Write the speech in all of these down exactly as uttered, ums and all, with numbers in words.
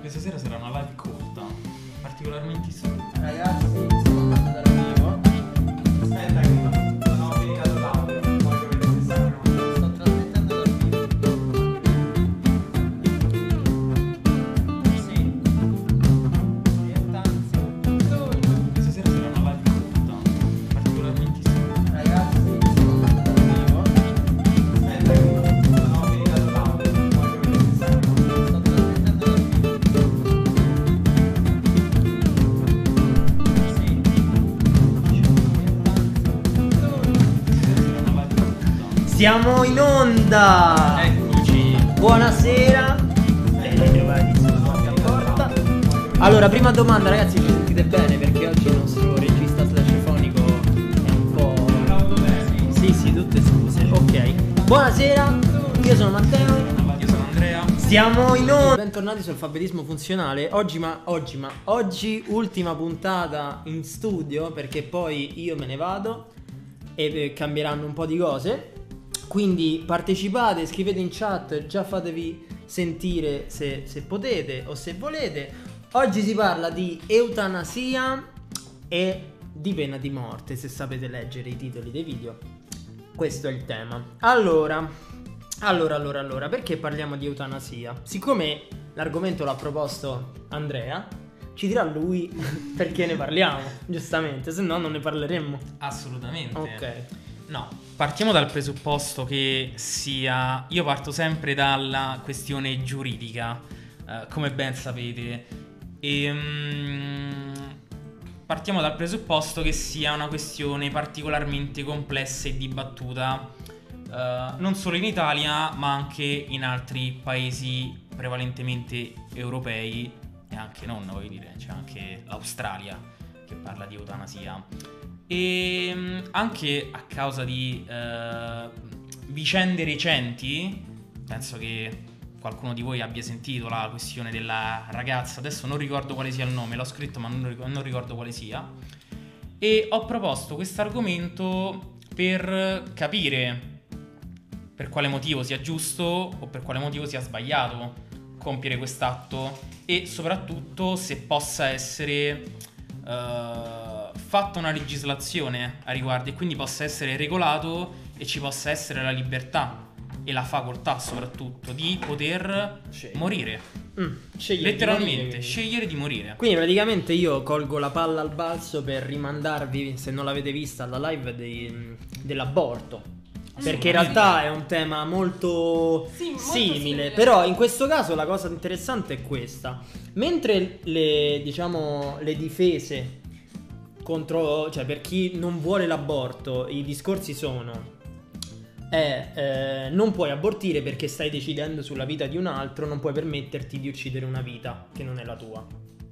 questa sera sarà una live corta, particolarmente istruttiva. Ragazzi, stiamo andando dal vivo. Aspetta che non ho caricato l'audio, voglio vedere se sta pronto. Sto trasmettendo dal vivo. Sì. Orientanza. Questa sera sarà una live corta, particolarmente istruttiva. Ragazzi, stiamo andando dal vivo. Aspetta che non ho caricato l'audio, voglio vedere se sta pronto. Sto trasmettendo dal vivo. Sì. Siamo in onda! Eccoci. Buonasera! Ben ritrovati sulla porta porta. Allora, prima domanda, ragazzi, ci sentite bene? Perché oggi il nostro regista slash fonico è un po'... Sì, sì, tutte scuse. Ok. Buonasera, io sono Matteo. Io sono Andrea. Siamo in onda. Bentornati su Alfabetismo Funzionale. Oggi ma oggi ma oggi ultima puntata in studio, perché poi io me ne vado e eh, cambieranno un po' di cose. Quindi partecipate, scrivete in chat, già fatevi sentire se, se potete o se volete. Oggi si parla di eutanasia e di pena di morte, se sapete leggere i titoli dei video. Questo è il tema. Allora, allora, allora, allora, perché parliamo di eutanasia? Siccome l'argomento l'ha proposto Andrea, ci dirà lui perché ne parliamo, giustamente, se no non ne parleremmo. Assolutamente. Ok. No, partiamo dal presupposto che sia... Io parto sempre dalla questione giuridica, eh, come ben sapete. E, mm, partiamo dal presupposto che sia una questione particolarmente complessa e dibattuta, eh, non solo in Italia, ma anche in altri paesi prevalentemente europei e anche non, voglio dire, c'è anche l'Australia che parla di eutanasia. E anche a causa di eh, vicende recenti, penso che qualcuno di voi abbia sentito la questione della ragazza, adesso non ricordo quale sia il nome, l'ho scritto ma non ricordo, non ricordo quale sia, e ho proposto questo argomento per capire per quale motivo sia giusto o per quale motivo sia sbagliato compiere quest'atto e soprattutto se possa essere... Uh, fatta una legislazione a riguardo e quindi possa essere regolato e ci possa essere la libertà e la facoltà soprattutto di poter Scegliere. morire. Mm, scegliere Letteralmente, di morire, scegliere di morire. Quindi praticamente io colgo la palla al balzo per rimandarvi, se non l'avete vista, alla live dei, dell'aborto. Perché in realtà è un tema molto, Sì, molto simile, simile. però in questo caso la cosa interessante è questa. Mentre le, diciamo, le difese contro, cioè per chi non vuole l'aborto, i discorsi sono è, eh, non puoi abortire perché stai decidendo sulla vita di un altro, non puoi permetterti di uccidere una vita che non è la tua.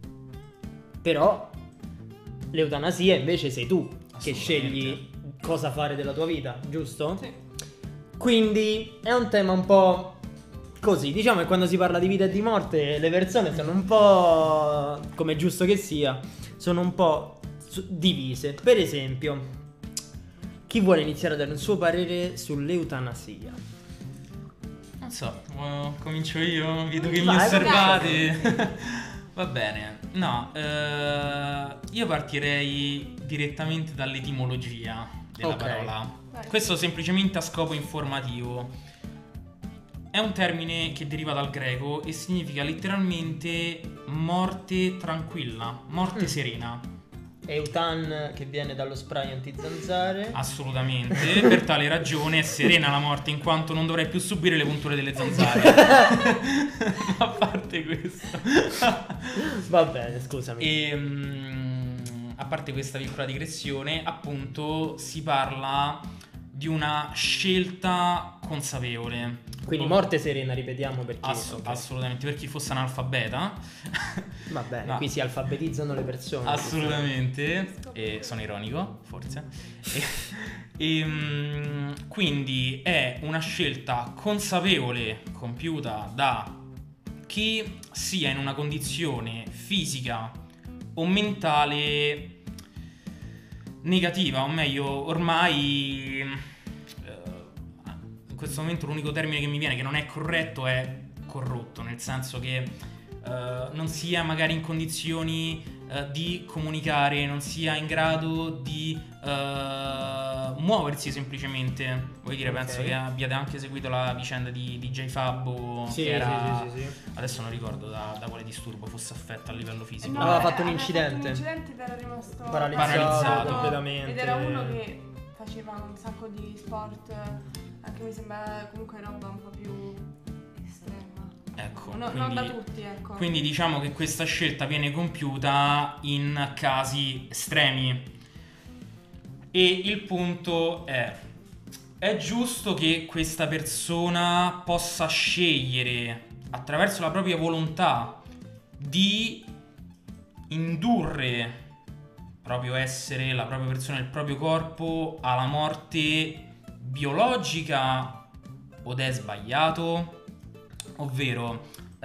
Però l'eutanasia invece sei tu che scegli cosa fare della tua vita, giusto? Sì. Quindi è un tema un po' così, diciamo che quando si parla di vita e di morte le persone sono un po', come è giusto che sia, sono un po' divise. Per esempio, chi vuole iniziare a dare un suo parere sull'eutanasia? Non so, uh, comincio io, vedo che mi Vai, osservate. Va bene. No, eh, io partirei direttamente dall'etimologia della Ok. parola. Vai. Questo semplicemente a scopo informativo. È un termine che deriva dal greco e significa letteralmente morte tranquilla, morte Mm. serena. Eutan, che viene dallo spray antizanzare. Assolutamente, per tale ragione è serena la morte in quanto non dovrai più subire le punture delle zanzare. A parte questo. Va bene, scusami. E mm, a parte questa piccola digressione, appunto si parla di una scelta consapevole. Quindi morte serena, ripetiamo perché Ass- ok. Assolutamente, per chi fosse analfabeta. Va bene, No. qui si alfabetizzano le persone. Assolutamente, e sono ironico, forse. E, e, mm, quindi è una scelta consapevole compiuta da chi sia in una condizione fisica o mentale negativa, o meglio, ormai eh, in questo momento l'unico termine che mi viene che non è corretto è corrotto, nel senso che uh, non sia magari in condizioni uh, di comunicare, non sia in grado di uh, muoversi semplicemente. Vuoi dire, okay. Penso che abbiate anche seguito la vicenda di D J Fabbo, sì, che era, sì, sì, sì, sì. Adesso non ricordo da, da quale disturbo fosse affetto a livello fisico. No, aveva fatto un incidente, fatto un incidente ed era rimasto paralizzato, paralizzato completamente. Ed era uno che faceva un sacco di sport, anche mi sembra comunque roba un po' più estrema. Ecco, no, quindi, non da tutti, ecco. Quindi diciamo che questa scelta viene compiuta in casi estremi. E il punto è: è giusto che questa persona possa scegliere attraverso la propria volontà di indurre proprio essere la propria persona, il proprio corpo alla morte biologica, od è sbagliato? Ovvero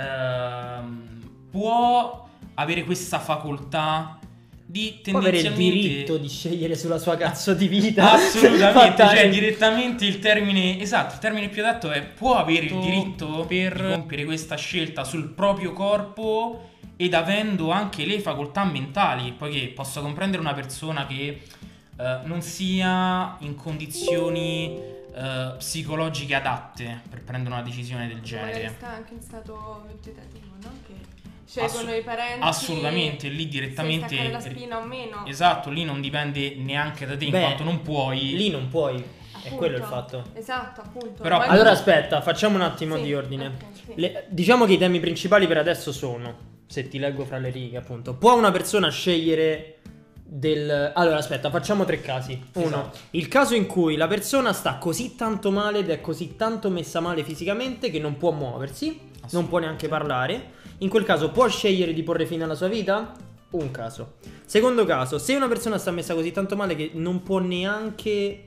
ehm, può avere questa facoltà di può avere il tendenzialmente diritto di scegliere sulla sua cazzo di vita. Assolutamente, cioè direttamente il termine esatto, il termine più adatto è può avere il diritto per compiere questa scelta sul proprio corpo, ed avendo anche le facoltà mentali, poiché posso comprendere una persona che eh, non sia in condizioni eh, psicologiche adatte per prendere una decisione del genere. Magari sta anche in stato vegetativo, no? Che scelgono Assu- i parenti. Assolutamente, lì direttamente se staccare la spina o meno. Esatto, lì non dipende neanche da te. Beh, in quanto non puoi. Lì non puoi. Appunto, è quello il fatto. Esatto, appunto. Però, allora aspetta, facciamo un attimo sì, di ordine. okay, sì. Le, diciamo che i temi principali per adesso sono, se ti leggo fra le righe, appunto, può una persona scegliere del... Allora aspetta, facciamo tre casi. Uno, esatto. Il caso in cui la persona sta così tanto male ed è così tanto messa male fisicamente che non può muoversi, non può neanche parlare. In quel caso può scegliere di porre fine alla sua vita? Un caso. Secondo caso, se una persona sta messa così tanto male che non può neanche...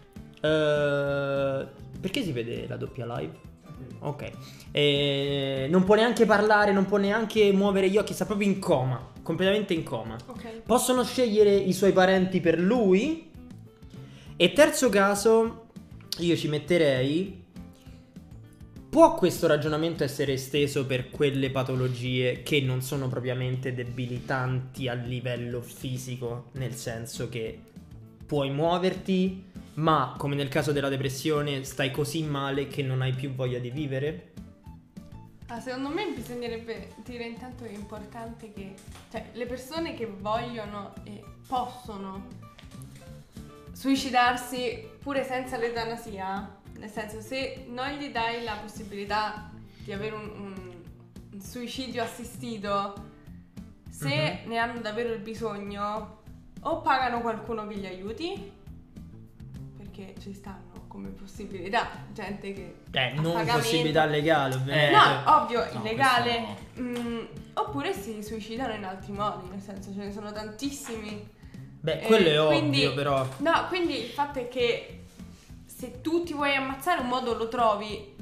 Uh, perché si vede la doppia live? Ok. E non può neanche parlare, non può neanche muovere gli occhi, sta proprio in coma, completamente in coma. Okay. Possono scegliere i suoi parenti per lui. E terzo caso, io ci metterei: può questo ragionamento essere esteso per quelle patologie che non sono propriamente debilitanti a livello fisico, nel senso che puoi muoverti, ma come nel caso della depressione stai così male che non hai più voglia di vivere? Ah, secondo me bisognerebbe dire intanto che è importante che, cioè, le persone che vogliono e possono suicidarsi pure senza l'eutanasia, nel senso, se non gli dai la possibilità di avere un, un, un suicidio assistito, se mm-hmm. ne hanno davvero il bisogno, o pagano qualcuno che li aiuti, perché ci stanno come possibilità gente che eh non pagamento. Possibilità legale ovviamente. No, ovvio, no, illegale no. mh, oppure si suicidano in altri modi, nel senso ce ne sono tantissimi. Beh, quello eh, è quindi, ovvio però. No, quindi il fatto è che se tu ti vuoi ammazzare un modo lo trovi,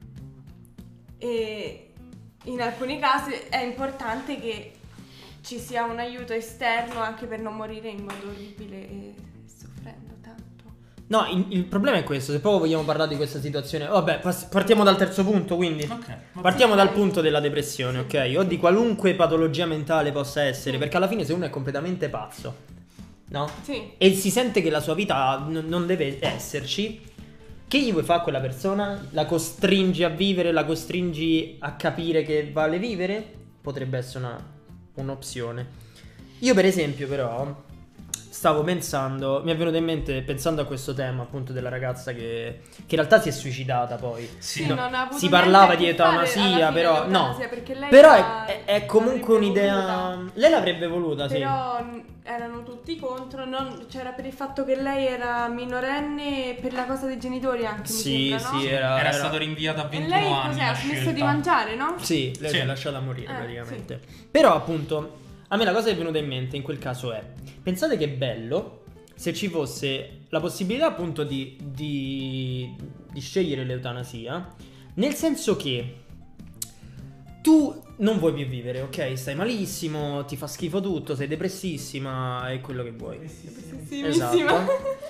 e in alcuni casi è importante che ci sia un aiuto esterno anche per non morire in modo orribile e soffrendo tanto. No, il, il problema è questo, se proprio vogliamo parlare di questa situazione. Vabbè, pass- partiamo dal terzo punto, quindi. Okay, partiamo dal punto della depressione, ok? O di qualunque patologia mentale possa essere, perché alla fine se uno è completamente pazzo, no? Sì. E si sente che la sua vita n- non deve esserci, che gli vuoi fare a quella persona? La costringi a vivere, la costringi a capire che vale vivere? Potrebbe essere una, un'opzione. Io per esempio però stavo pensando, mi è venuto in mente pensando a questo tema appunto della ragazza che, che in realtà si è suicidata poi. Sì, no, non ha avuto si parlava di niente a che fare eutanasia, alla fine però l'eutanasia, no. perché lei Però la- è, è comunque l'avrebbe un'idea. voluta. Lei l'avrebbe voluta, sì. Però mh, erano tutti contro, non, c'era per il fatto che lei era minorenne, per la cosa dei genitori anche, Sì, mi sembra, no? sì, era, Era, era- stato rinviato a E ventuno lei anni. cos'è? la Ha smesso scelta. di mangiare, no? Sì, lei Sì. si è lasciata morire Eh, praticamente. Però appunto a me la cosa che è venuta in mente in quel caso è: pensate che bello se ci fosse la possibilità appunto di, di, di scegliere l'eutanasia, nel senso che tu non vuoi più vivere, ok? Stai malissimo, ti fa schifo tutto, sei depressissima e quello che vuoi. Esatto.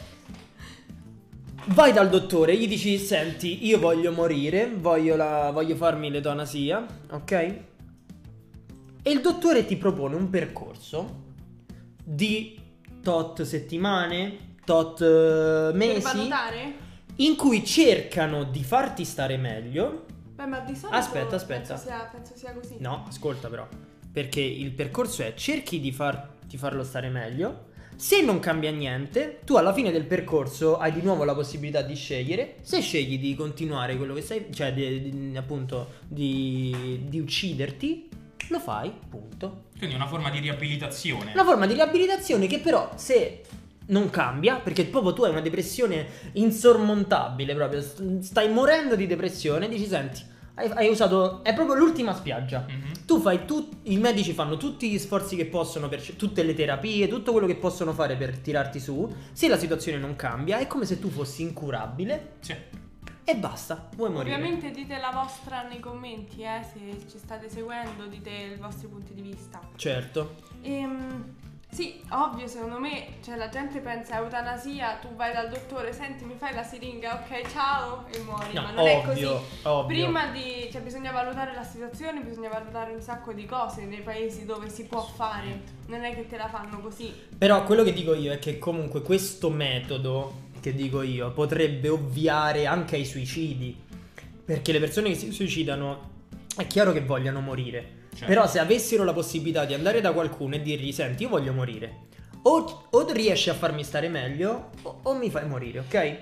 Vai dal dottore, gli dici: senti, io voglio morire, voglio, la, voglio farmi l'eutanasia, ok? e il dottore ti propone un percorso di tot settimane, tot uh, mesi, Per valutare? in cui cercano di farti stare meglio. Beh, ma di solito Aspetta, aspetta. Penso sia, penso sia così. No, ascolta però, perché il percorso è cerchi di, far, di farlo stare meglio. Se non cambia niente, tu alla fine del percorso hai di nuovo la possibilità di scegliere. Se scegli di continuare quello che sei, cioè di, di, appunto di, di ucciderti, lo fai, punto. Quindi una forma di riabilitazione. Una forma di riabilitazione che però se non cambia, perché proprio tu hai una depressione insormontabile, proprio stai morendo di depressione, dici senti, hai, hai usato, è proprio l'ultima spiaggia. Mm-hmm. Tu fai tu, i medici fanno tutti gli sforzi che possono per tutte le terapie, tutto quello che possono fare per tirarti su. Se la situazione non cambia, è come se tu fossi incurabile. Sì. E basta, vuoi morire. Ovviamente dite la vostra nei commenti, eh, se ci state seguendo, dite i vostri punti di vista. Certo. Ehm, sì, ovvio, secondo me, cioè la gente pensa a eutanasia, tu vai dal dottore, senti, mi fai la siringa, ok, ciao, e muori, No, ma non ovvio, è così. ovvio. Prima di, cioè bisogna valutare la situazione, bisogna valutare un sacco di cose nei paesi dove si può fare, non è che te la fanno così. Però quello che dico io è che comunque questo metodo, che dico io, potrebbe ovviare anche ai suicidi. Perché le persone che si suicidano è chiaro che vogliano morire. Certo. Però se avessero la possibilità di andare da qualcuno e dirgli senti, io voglio morire, o, o riesci a farmi stare meglio o, o mi fai morire, ok?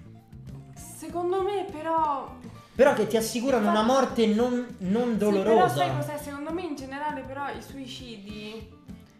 Secondo me però... Però che ti assicurano una morte non, non dolorosa. Sì, però sai cos'è? Secondo me in generale però i suicidi...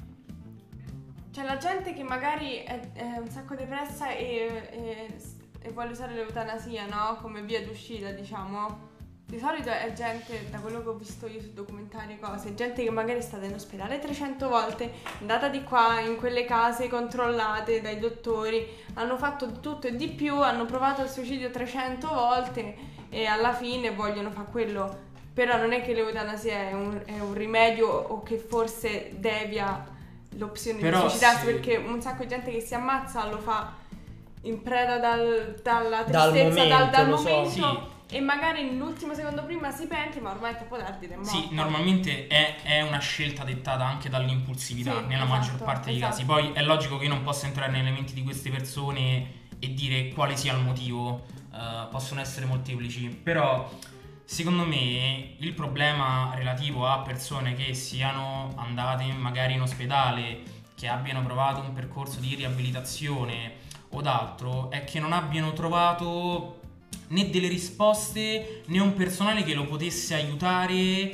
Cioè la gente che magari è, è un sacco depressa e, e, e vuole usare l'eutanasia, no? Come via d'uscita, diciamo. Di solito è gente, da quello che ho visto io su documentari e cose, gente che magari è stata in ospedale trecento volte, è andata di qua in quelle case controllate dai dottori, hanno fatto di tutto e di più, hanno provato il suicidio trecento volte e alla fine vogliono fare quello. Però non è che l'eutanasia è un, è un rimedio o che forse devia l'opzione Però di suicidarsi, sì. perché un sacco di gente che si ammazza lo fa in preda dal, dalla Dal tristezza, momento, dal, dal lo so. momento Sì. e magari nell'ultimo secondo prima si pente, ma ormai è troppo tardi ed è morto. Sì, normalmente è, è una scelta dettata anche dall'impulsività Sì, nella esatto, maggior parte dei esatto. casi. Poi è logico che io non possa entrare nelle menti di queste persone e dire quale sia il motivo, uh, possono essere molteplici, però secondo me il problema relativo a persone che siano andate magari in ospedale, che abbiano provato un percorso di riabilitazione o d'altro, è che non abbiano trovato né delle risposte né un personale che lo potesse aiutare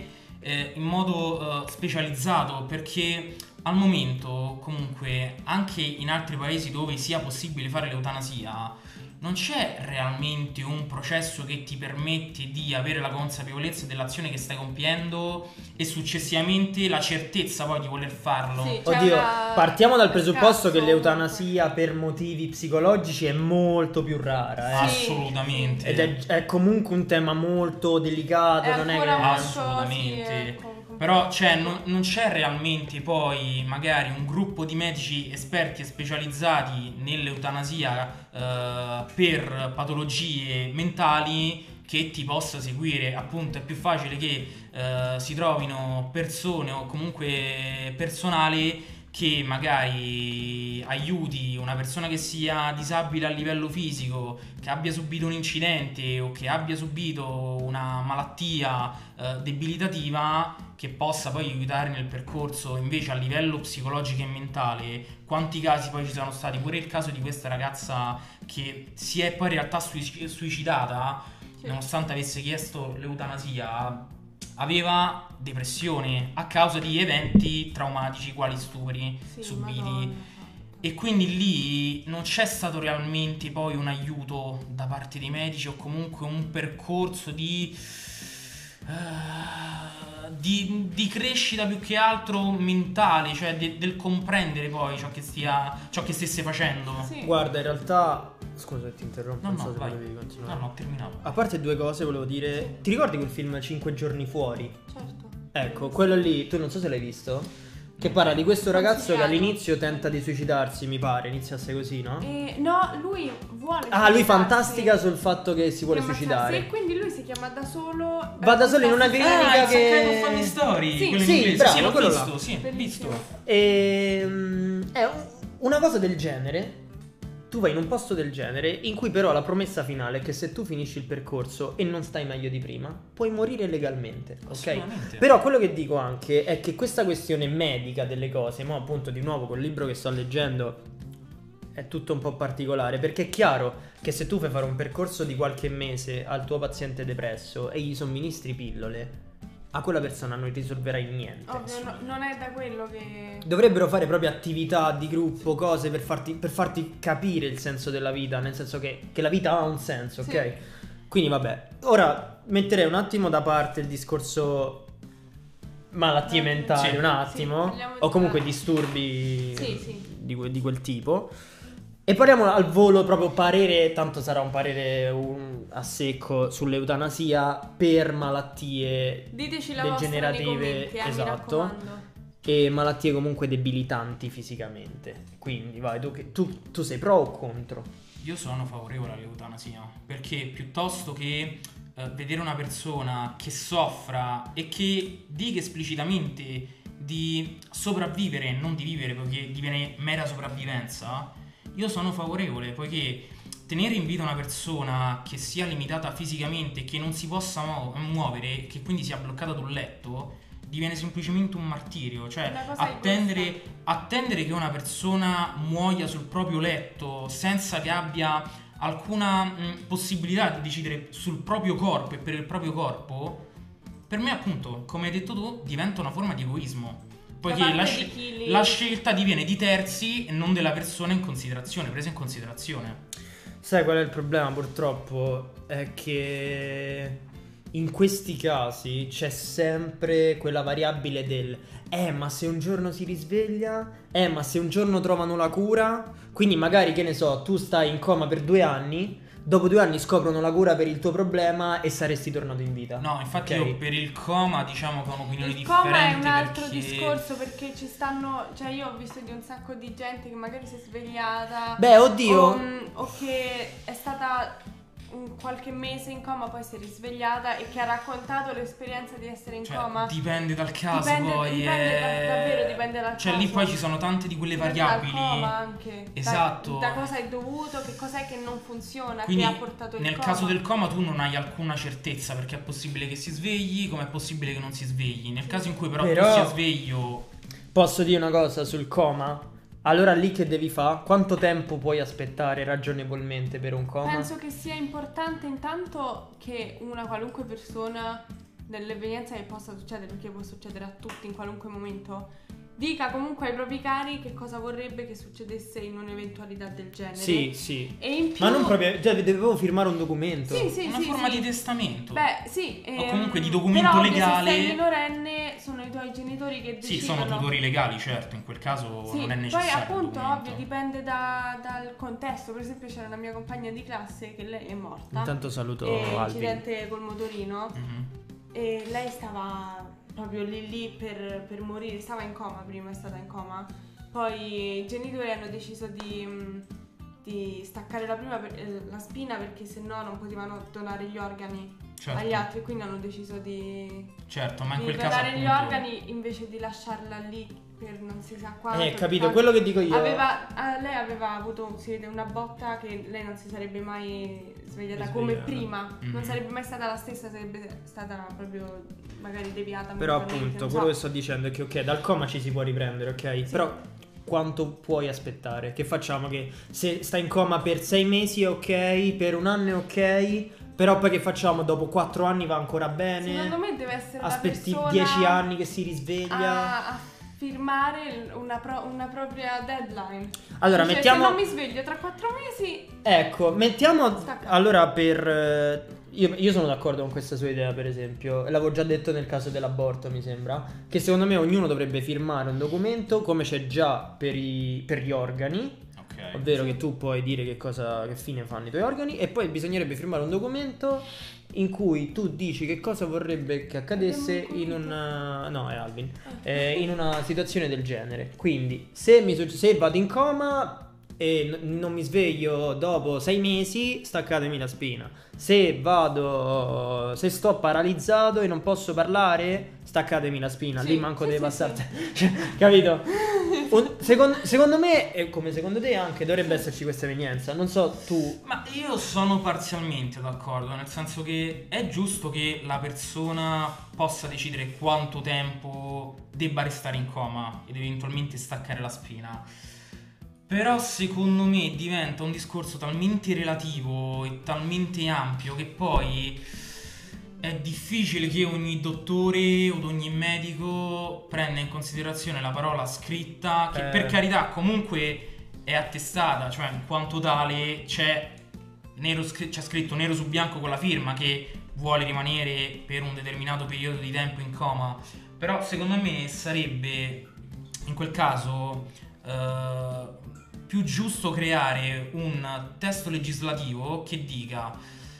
eh, in modo eh, specializzato, perché al momento comunque anche in altri paesi dove sia possibile fare l'eutanasia non c'è realmente un processo che ti permette di avere la consapevolezza dell'azione che stai compiendo e successivamente la certezza poi di voler farlo. Sì. C'è Oddio, una- partiamo dal è presupposto che scarso, l'eutanasia per motivi psicologici è molto più rara, eh. Sì. Assolutamente. Ed è, è comunque un tema molto delicato, È non è ancora che... molto- Assolutamente. sì, è com- Però cioè, non, non c'è realmente poi magari un gruppo di medici esperti e specializzati nell'eutanasia eh, per patologie mentali che ti possa seguire. Appunto è più facile che eh, si trovino persone o comunque personale che magari aiuti una persona che sia disabile a livello fisico, che abbia subito un incidente o che abbia subito una malattia eh, debilitativa, che possa poi aiutare nel percorso invece a livello psicologico e mentale. Quanti casi poi ci sono stati? Pure il caso di questa ragazza che si è poi in realtà suic- suicidata, Sì. nonostante avesse chiesto l'eutanasia. Aveva depressione a causa di eventi traumatici quali stupri Sì, subiti. Madonna. E quindi lì non c'è stato realmente poi un aiuto da parte dei medici o comunque un percorso di, uh, di, di crescita più che altro mentale, cioè de, del comprendere poi ciò che, stia, ciò che stesse facendo. Sì. Guarda, in realtà... Scusa se ti interrompo, No, non so no, se vai. volevi continuare. No, no, ho terminato. A parte due cose volevo dire... Ti ricordi quel film Cinque giorni fuori? Certo. Ecco, quello lì, tu non so se l'hai visto. Che parla di questo ragazzo che Consigliato. all'inizio tenta di suicidarsi, mi pare, iniziasse così, no? E, no, lui vuole Ah, lui suicidarsi. fantastica sul fatto che si vuole Chiama- suicidare. Sì, quindi lui si chiama da solo. eh, Va da solo in una fantastica. clinica Ah, che- It's a Kind of Funny Story, Sì. quello in Sì, inglese. bravo, sì, l'ho quello visto, là. sì, Bellissimo. visto. E mm, è un- una cosa del genere. Tu vai in un posto del genere in cui però la promessa finale è che se tu finisci il percorso e non stai meglio di prima, puoi morire legalmente, ok? Assolutamente. Però quello che dico anche è che questa questione medica delle cose, mo appunto di nuovo col libro che sto leggendo, è tutto un po' particolare, perché è chiaro che se tu fai fare un percorso di qualche mese al tuo paziente depresso e gli somministri pillole, a quella persona non risolverai niente. Ovvio, no- non è da quello che. Dovrebbero fare proprio attività di gruppo, cose per farti, per farti capire il senso della vita, nel senso che, che la vita ha un senso, ok? Sì. Quindi vabbè, ora metterei un attimo da parte il discorso malattie Sì. mentali, un Sì, attimo, parliamo o comunque di- disturbi Sì, sì. Di, que- di quel tipo. E parliamo al volo proprio parere, tanto sarà un parere un- a secco sull'eutanasia per malattie Diteci la vostra nei degenerative, commenti, eh, mi esatto, raccomando. e malattie comunque debilitanti fisicamente. Quindi vai, tu, che- tu, tu sei pro o contro? Io sono favorevole all'eutanasia perché piuttosto che eh, vedere una persona che soffra e che dica esplicitamente di sopravvivere e non di vivere perché diviene mera sopravvivenza, io sono favorevole, poiché tenere in vita una persona che sia limitata fisicamente, che non si possa mu- muovere, che quindi sia bloccata ad un letto, diviene semplicemente un martirio. Cioè Una cosa attendere, attendere che una persona muoia sul proprio letto senza che abbia alcuna mh, possibilità di decidere sul proprio corpo e per il proprio corpo, per me appunto, come hai detto tu, diventa una forma di egoismo. Poiché parte la, di sce- chi li- la scelta diviene di terzi e non della persona in considerazione, presa in considerazione. Sai qual è il problema purtroppo? È che in questi casi c'è sempre quella variabile del eh ma se un giorno si risveglia, eh ma se un giorno trovano la cura, quindi magari che ne so, tu stai in coma per due anni, dopo due anni scoprono la cura per il tuo problema e saresti tornato in vita. No, infatti Ok? io per il coma diciamo che ho un'opinione Il differente. coma è un altro perché... discorso perché ci stanno. Cioè, io ho visto di un sacco di gente che magari si è svegliata. Beh, oddio. O, mm, o che è stata un qualche mese in coma, poi si è risvegliata e che ha raccontato l'esperienza di essere in Cioè, coma. dipende dal caso Dipende- poi. dipende eh. da- davvero dipende dal Cioè caso. lì poi ci sono tante di quelle Dipende variabili. dal coma anche. Da- Esatto. Da, cosa è dovuto, che cos'è che non funziona, Quindi che ha portato il nel coma. caso del coma tu non hai alcuna certezza perché è possibile che si svegli come è possibile che non si svegli. Nel caso in cui però, Però- tu sia sveglio, Posso dire una cosa sul coma? Allora lì che devi fare? Quanto tempo puoi aspettare ragionevolmente per un coma? Penso che sia importante intanto che una qualunque persona nell'evenienza che possa succedere, perché può succedere a tutti in qualunque momento, dica comunque ai propri cari che cosa vorrebbe che succedesse in un'eventualità del genere. Sì, sì. E in più... Ma non proprio, cioè dovevo firmare un documento. Sì, sì, una sì, forma sì. di testamento. Beh, sì. O ehm, comunque di documento però, ovvio, legale. se sei minorenne, sono i tuoi genitori che Sì, decidono. sono tutori legali, certo, in quel caso Sì, non è poi necessario. il appunto, documento. ovvio, dipende da- dal contesto. Per esempio c'era una mia compagna di classe che lei è morta. Intanto saluto eh, Albi. incidente col motorino. Mhm. E lei stava proprio lì lì per, per morire, stava in coma prima, è stata in coma. Poi i genitori hanno deciso di, mh, di staccare la, prima per- eh, la spina perché sennò non potevano donare gli organi Certo. agli altri, quindi hanno deciso di, Certo, ma in di quel caso donare gli appunto, organi invece di lasciarla lì per non si sa quanto. Eh, capito, Tanto- quello che dico io. Aveva, ah, lei aveva avuto, si vede, una botta che lei non si sarebbe mai svegliata come Svegliata. prima. Mhm. Non sarebbe mai stata la stessa, sarebbe stata proprio magari deviata. Però mentalmente, appunto, non so. quello che sto dicendo è che ok, dal coma ci si può riprendere, ok? Sì. Però quanto puoi aspettare? Che facciamo? Che se stai in coma per sei mesi è ok, per un anno è ok, però poi che facciamo? Dopo quattro anni va ancora bene? Secondo me deve essere la Aspetti persona dieci anni che si risveglia? a, a firmare una, pro- una propria deadline. Allora, Cioè, mettiamo... se non mi sveglio tra quattro mesi. Ecco, mettiamo... Stacca. Allora, per... eh, Io, io sono d'accordo con questa sua idea, per esempio. L'avevo già detto nel caso dell'aborto, mi sembra. Che secondo me ognuno dovrebbe firmare un documento, come c'è già per, i, per gli organi. ok. ovvero che tu puoi dire che cosa, che fine fanno i tuoi organi, e poi bisognerebbe firmare un documento in cui tu dici che cosa vorrebbe che accadesse in una no è Alvin eh, in una situazione del genere. Quindi se, mi, se vado in coma e n- non mi sveglio dopo sei mesi, staccatemi la spina. Se vado, se sto paralizzato e non posso parlare, staccatemi la spina. Sì, Lì manco sì, deve sì, passare, cioè, capito? Un- secondo, secondo me, e come secondo te anche, dovrebbe esserci questa evenienza. Non so tu. Ma io sono parzialmente d'accordo, nel senso che è giusto che la persona possa decidere quanto tempo debba restare in coma ed eventualmente staccare la spina. Però secondo me diventa un discorso talmente relativo e talmente ampio che poi è difficile che ogni dottore o ogni medico prenda in considerazione la parola scritta, che Eh. per carità comunque è attestata, cioè in quanto tale c'è, nero scr- c'è scritto nero su bianco con la firma che vuole rimanere per un determinato periodo di tempo in coma. Però secondo me sarebbe in quel caso eh, più giusto creare un testo legislativo che dica: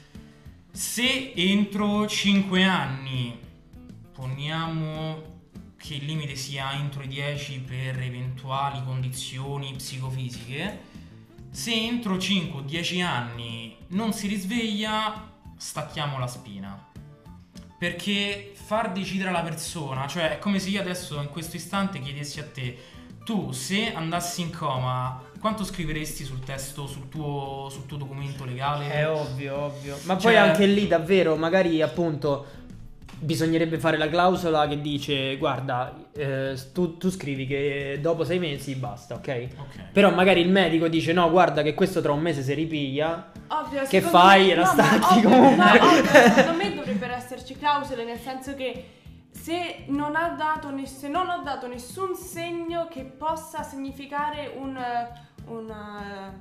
se entro cinque anni, poniamo che il limite sia entro i dieci per eventuali condizioni psicofisiche, se entro cinque o dieci anni non si risveglia, stacchiamo la spina. Perché far decidere alla persona, cioè è come se io adesso in questo istante chiedessi a te: tu se andassi in coma quanto scriveresti sul testo, sul tuo, sul tuo documento legale? È ovvio, ovvio. Ma Cioè- poi anche lì davvero, magari appunto bisognerebbe fare la clausola che dice: guarda, eh, tu, tu scrivi che dopo sei mesi basta, ok? Ok. Però magari il medico dice: no, guarda che questo tra un mese si ripiglia. Ovvio, Che secondo fai? me- La no, ma stacchi ovvio- comunque. no, ovvio, secondo me dovrebbero esserci clausole, nel senso che se non ha dato ness- se non ho dato nessun segno che possa significare un una,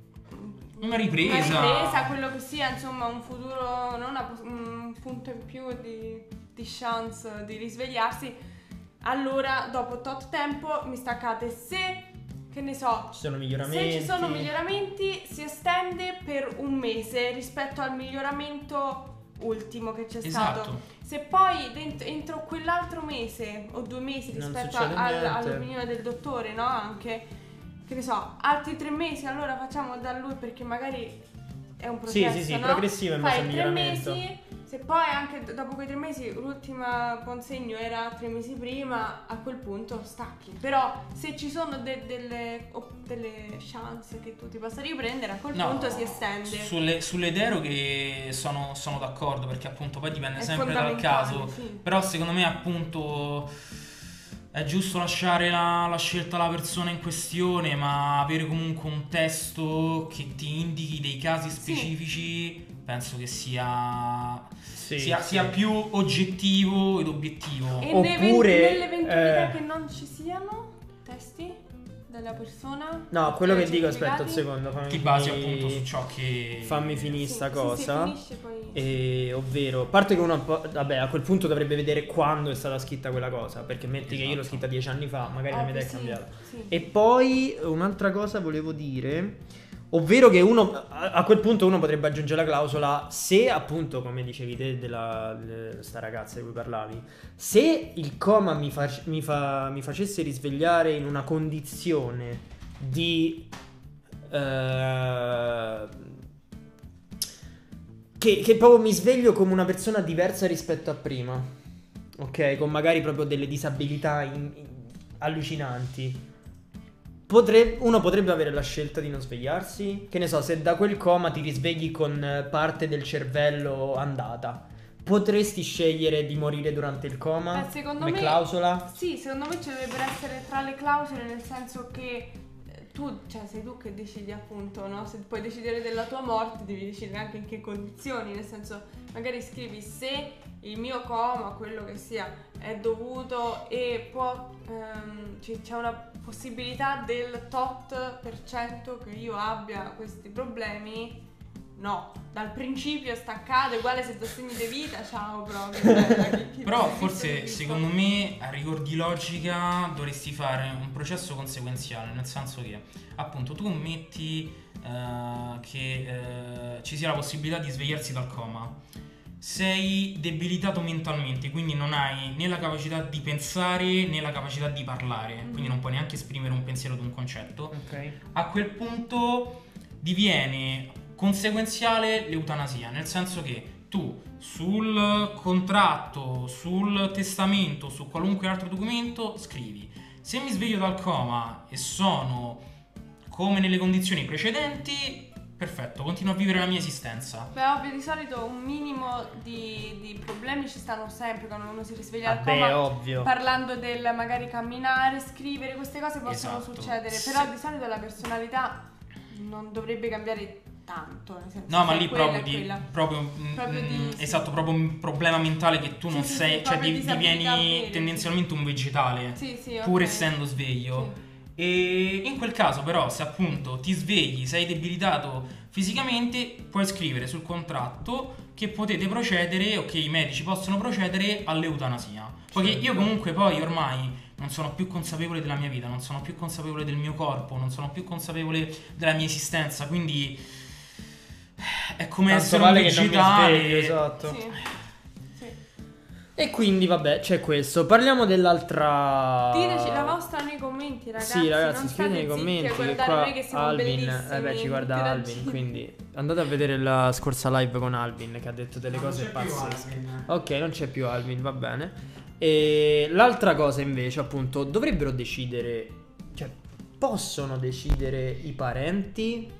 Una ripresa. una ripresa, quello che sia, insomma, un futuro, non una pos- un punto in più di, di chance di risvegliarsi, allora dopo tot tempo mi staccate. Se, che ne so, Ci sono miglioramenti. se ci sono miglioramenti si estende per un mese rispetto al miglioramento ultimo che c'è Esatto. stato. Se poi dent- entro quell'altro mese o due mesi Non rispetto succede al- niente. all'opinione del dottore, no? Anche, che ne so, altri tre mesi, allora facciamo da lui, perché magari è un Sì, processo, sì, sì, no? progressivo in base Fai al tre miglioramento. mesi, se poi anche d- dopo quei tre mesi l'ultima consegno era tre mesi prima, a quel punto stacchi. Però se ci sono de- delle, op- delle chance che tu ti possa riprendere, a quel No, punto si estende. Sulle, sulle deroghe sono, sono d'accordo, perché appunto poi dipende È sempre dal fondamentale, caso. sì. Però secondo me appunto è giusto lasciare la, la scelta alla persona in questione, ma avere comunque un testo che ti indichi dei casi specifici penso che sia, Sì, sia, sì. sia più oggettivo ed obiettivo. E Oppure, nell'even- nell'eventualità eh, che non ci siano testi della persona, No, quello che eh, dico, aspetta un certificati? secondo, fammi Ti basi finire- appunto su ciò che... fammi finire Sì, sta sì, cosa. sì, finisce poi. E, ovvero, a parte che uno po- vabbè, a quel punto dovrebbe vedere quando è stata scritta quella cosa, perché metti che io l'ho Esatto. scritta dieci anni fa, magari la mia idea è Ovvio, sì, cambiata. sì. E poi un'altra cosa volevo dire, ovvero che uno a a quel punto uno potrebbe aggiungere la clausola: se appunto, come dicevi te della de- sta ragazza di cui parlavi, se il coma mi, fac- mi fa- mi facesse risvegliare in una condizione di eh, che, che proprio mi sveglio come una persona diversa rispetto a prima, ok, con magari proprio delle disabilità in- in- allucinanti. Potre- uno potrebbe avere la scelta di non svegliarsi. Che ne so, se da quel coma ti risvegli con eh, parte del cervello andata, potresti scegliere di morire durante il coma? Beh, secondo come me- clausola? Sì, secondo me ci dovrebbero essere tra le clausole, nel senso che eh, tu, cioè sei tu che decidi appunto, no? Se puoi decidere della tua morte, devi decidere anche in che condizioni, nel senso magari scrivi: se il mio coma, quello che sia, è dovuto e può, ehm, c- c'è una possibilità del tot per cento che io abbia questi problemi, no, dal principio staccato, uguale se do segni di vita, ciao proprio. Bella, che, che Però visto, forse visto. secondo me a rigor di logica dovresti fare un processo conseguenziale, nel senso che appunto tu metti uh, che uh, ci sia la possibilità di svegliarsi dal coma, sei debilitato mentalmente, quindi non hai né la capacità di pensare né la capacità di parlare, mm-hmm. quindi non puoi neanche esprimere un pensiero di un concetto. Ok. A quel punto diviene conseguenziale l'eutanasia, nel senso che tu sul contratto, sul testamento, su qualunque altro documento scrivi: se mi sveglio dal coma e sono come nelle condizioni precedenti, perfetto, continuo a vivere la mia esistenza. Beh, ovvio, di solito un minimo di, di problemi ci stanno sempre quando uno si risveglia dal Vabbè, coma. ovvio. Parlando del magari camminare, scrivere, queste cose possono Esatto. succedere, Sì. però di solito la personalità non dovrebbe cambiare tanto, nel senso, No, ma se lì è quella, proprio è di quella. proprio, mm, Proprio di- mm, sì. esatto, proprio un problema mentale che tu Sì, non sì, sei, sì, cioè proprio di- disabilità divieni vere, tendenzialmente un vegetale, Sì, sì, pur ok. essendo sveglio. Sì. E in quel caso però, se appunto ti svegli, sei debilitato fisicamente, puoi scrivere sul contratto che potete procedere, o che i medici possono procedere all'eutanasia. Poiché Certo. io comunque poi ormai non sono più consapevole della mia vita, non sono più consapevole del mio corpo, non sono più consapevole della mia esistenza, quindi è come Tanto essere vale un che non mi vegetale. sveglio, esatto. Sì. Sì. E quindi vabbè, c'è questo. Parliamo dell'altra. Diteci la vostra nei commenti, ragazzi. Sì, ragazzi, non scrivete state nei zitti commenti a che guardare qua noi che siamo Alvin, bellissimi. eh beh, ci guarda Alvin, interagite. quindi andate a vedere la scorsa live con Alvin che ha detto delle cose pazzesche. Ok, non c'è più Alvin, va bene. E l'altra cosa invece, appunto, dovrebbero decidere, cioè possono decidere i parenti?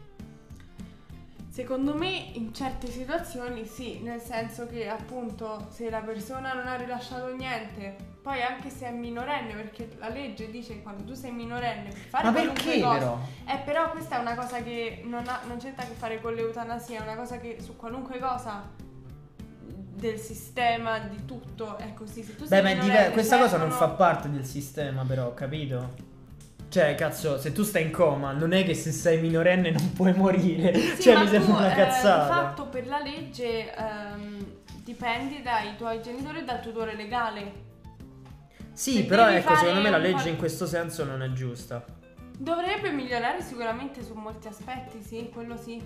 Secondo me in certe situazioni sì, nel senso che appunto se la persona non ha rilasciato niente, poi anche se è minorenne, perché la legge dice che quando tu sei minorenne per fare Ma qualunque perché cosa, però? Eh però questa è una cosa che non, ha, non c'entra a che fare con l'eutanasia, è una cosa che su qualunque cosa del sistema, di tutto, è così. Se tu Beh, sei ma è minorenne, diver- questa cosa non servono- fa parte del sistema, però, capito? Cioè, cazzo, se tu stai in coma, non è che se sei minorenne non puoi morire. Sì, cioè, ma mi sembra tu, una eh, cazzata. di fatto per la legge ehm, dipendi dai tuoi genitori e dal tutore legale. Sì, se però devi ecco, fare secondo me la un legge qual- in questo senso non è giusta. Dovrebbe migliorare sicuramente su molti aspetti, sì, quello sì.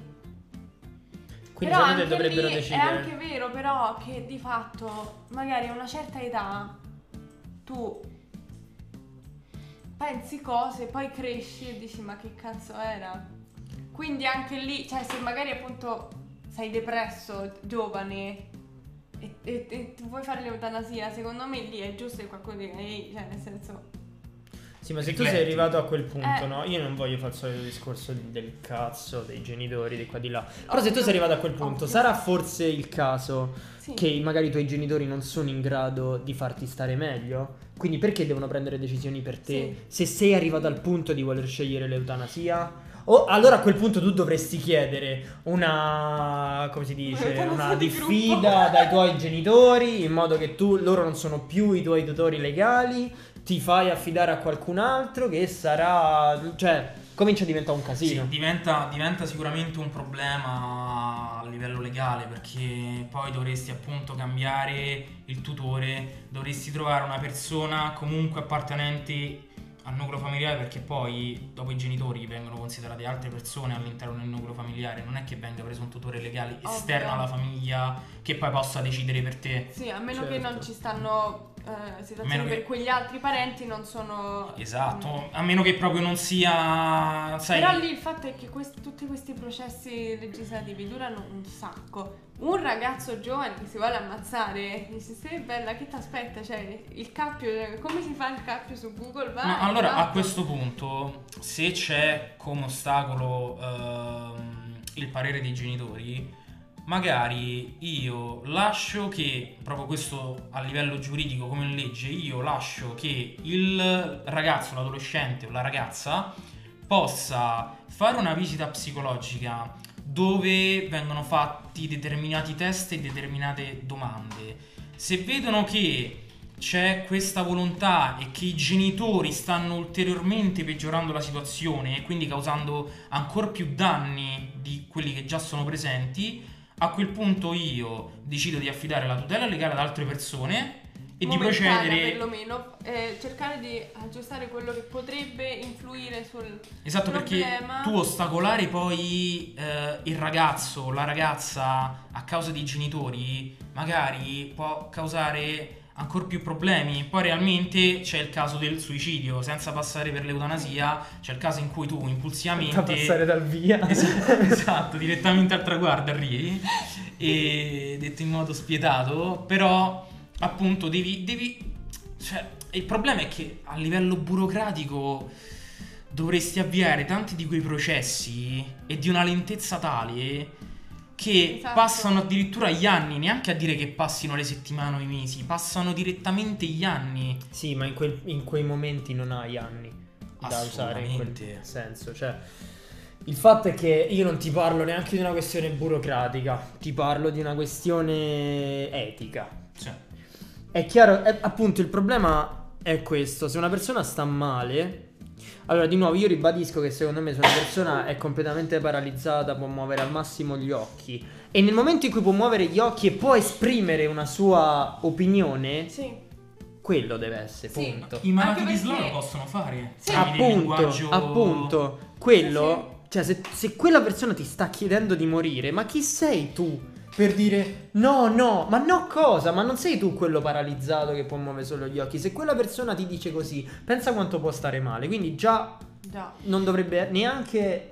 Quindi Però secondo te anche dovrebbero lì decidere. è anche vero però che di fatto magari a una certa età tu pensi cose, poi cresci e dici ma che cazzo era? Quindi anche lì, cioè se magari appunto sei depresso, giovane e, e, e tu vuoi fare l'eutanasia, secondo me lì è giusto che qualcuno dica ehi, cioè nel senso... Sì, ma se tu Rifletti. sei arrivato a quel punto, Eh. no? Io non voglio fare il solito discorso di- del cazzo, dei genitori, di qua di là. Però se tu Ovvio. sei arrivato a quel punto, Ovvio. sarà forse il caso Sì. che magari i tuoi genitori non sono in grado di farti stare meglio? Quindi perché devono prendere decisioni per te? Se sei arrivato al punto di voler scegliere l'eutanasia? O allora a quel punto tu dovresti chiedere una, come si dice, Un'eutanasia una di diffida gruppo. dai tuoi genitori, in modo che tu, loro non sono più i tuoi tutori legali, ti fai affidare a qualcun altro che sarà, cioè, comincia a diventare un casino. Sì, diventa, diventa sicuramente un problema a livello legale, perché poi dovresti appunto cambiare il tutore, dovresti trovare una persona comunque appartenente al nucleo familiare, perché poi dopo i genitori vengono considerate altre persone all'interno del nucleo familiare, non è che venga preso un tutore legale Ovvio. esterno alla famiglia che poi possa decidere per te. Sì, a meno Certo. che non ci stanno eh, situazioni meno che- per quegli altri parenti non sono... Esatto, a meno che proprio non sia, sai, Però lì il fatto è che questi- tutti questi processi legislativi durano un sacco. Un ragazzo giovane che si vuole ammazzare dice sei bella, che ti aspetta? Cioè il cappio, come si fa il cappio su Google? Vai, Ma allora a fatto. questo punto, se c'è come ostacolo ehm, il parere dei genitori, magari io lascio che, proprio questo a livello giuridico come in legge, io lascio che il ragazzo, l'adolescente o la ragazza possa fare una visita psicologica dove vengono fatti determinati test e determinate domande. Se vedono che c'è questa volontà e che i genitori stanno ulteriormente peggiorando la situazione e quindi causando ancora più danni di quelli che già sono presenti, a quel punto io decido di affidare la tutela legale ad altre persone e di procedere, perlomeno eh, cercare di aggiustare quello che potrebbe influire sul esatto, problema. Perché tu ostacolare poi eh, il ragazzo, la ragazza a causa dei genitori magari può causare ancora più problemi. Poi realmente c'è il caso del suicidio, senza passare per l'eutanasia, c'è il caso in cui tu impulsivamente da passare dal via esatto, esatto direttamente al traguardo arrivi, e detto in modo spietato, però appunto devi, devi cioè il problema è che a livello burocratico dovresti avviare tanti di quei processi e di una lentezza tale che esatto. passano addirittura gli anni, neanche a dire che passino le settimane o i mesi, passano direttamente gli anni. Sì, ma in, quel, in quei momenti non hai anni da usare in quel senso, cioè il fatto è che io non ti parlo neanche di una questione burocratica, ti parlo di una questione etica. Cioè. È chiaro, è, appunto il problema è questo, se una persona sta male, allora di nuovo io ribadisco che secondo me se una persona è completamente paralizzata può muovere al massimo gli occhi, e nel momento in cui può muovere gli occhi e può esprimere una sua opinione, sì, quello deve essere, sì. punto. I malati Anche di perché- Slow lo possono fare. Sì. tramite il Appunto, linguaggio- appunto, quello, cioè se, se quella persona ti sta chiedendo di morire, ma chi sei tu per dire no, no, ma no cosa? Ma non sei tu quello paralizzato che può muovere solo gli occhi. Se quella persona ti dice così, pensa quanto può stare male. Quindi già Già. non dovrebbe neanche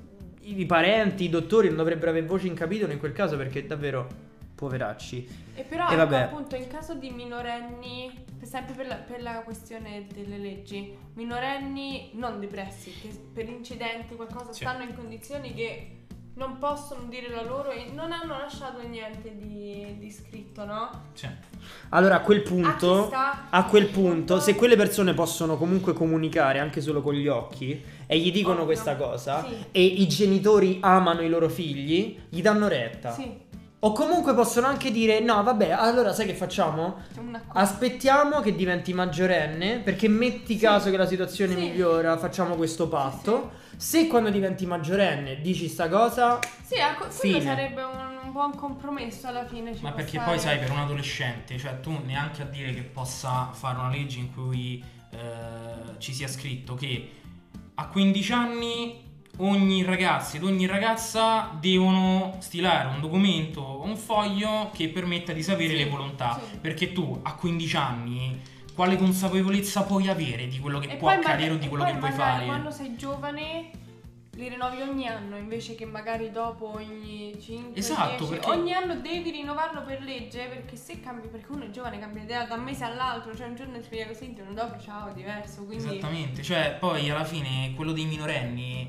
i parenti, i dottori non dovrebbero avere voce in capitolo in quel caso, perché davvero poveracci. E però E ecco, vabbè. appunto in caso di minorenni, per sempre per la, per la questione delle leggi, minorenni non depressi, che per incidenti qualcosa Sì. stanno in condizioni che non possono dire la loro e non hanno lasciato niente di, di scritto, no? Cioè, Allora a quel A chi punto, sta? a quel punto, se quelle persone possono comunque comunicare anche solo con gli occhi e gli dicono Ovvio. questa cosa, Sì. e i genitori amano i loro figli, gli danno retta. Sì, O comunque possono anche dire no vabbè, allora sai che facciamo? c'è una cosa. Aspettiamo che diventi maggiorenne, perché metti caso che la situazione Sì. migliora, facciamo questo patto. Se quando diventi maggiorenne dici sta cosa, Sì, a co- quello fine. sarebbe un, un buon compromesso alla fine. ci ma può perché stare. poi sai, per un adolescente, cioè tu neanche a dire che possa fare una legge in cui eh, ci sia scritto che a quindici anni ogni ragazzo ed ogni ragazza devono stilare un documento, un foglio che permetta di sapere Sì, le volontà, sì. perché tu a quindici anni quale consapevolezza puoi avere di quello che E può poi accadere maga- o di e quello poi che puoi magari fare? quando sei giovane li rinnovi ogni anno invece che magari dopo ogni cinque Esatto, dieci. perché- Ogni anno devi rinnovarlo per legge, perché se cambi, perché uno è giovane, cambia idea da un mese all'altro, cioè un giorno è sveglia così, il giorno dopo ciao, diverso, quindi Esattamente, cioè poi alla fine quello dei minorenni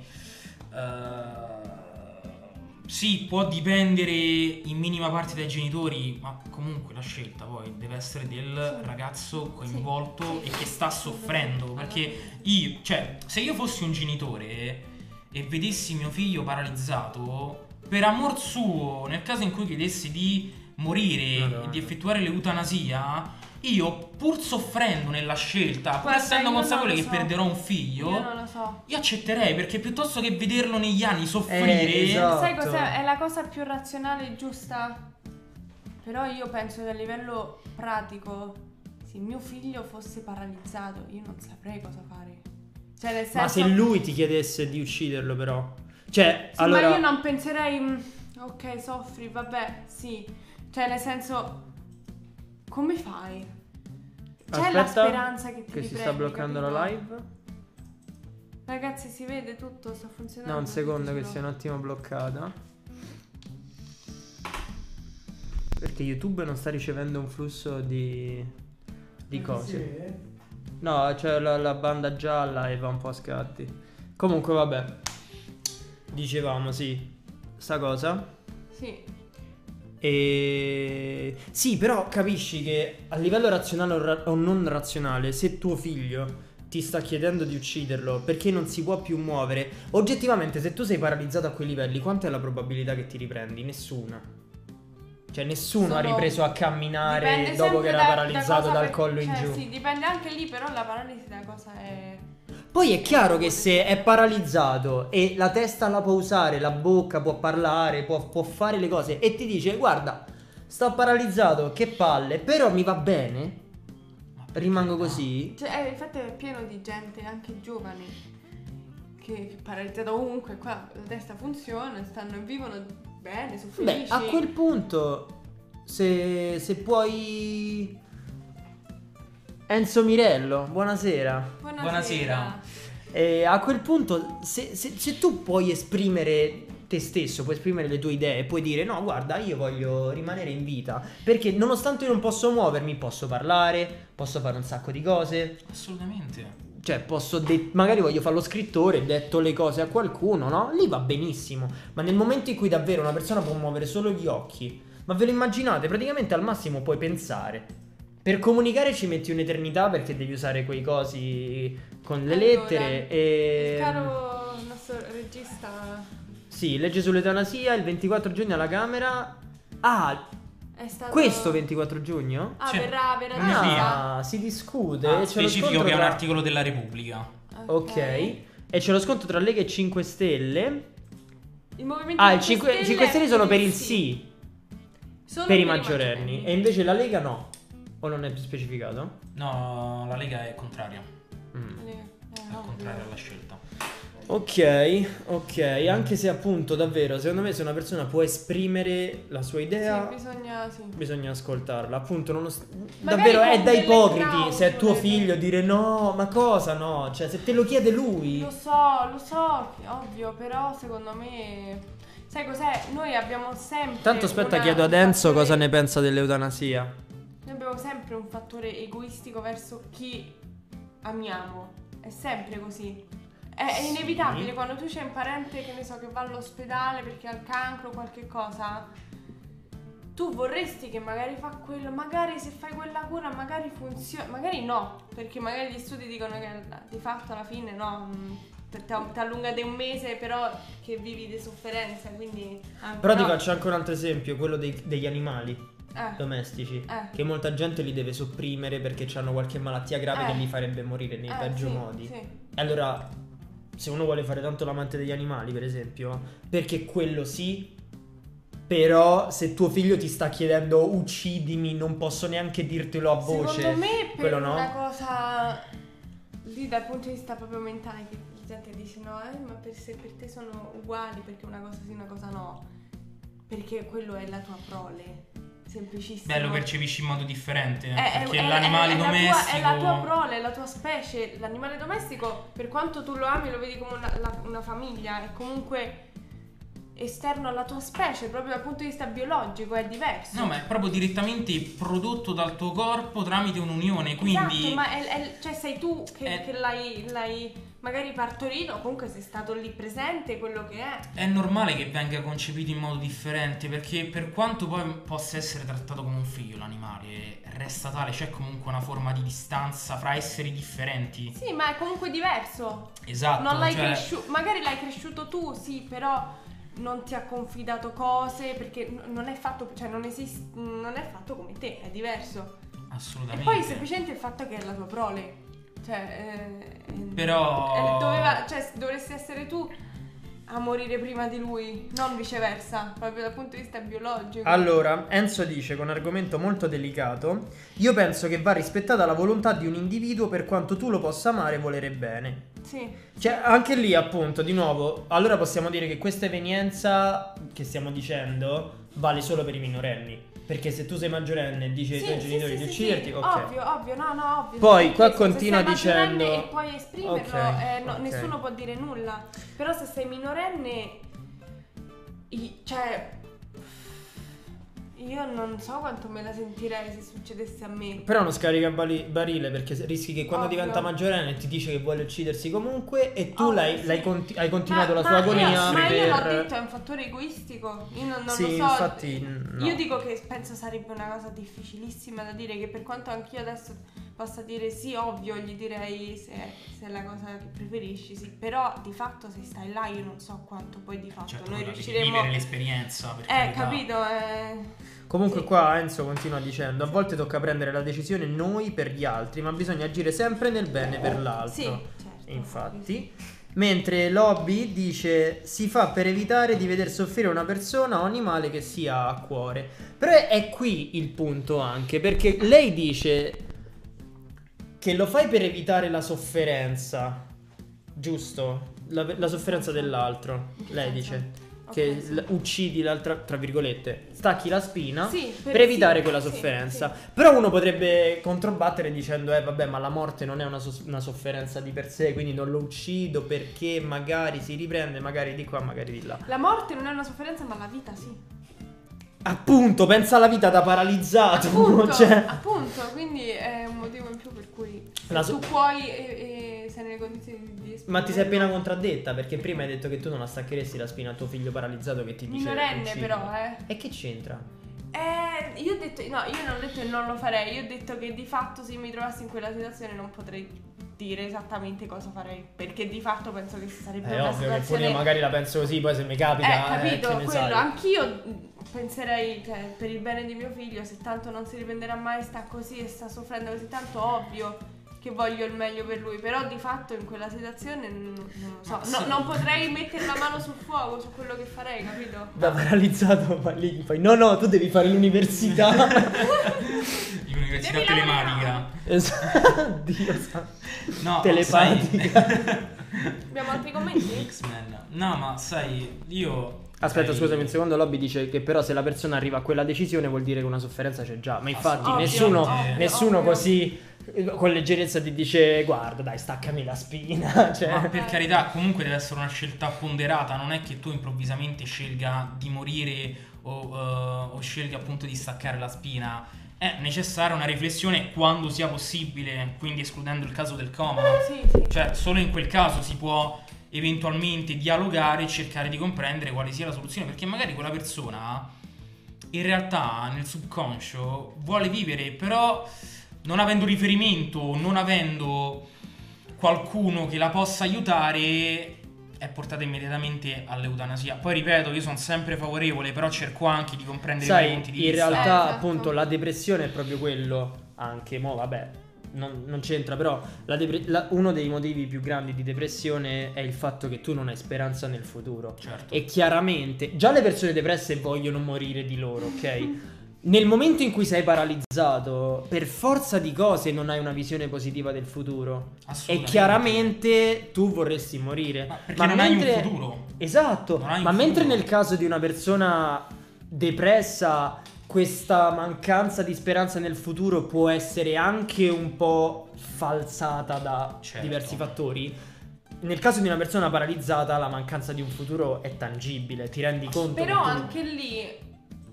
eh, sì, può dipendere in minima parte dai genitori, ma comunque la scelta poi deve essere del Sì. ragazzo coinvolto Sì. e che sta soffrendo, perché io, cioè, se io fossi un genitore e vedessi mio figlio paralizzato, per amor suo, nel caso in cui chiedessi di morire Madonna. e di effettuare l'eutanasia, io pur soffrendo nella scelta, pur Guarda, essendo io non consapevole lo che so. perderò un figlio, io non lo so. io accetterei, perché piuttosto che vederlo negli anni soffrire, Eh, esatto. Sai cos'è? È la cosa più razionale e giusta. Però io penso che a livello pratico, se mio figlio fosse paralizzato, io non saprei cosa fare. Cioè, nel senso, ma se lui ti chiedesse di ucciderlo però, cioè sì, allora ma io non penserei "Mm, ok, soffri, vabbè, sì". Cioè, nel senso, come fai? C'è Aspetta, la speranza che ti che si riprendi, sta bloccando capito? la live. Ragazzi, si vede tutto, sta funzionando. No, un secondo che ditecelo. sia un attimo bloccata. Perché YouTube non sta ricevendo un flusso di di cose. No, c'è la, la banda gialla e va un po' a scatti. Comunque vabbè. Dicevamo sì, sta cosa. Sì. E sì, però capisci che a livello razionale o, ra- o non razionale, se tuo figlio ti sta chiedendo di ucciderlo perché non si può più muovere, oggettivamente se tu sei paralizzato a quei livelli, quanta è la probabilità che ti riprendi? Nessuna. Cioè nessuno Sono- ha ripreso a camminare Dipende dopo sempre che era da- da paralizzato cosa dal per- collo in cioè, giù. Sì, dipende anche lì, però la paralisi da cosa è. Poi è chiaro che se è paralizzato e la testa la può usare, la bocca può parlare, può, può fare le cose e ti dice guarda, sto paralizzato, che palle, però mi va bene, rimango così. Cioè, eh, infatti è pieno di gente, anche giovani, che, che paralizzata ovunque, qua la testa funziona, stanno vivono bene, sono Beh, felici. a quel punto, se, se puoi... Enzo Mirello, buonasera. Buonasera. Buonasera. E a quel punto, se, se- se tu puoi esprimere te stesso, puoi esprimere le tue idee, puoi dire no, guarda, io voglio rimanere in vita, perché nonostante io non posso muovermi, posso parlare, posso fare un sacco di cose. Assolutamente. Cioè, posso de- magari voglio fare lo scrittore, detto le cose a qualcuno, no? Lì va benissimo. Ma nel momento in cui davvero una persona può muovere solo gli occhi, ma ve lo immaginate? Praticamente al massimo puoi pensare. Per comunicare ci metti un'eternità perché devi usare quei cosi con le Allora, lettere e... Il caro nostro regista Sì, legge sull'eutanasia il ventiquattro giugno alla Camera. Ah, è stato. questo ventiquattro giugno? Ah, Cioè, verrà, verrà lunedì. discussa. Ah, si discute. Ah, c'è lo specifico scontro che è un tra- articolo della Repubblica. Ok. E c'è lo scontro tra Lega e cinque Stelle. Il movimento Ah, i cinque cinque, cinque Stelle sono per il sì, Sono per i maggiorenni. E invece la Lega no. O non è specificato? No, la Lega è contraria. Mm. Eh, È ovvio. contraria alla scelta. Ok, ok. Anche se appunto davvero, secondo me se una persona può esprimere la sua idea, Sì, bisogna, sì. bisogna ascoltarla. Appunto, non Magari davvero è con da delle ipocriti se è tuo clausole. figlio dire no, ma cosa no? Cioè, se te lo chiede lui. Lo so, lo so, ovvio, però secondo me. Sai cos'è? Noi abbiamo sempre. Tanto aspetta, una- chiedo ad un Enzo fattore- cosa ne pensa dell'eutanasia. Noi abbiamo sempre un fattore egoistico verso chi amiamo. È sempre così. È, è Sì. inevitabile quando tu c'hai un parente che ne so che va all'ospedale perché ha il cancro o qualche cosa. Tu vorresti che magari fa quello, magari se fai quella cura magari funziona, magari no, perché magari gli studi dicono che di fatto alla fine no, ti allunga di un mese però che vivi di sofferenza, quindi anche Però ti no. faccio anche un altro esempio, quello dei- degli animali Eh, domestici, Eh. che molta gente li deve sopprimere perché hanno qualche malattia grave Eh. che li farebbe morire nei eh, peggio sì, modi. sì. E allora, se uno vuole fare tanto l'amante degli animali, per esempio, perché quello sì, però se tuo figlio ti sta chiedendo uccidimi, non posso neanche dirtelo a voce. Secondo me per quello no? una cosa lì dal punto di vista proprio mentale che la gente dice no, eh, ma per, se per te sono uguali perché una cosa sì, una cosa no. Perché quello è la tua prole, semplicissimo. Beh, lo percepisci in modo differente. È- è- perché è- l'animale è la tua- domestico. è la tua prole, è la tua specie. L'animale domestico, per quanto tu lo ami, lo vedi come una, la- una famiglia, è comunque esterno alla tua specie, proprio dal punto di vista biologico, è diverso. No, ma è proprio direttamente prodotto dal tuo corpo tramite un'unione. Quindi. Esatto, ma è, è- cioè sei tu che, è- che l'hai, l'hai magari partorito, o comunque sei stato lì presente, quello che è. È normale che venga concepito in modo differente, perché per quanto poi possa essere trattato come un figlio l'animale, resta tale, c'è comunque una forma di distanza fra esseri differenti. Sì, ma è comunque diverso. Esatto. Non l'hai cioè, cresciuto, magari l'hai cresciuto tu, sì, però non ti ha confidato cose perché n- non è fatto, cioè non esiste, non è fatto come te, è diverso. E Assolutamente. poi semplicemente il fatto che è la tua prole. Cioè, eh, Però- eh, doveva, cioè, dovresti essere tu a morire prima di lui, non viceversa, proprio dal punto di vista biologico. Allora, Enzo dice con un argomento molto delicato: io penso che va rispettata la volontà di un individuo per quanto tu lo possa amare e volere bene. Sì. Cioè, anche lì, appunto, di nuovo, allora possiamo dire che questa evenienza che stiamo dicendo vale solo per i minorenni. Perché se tu sei maggiorenne e dici ai Sì, tuoi sì, genitori sì, di sì, ucciderti, sì, ok. ovvio, ovvio, no, no, ovvio. Poi, Perché qua se continua sei maggiorenne dicendo- e puoi esprimerlo, Ok, eh, no, ok. nessuno può dire nulla. Però se sei minorenne, i- cioè, io non so quanto me la sentirei se succedesse a me. Però non scarica bali- barile perché se- rischi che quando Ovvio. diventa maggiorenne ti dice che vuole uccidersi comunque e tu Ovvio, l'hai, sì. l'hai conti- hai continuato Ma- la ma sua io- agonia Ma io l'ho per... detto, è un fattore egoistico. Io non, non Sì, lo so. infatti, no. Io dico che penso sarebbe una cosa difficilissima da dire, che per quanto anch'io adesso possa dire sì, ovvio, gli direi se, se è la cosa che preferisci, sì, però di fatto se stai là io non so quanto poi di fatto certo, noi devi riusciremo vivere l'esperienza, per eh carità. capito eh... Comunque sì. qua Enzo continua dicendo: a volte tocca prendere la decisione noi per gli altri, ma bisogna agire sempre nel bene per l'altro. Sì, certo. Infatti. Mentre Lobby dice: si fa per evitare di veder soffrire una persona o animale che si ha a cuore. Però è, è qui il punto anche, perché lei dice che lo fai per evitare la sofferenza, giusto? La, la sofferenza dell'altro. In che Lei senso? dice Ok, che sì. l- uccidi l'altra, tra virgolette, stacchi la spina Sì, per, per- evitare sì, quella sì, sofferenza. sì. Però uno potrebbe controbattere dicendo: eh vabbè, ma la morte non è una, sos- una sofferenza di per sé, quindi non lo uccido perché magari si riprende, magari di qua, magari di là. La morte non è una sofferenza, ma la vita sì. Appunto, pensa alla vita da paralizzato. Appunto, cioè. appunto, quindi è un motivo in più per cui La so- tu puoi e, e sei nelle condizioni di esprimere. Ma ti sei appena contraddetta, perché prima hai detto che tu non la staccheresti la spina a tuo figlio paralizzato che ti dice minorenne uccidi. però, eh. E che c'entra? Eh, io ho detto, no, io non ho detto che non lo farei, io ho detto che di fatto se mi trovassi in quella situazione non potrei dire esattamente cosa farei, perché di fatto penso che sarebbe È una ovvio che pure situazione... io magari la penso così, poi se mi capita, Eh, eh, capito, che ne quello, sai. anch'io mh, penserei, cioè, per il bene di mio figlio, se tanto non si riprenderà mai, sta così e sta soffrendo così tanto, ovvio che voglio il meglio per lui, però di fatto in quella situazione non, non lo so, Ma no, sì. non potrei mettere la mano sul fuoco su quello che farei, capito? Da paralizzato, ma lì gli fai: no, no, tu devi fare l'università. L'università Devi telematica. Esatto. Dio sa. No, Telepatica. sai- Abbiamo altri commenti? X-Men. No, ma sai, io... Aspetta, sai- scusami, il secondo Lobby dice che però se la persona arriva a quella decisione vuol dire che una sofferenza c'è già. Ma infatti Ovvio, nessuno, ovvio, nessuno ovvio. così eh, con leggerezza ti dice: guarda, dai, staccami la spina. Cioè, Ma per carità, comunque deve essere una scelta ponderata, non è che tu improvvisamente scelga di morire o, eh, o scelga appunto di staccare la spina. È necessaria una riflessione quando sia possibile, quindi escludendo il caso del coma. Sì, sì. Cioè, solo in quel caso si può eventualmente dialogare e cercare di comprendere quale sia la soluzione, perché magari quella persona in realtà nel subconscio vuole vivere, però non avendo riferimento, non avendo qualcuno che la possa aiutare, è portata immediatamente all'eutanasia. Poi ripeto, io sono sempre favorevole, però cerco anche di comprendere i vari sai, punti di in vista. realtà, Eh, esatto. appunto, la depressione è proprio quello. Anche, mo, vabbè, non, non c'entra, però la depre- la- uno dei motivi più grandi di depressione è il fatto che tu non hai speranza nel futuro. Certo. E chiaramente, già le persone depresse vogliono morire di loro, ok? Nel momento in cui sei paralizzato, per forza di cose non hai una visione positiva del futuro. E Assolutamente. chiaramente tu vorresti morire. Ma perché non hai un futuro. Esatto. Non hai un Ma mentre futuro. nel caso di una persona depressa, questa mancanza di speranza nel futuro può essere anche un po' falsata da Certo. diversi fattori. Nel caso di una persona paralizzata, la mancanza di un futuro è tangibile, ti rendi conto? Però che tu- anche lì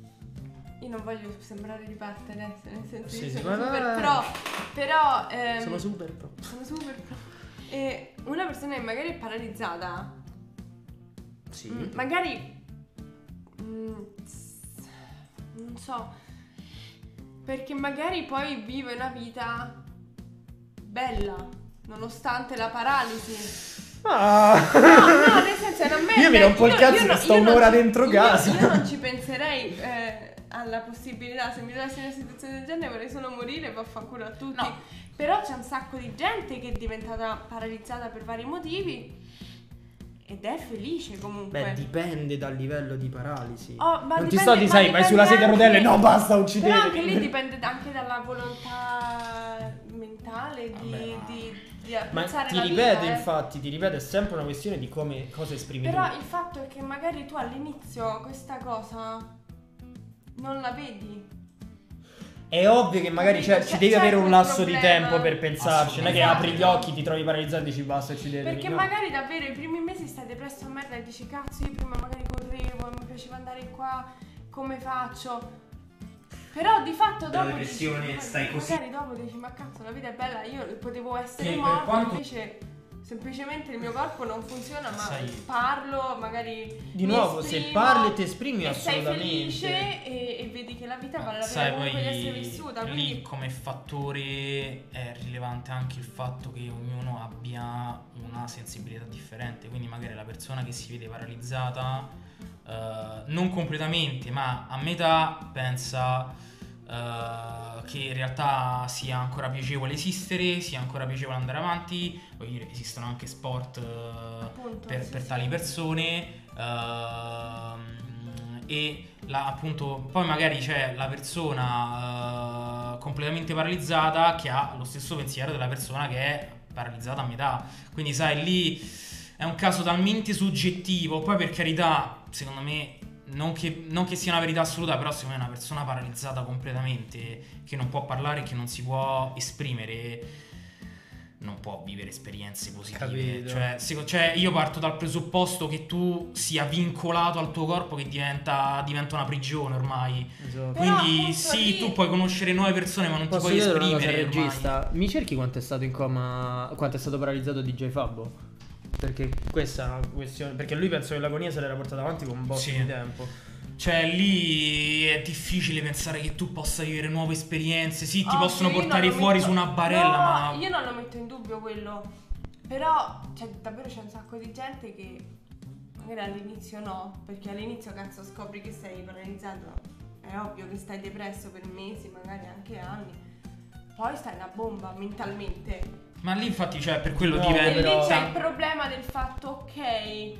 io non voglio sembrare di parte adesso, nel senso Sì, che sì, sono ma super vai. pro, però ehm, Sono super pro. sono super pro. E una persona che magari è paralizzata, Sì. mm, magari mm, s- non so, perché magari poi vive una vita bella nonostante la paralisi. Ah. No, no, nel senso è una merda. Io mi rompo il cazzo che sto io non un'ora ci- dentro io- casa. Io non ci penserei eh, alla possibilità, se mi trovassi in una situazione del genere vorrei solo morire e vaffanculo a tutti. No. Però c'è un sacco di gente che è diventata paralizzata per vari motivi ed è felice comunque. Beh, dipende dal livello di paralisi. Oh, ma non ti dipende- sto di ma sai, vai dipende sulla sedia a anche- rotelle, no basta, Però uccidetemi. anche lì dipende anche dalla volontà mentale di, Vabbè, ma- di, di Ma apprezzare ti la ripeto, vita, eh. infatti, ti ripeto, è sempre una questione di come cosa esprimi Però tu. il fatto è che magari tu all'inizio questa cosa non la vedi. È ovvio che magari Capito? cioè, ci C'è- devi c'è avere un quel lasso di problema. tempo per pensarci. Non è che Esatto. apri gli occhi, ti trovi paralizzato e dici basta, uccidetemi. Perché no. magari davvero i primi mesi stai depresso a merda e dici cazzo io prima magari correvo, mi piaceva andare qua, come faccio? Però di fatto Della dopo depressione dici, stai così. magari dopo dici ma cazzo la vita è bella, io potevo essere Che per morto quanto- invece semplicemente il mio corpo non funziona, ma Sai- parlo, magari Di mi nuovo, se esprimo, parli ti esprimi e assolutamente. sei felice e, e vedi che la vita vale la pena Sai, comunque di poi essere vissuta, lì quindi come fattore è rilevante anche il fatto che ognuno abbia una sensibilità differente, quindi magari la persona che si vede paralizzata eh, non completamente ma a metà pensa eh, che in realtà sia ancora piacevole esistere, sia ancora piacevole andare avanti. Voglio dire, esistono anche sport eh, appunto, per, sì, per sì. tali persone ehm, e la, appunto poi magari c'è la persona eh, completamente paralizzata che ha lo stesso pensiero della persona che è paralizzata a metà, quindi sai, lì è un caso talmente soggettivo. Poi per carità, secondo me non che, non che sia una verità assoluta, però secondo me una persona paralizzata completamente che non può parlare, che non si può esprimere, non può vivere esperienze positive. Capito. Cioè, seco- cioè, io parto dal presupposto che tu sia vincolato al tuo corpo, che diventa, diventa una prigione ormai. Esatto. Però, Quindi appunto, sì, lì- tu puoi conoscere nuove persone, ma non Posso ti puoi chiedere una cosa al esprimere ormai. regista? Mi cerchi quanto è stato in coma, quanto è stato paralizzato D J Fabbo? Perché questa è una questione, perché lui penso che l'agonia se l'era portata avanti con un botto Sì. di tempo. Cioè, lì è difficile pensare che tu possa vivere nuove esperienze. Sì, ti Ovvio, possono io non portare lo fuori metto- su una barella, no, ma io non lo metto in dubbio quello. Però, cioè, davvero c'è un sacco di gente che magari all'inizio no, perché all'inizio cazzo scopri che sei paralizzato. È ovvio che stai depresso per mesi, magari anche anni. Poi stai una bomba mentalmente. Ma lì infatti, cioè, per quello No, E diventa. lì però- c'è il problema del fatto, ok,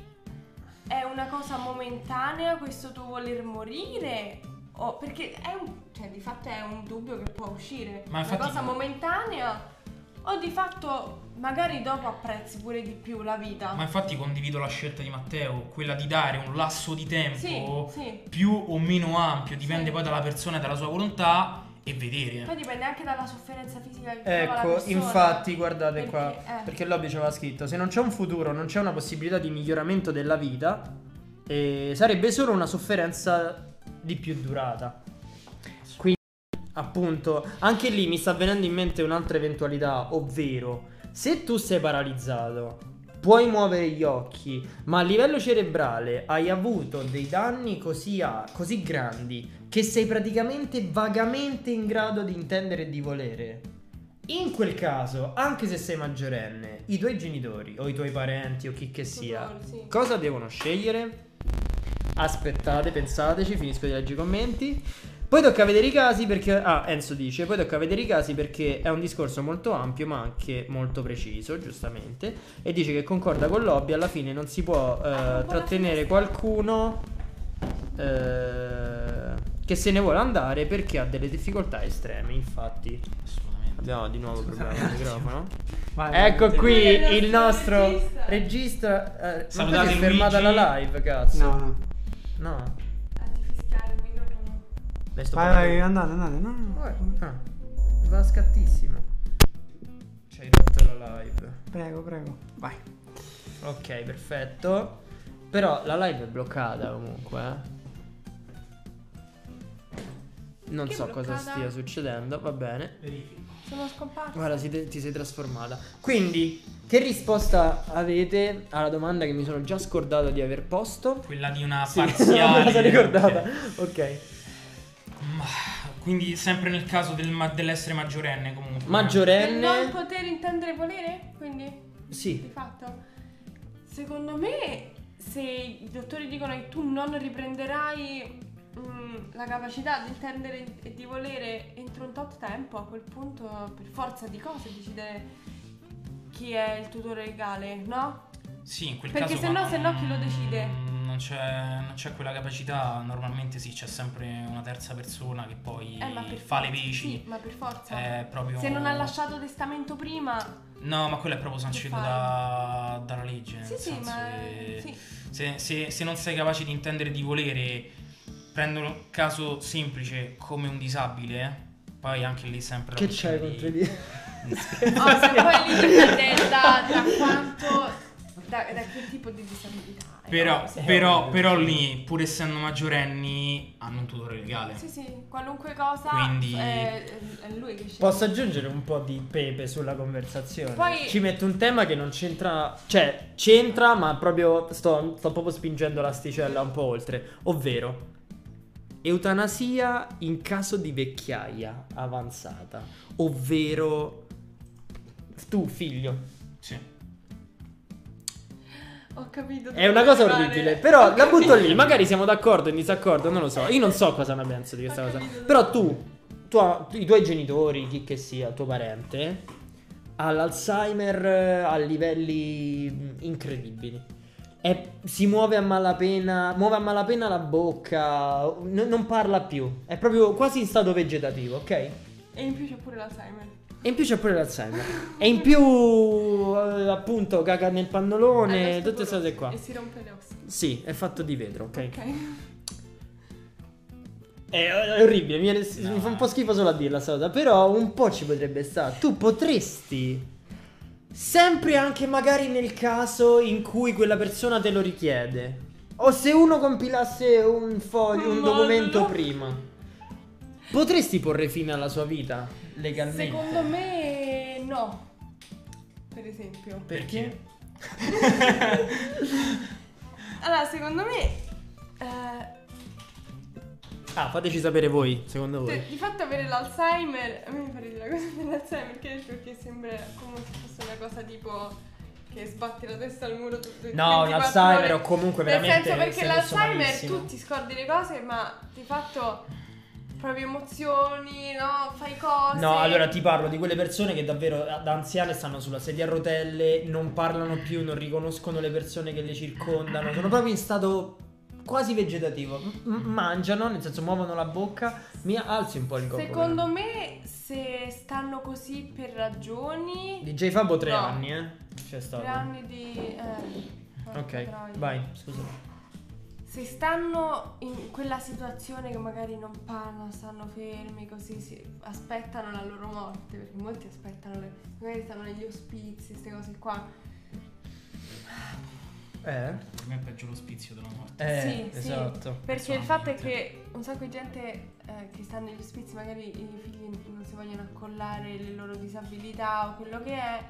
è una cosa momentanea questo tuo voler morire? O perché è un, cioè di fatto è un dubbio che può uscire. Ma una infatti- cosa momentanea o di fatto magari dopo apprezzi pure di più la vita. Ma infatti condivido la scelta di Matteo, quella di dare un lasso di tempo Sì, sì. più o meno ampio, dipende Sì. poi dalla persona e dalla sua volontà, e vedere. Poi dipende anche dalla sofferenza fisica che prova la Ecco, persona. infatti, guardate Perché- qua, eh. perché Lobby ci aveva scritto: se non c'è un futuro, non c'è una possibilità di miglioramento della vita, eh, sarebbe solo una sofferenza di più durata. Quindi, appunto, anche lì mi sta venendo in mente un'altra eventualità, ovvero, se tu sei paralizzato, puoi muovere gli occhi, ma a livello cerebrale hai avuto dei danni così, a- così grandi che sei praticamente vagamente in grado di intendere e di volere. In quel caso, anche se sei maggiorenne, i tuoi genitori o i tuoi parenti o chi che sia, Tutori, sì. cosa devono scegliere? Aspettate, pensateci, finisco di leggere i commenti. Poi tocca vedere i casi perché... Ah, Enzo dice, poi tocca vedere i casi perché è un discorso molto ampio ma anche molto preciso, giustamente. E dice che concorda con Lobby, alla fine non si può eh, trattenere qualcuno eh, che se ne vuole andare perché ha delle difficoltà estreme, infatti. Assolutamente. Abbiamo di nuovo problema con il microfono. Vai, vai, Ecco vai. qui Il il nostro nostro regista. regista. Eh, Salutate ma perché è fermata Luigi. la live, cazzo. No, no. No. A ti fischiare il microfono. Dai, sto Vai, parlando. vai, andate, andate. No, no. Guarda, ah, va scattissimo. Ci hai rotto la live. Prego, prego. Vai. Ok, perfetto. Però la live è bloccata comunque, eh. Non Che so cosa bloccata? stia succedendo, va bene. Sono scomparsa. Guarda, si- ti sei trasformata. Quindi, che risposta avete alla domanda che mi sono già scordato di aver posto? Quella di una Sì, non me parziale. la sono ricordata. Ok. Ok. Ma- Quindi sempre nel caso del ma- dell'essere maggiorenne comunque. Per non Maggiorenne. poter intendere volere? Quindi, di Sì. fatto. Secondo me, se i dottori dicono che tu non riprenderai mm, la capacità di intendere e di volere entro un tot tempo, a quel punto, per forza di cose, decidere chi è il tutore legale, no? Sì, in quel Perché caso. se no- ma se no chi lo decide? mm, Non c'è, non c'è quella capacità. Normalmente sì, c'è sempre una terza persona che poi Eh, ma per fa le forza. veci. Sì, ma per forza. È proprio. Se non ha lasciato testamento prima, No, ma quello è proprio sancito fai? da, dalla legge. Nel sì, sì, senso ma che sì. se, se- se non sei capace di intendere e di volere, prendo un caso semplice come un disabile. Poi anche lì sempre. la Che questione c'hai di- contro di... Oh, se poi lì dipende da, da quanto da, da che tipo di disabilità. Però, no? però, però lì, pur essendo maggiorenni, hanno un tutore legale. Sì, sì, qualunque cosa Quindi- è, è lui che sceglie. Posso aggiungere un po' di pepe sulla conversazione? Poi- Ci metto un tema che non c'entra, cioè c'entra, ma proprio sto, sto proprio spingendo l'asticella un po' oltre, ovvero eutanasia in caso di vecchiaia avanzata, ovvero tu figlio. Sì. Ho capito. È una cosa dove andare. orribile, però Ho la butto capito. lì, magari siamo d'accordo o in disaccordo, non lo so. Io non so cosa ne penso di questa Ho cosa. capito dove Però andare. tu, tua- i tuoi genitori, chi che sia, tuo parente, ha l'Alzheimer eh, a livelli mh, incredibili. È- si muove a malapena, muove a malapena la bocca, n- non parla più. È proprio quasi in stato vegetativo, ok? E in più c'è pure l'Alzheimer. E in più c'è pure l'Alzheimer. E in più, eh, appunto, caga nel pannolone, Allora, tutte queste cose qua. E si rompe le ossa. Sì, è fatto di vetro, ok? Ok. È, è orribile, mi, viene- mi fa un po' schifo solo a dirla sta cosa, però un po' ci potrebbe stare. Tu potresti, sempre anche magari nel caso in cui quella persona te lo richiede, o se uno compilasse un foglio, un Modulo. documento prima, potresti porre fine alla sua vita legalmente? Secondo me no. Per esempio. Perché? Allora, secondo me eh, Ah, fateci sapere voi, secondo voi. cioè, di fatto avere l'Alzheimer, a me mi fa ridere la cosa dell'Alzheimer, perché, perché sembra come se fosse una cosa tipo che sbatti la testa al muro tutto il No, ventiquattro l'Alzheimer ore. o comunque Nel veramente senso, perché sei messo l'Alzheimer malissimo. tu ti scordi le cose, ma di fatto proprio emozioni, no? Fai cose. No, allora ti parlo di quelle persone che davvero da anziane stanno sulla sedia a rotelle, non parlano più, non riconoscono le persone che le circondano, sono proprio in stato quasi vegetativo. M- mangiano, nel senso muovono la bocca, mi alzi un po' il corpo. Secondo me, se stanno così per ragioni. D J Fabbo tre No. anni, eh? C'è stato. Tre anni di. Eh, porca Ok, troia. vai, scusa. Se stanno in quella situazione che magari non parlano, stanno fermi così, si aspettano la loro morte, perché molti aspettano, le, magari stanno negli ospizi, queste cose qua. Eh? Per me è peggio l'ospizio della morte. Eh, Sì, esatto. sì, perché il fatto è che un sacco di gente eh, che sta negli ospizi, magari i figli non si vogliono accollare le loro disabilità o quello che è.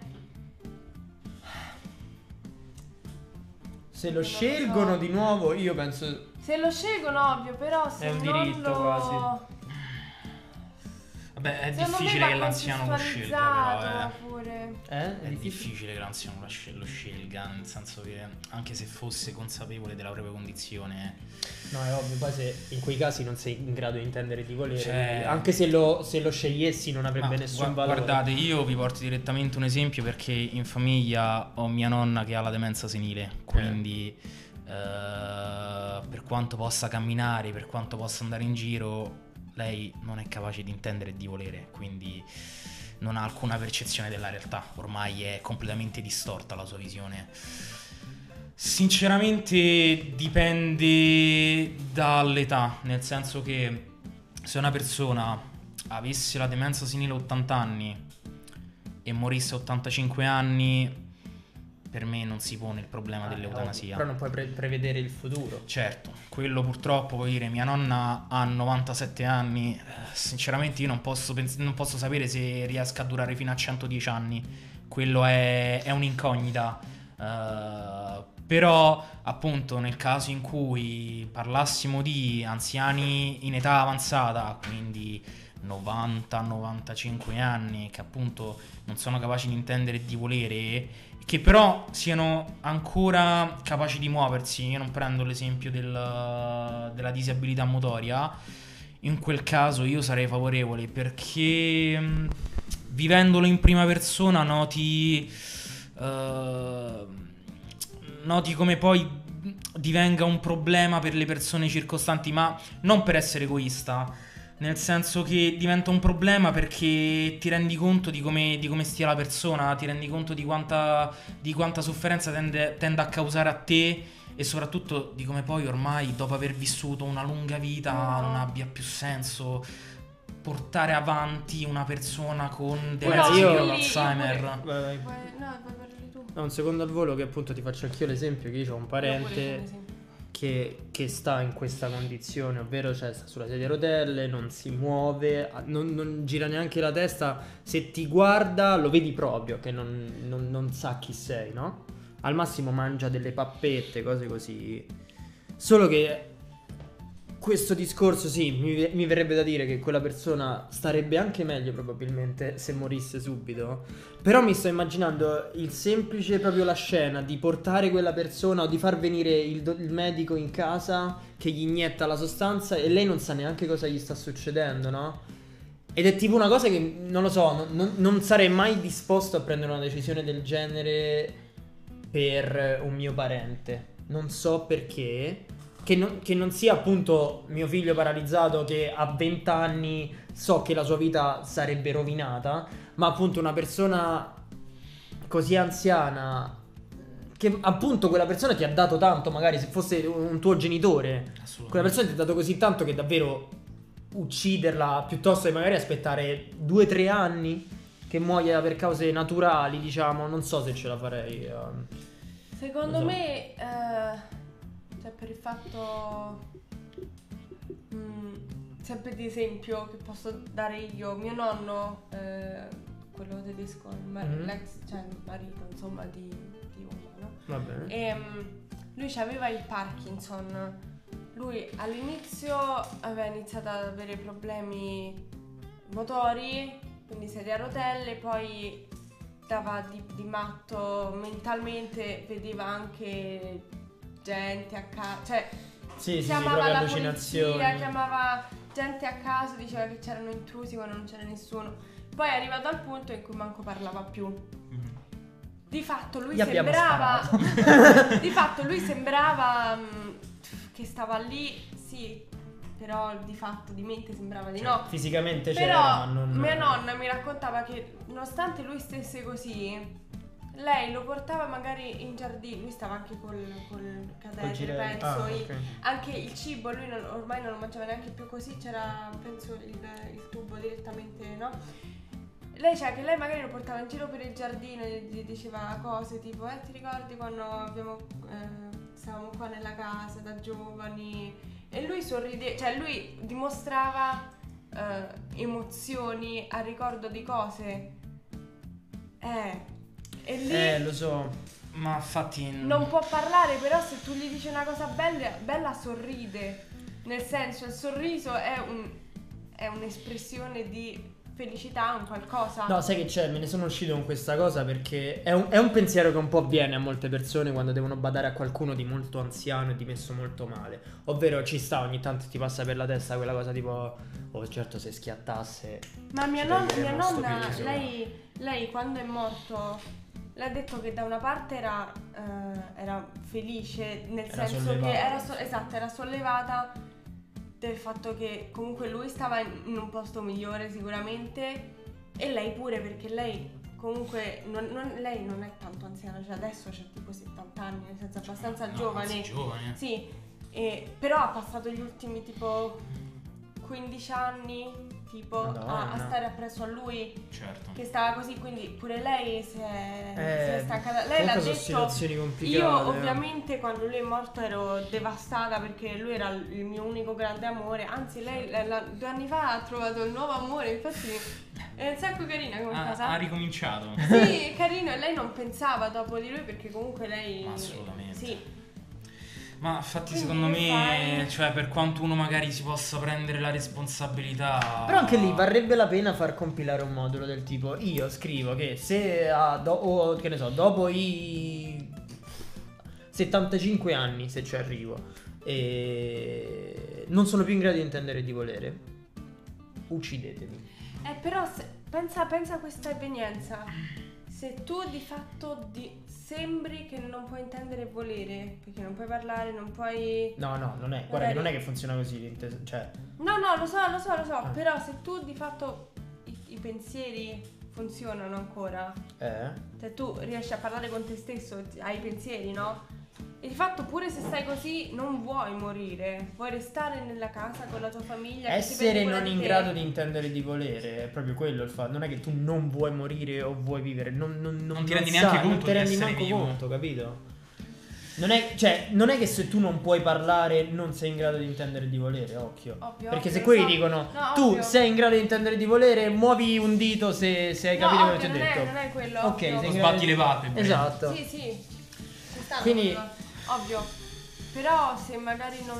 Se lo Non lo scelgono so. di nuovo, io penso... Se lo scelgono, ovvio, però se È un non diritto lo... quasi. Vabbè, è Secondo me difficile va che l'anziano lo scelga, però, contestualizzato eh. pure. Eh? È difficile che l'anziano lo scel- lo scelga, nel senso che anche se fosse consapevole della propria condizione, No, è ovvio, poi se in quei casi non sei in grado di intendere di volere, Cioè- anche se lo, se lo scegliessi non avrebbe ma nessun gua- valore. guardate, io vi porto direttamente un esempio perché in famiglia ho mia nonna che ha la demenza senile, quindi eh, per quanto possa camminare, per quanto possa andare in giro, lei non è capace di intendere e di volere, quindi non ha alcuna percezione della realtà, ormai è completamente distorta la sua visione. Sinceramente dipende dall'età, nel senso che se una persona avesse la demenza senile a ottanta anni e morisse a ottantacinque anni, per me non si pone il problema Ah, dell'eutanasia. Però non puoi pre- prevedere il futuro. Certo, quello purtroppo, voglio dire, mia nonna ha novantasette anni, eh, sinceramente io non posso, pens- non posso sapere se riesca a durare fino a centodieci anni, quello è, è un'incognita, eh, però appunto nel caso in cui parlassimo di anziani in età avanzata, quindi novanta novantacinque anni, che appunto non sono capaci di intendere e di volere, che però siano ancora capaci di muoversi. Io non prendo l'esempio del- della disabilità motoria, in quel caso io sarei favorevole perché mh, vivendolo in prima persona noti eh, noti come poi divenga un problema per le persone circostanti, ma non per essere egoista, nel senso che diventa un problema perché ti rendi conto di come, di come stia la persona, ti rendi conto di quanta, di quanta sofferenza tende, tende a causare a te e soprattutto di come poi ormai dopo aver vissuto una lunga vita non abbia più senso portare avanti una persona con Però demenza io- senile o io Alzheimer. pure- Vai, vai. Vai- no, vai parli tu. no, un secondo al volo che appunto ti faccio anch'io l'esempio che io ho un Io pure sono parente esempio. che, che sta in questa condizione, ovvero cioè sta sulla sedia a rotelle, non si muove, non, non gira neanche la testa, se ti guarda lo vedi proprio che non, non- non sa chi sei, no? Al massimo mangia delle pappette, cose così. Solo che questo discorso, sì, mi, mi verrebbe da dire che quella persona starebbe anche meglio probabilmente se morisse subito. Però mi sto immaginando il semplice, proprio la scena di portare quella persona o di far venire il, do- il medico in casa che gli inietta la sostanza e lei non sa neanche cosa gli sta succedendo, no? Ed è tipo una cosa che, non lo so, non, non- non sarei mai disposto a prendere una decisione del genere per un mio parente. Non so perché. Che non, che non sia appunto mio figlio paralizzato che a venti anni so che la sua vita sarebbe rovinata, ma appunto una persona così anziana che appunto quella persona ti ha dato tanto, magari se fosse un tuo genitore, quella persona ti ha dato così tanto che davvero ucciderla piuttosto che magari aspettare due o tre anni che muoia per cause naturali, diciamo, non so se ce la farei. ehm. Secondo Lo so. me, eh, cioè per il fatto, mm, sempre di esempio che posso dare io, mio nonno, eh, quello tedesco, il mar- Mhm. l'ex, cioè il marito, insomma, di, di uno, no? Va bene. E mm, lui aveva il Parkinson. Lui all'inizio aveva iniziato ad avere problemi motori, quindi sedia a rotelle, poi dava di, di matto mentalmente, vedeva anche gente a casa, cioè Sì, sì, sì, chiamava proprio la allucinazioni. polizia, chiamava gente a caso, diceva che c'erano intrusi quando non c'era nessuno. Poi è arrivato al punto in cui manco parlava più. Mhm. Di fatto lui Gli abbiamo sembrava sparato. di fatto lui sembrava mh, che stava lì, sì, però di fatto di mente sembrava di no. Fisicamente c'era, Però ma non... mia nonna mi raccontava che nonostante lui stesse così, lei lo portava magari in giardino, lui stava anche col, col catetere, girello. penso, Ah, i- ok. anche il cibo lui non- ormai non lo mangiava neanche più così, c'era penso il, il tubo direttamente, no? Lei cioè che lei magari lo portava in giro per il giardino e gli diceva cose tipo eh ti ricordi quando abbiamo, eh, stavamo qua nella casa da giovani, e lui sorrideva, cioè lui dimostrava eh, emozioni a ricordo di cose, eh e lì Eh, lo so. Ma infatti non può parlare, però se tu gli dici una cosa bella, bella sorride. Nel senso, il sorriso è, un, è un'espressione di felicità, un qualcosa. No, sai che c'è? Me ne sono uscito con questa cosa perché è un, è un pensiero che un po' avviene a molte persone quando devono badare a qualcuno di molto anziano e di messo molto male. Ovvero ci sta, ogni tanto ti passa per la testa quella cosa tipo, oh certo se schiattasse. Ma mia, ci non- taglieremo mia sto nonna, peso. lei, lei quando è morto, le ha detto che da una parte era, eh, era felice, nel Era senso sollevata. che era, so- esatto, era sollevata del fatto che comunque lui stava in in un posto migliore sicuramente, e lei pure, perché lei comunque non, non- lei non è tanto anziana, cioè adesso c'ha tipo settanta anni, nel senso abbastanza no, giovane. anzi, giovane. Sì, e- però ha passato gli ultimi tipo quindici anni tipo a, a Madonna. stare appresso a lui, Certo. che stava così, quindi pure lei si è, Eh, si è stancata. Lei l'ha comunque sono detto. situazioni complicate. Io eh. ovviamente quando lui è morto ero devastata perché lui era il il mio unico grande amore, anzi lei la- la- due anni fa ha trovato il nuovo amore, infatti è un sacco carina come Ha, cosa. ha ricominciato. Sì, è carino, e lei non pensava dopo di lui perché comunque lei... Ma assolutamente. Sì. Ma infatti Quindi secondo che me, fai? cioè per quanto uno magari si possa prendere la responsabilità. Però anche lì varrebbe la pena far compilare un modulo del tipo io scrivo che se a do- o, che ne so, dopo i settantacinque anni, se ci arrivo, e non sono più in grado di intendere e di volere, uccidetemi. Eh, però se- pensa, pensa a questa evenienza. Se tu di fatto di- sembri che non puoi intendere e volere, perché non puoi parlare, non puoi... No, no, non è. Guarda che non è che funziona così. l'inte- Cioè, No, no, lo so, lo so, lo so, Ah. però se tu di fatto i, i pensieri funzionano ancora, eh? cioè tu riesci a parlare con te stesso, ti- hai i pensieri, no? E di fatto pure se stai così non vuoi morire, vuoi restare nella casa con la tua famiglia. Essere non in grado di intendere e di volere, è proprio quello il fatto. Non è che tu non vuoi morire o vuoi vivere, non, non, non, Non ti non rendi sai, neanche non conto ti di rendi essere manco vivo. conto, capito? Non è, cioè, non è che se tu non puoi parlare non sei in grado di intendere e di volere, occhio. Ovvio, Perché ovvio, se lo quelli so. dicono No, tu ovvio. sei in grado di intendere e di volere, muovi un dito se, se hai No, capito ovvio, quello che ti non ho è, detto. non è quello. Ok, ovvio. sei in O grado sbatti di- le palpebre. Esatto. Sì, sì, ci sta Quindi- quello, ovvio. Però se magari non...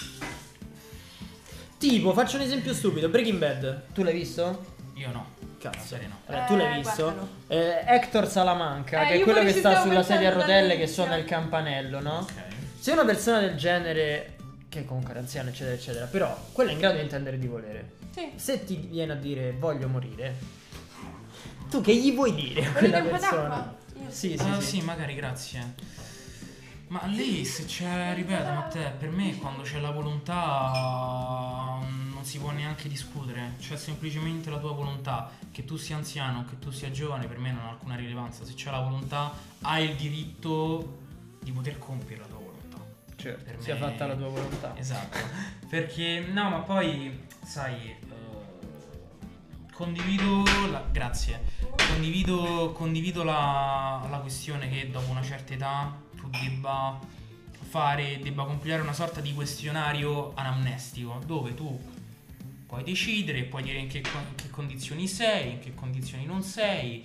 Tipo, faccio un esempio stupido, Breaking Bad. Tu l'hai visto? Io no. La Cazzo. serie no. Vabbè, tu l'hai Eh, visto? guardalo. Eh, Hector Salamanca, Eh, che è io quello pure che ci sta stavo sulla sedia a pensando rotelle che dall'inizio. suona il campanello, no? Ok. Se una persona del genere, che comunque è anziana, eccetera, eccetera, però quella è in grado di intendere e di volere. Sì. Se ti viene a dire voglio morire, tu che gli vuoi dire a Volete quella un po' persona? d'acqua? Io Sì, sì, Ah, sì. sì, magari, grazie. Ma lì se c'è, ripeto, ma te, per me quando c'è la volontà non si può neanche discutere, c'è semplicemente la tua volontà, che tu sia anziano o che tu sia giovane per me non ha alcuna rilevanza, se c'è la volontà hai il diritto di poter compiere la tua volontà. Certo, Per sia me- fatta la tua volontà. Esatto, perché no, ma poi sai, eh, condivido la, grazie, condivido, condivido la, la questione che dopo una certa età tu debba fare, debba compilare una sorta di questionario anamnestico dove tu puoi decidere, puoi dire in che, in che condizioni sei, in che condizioni non sei,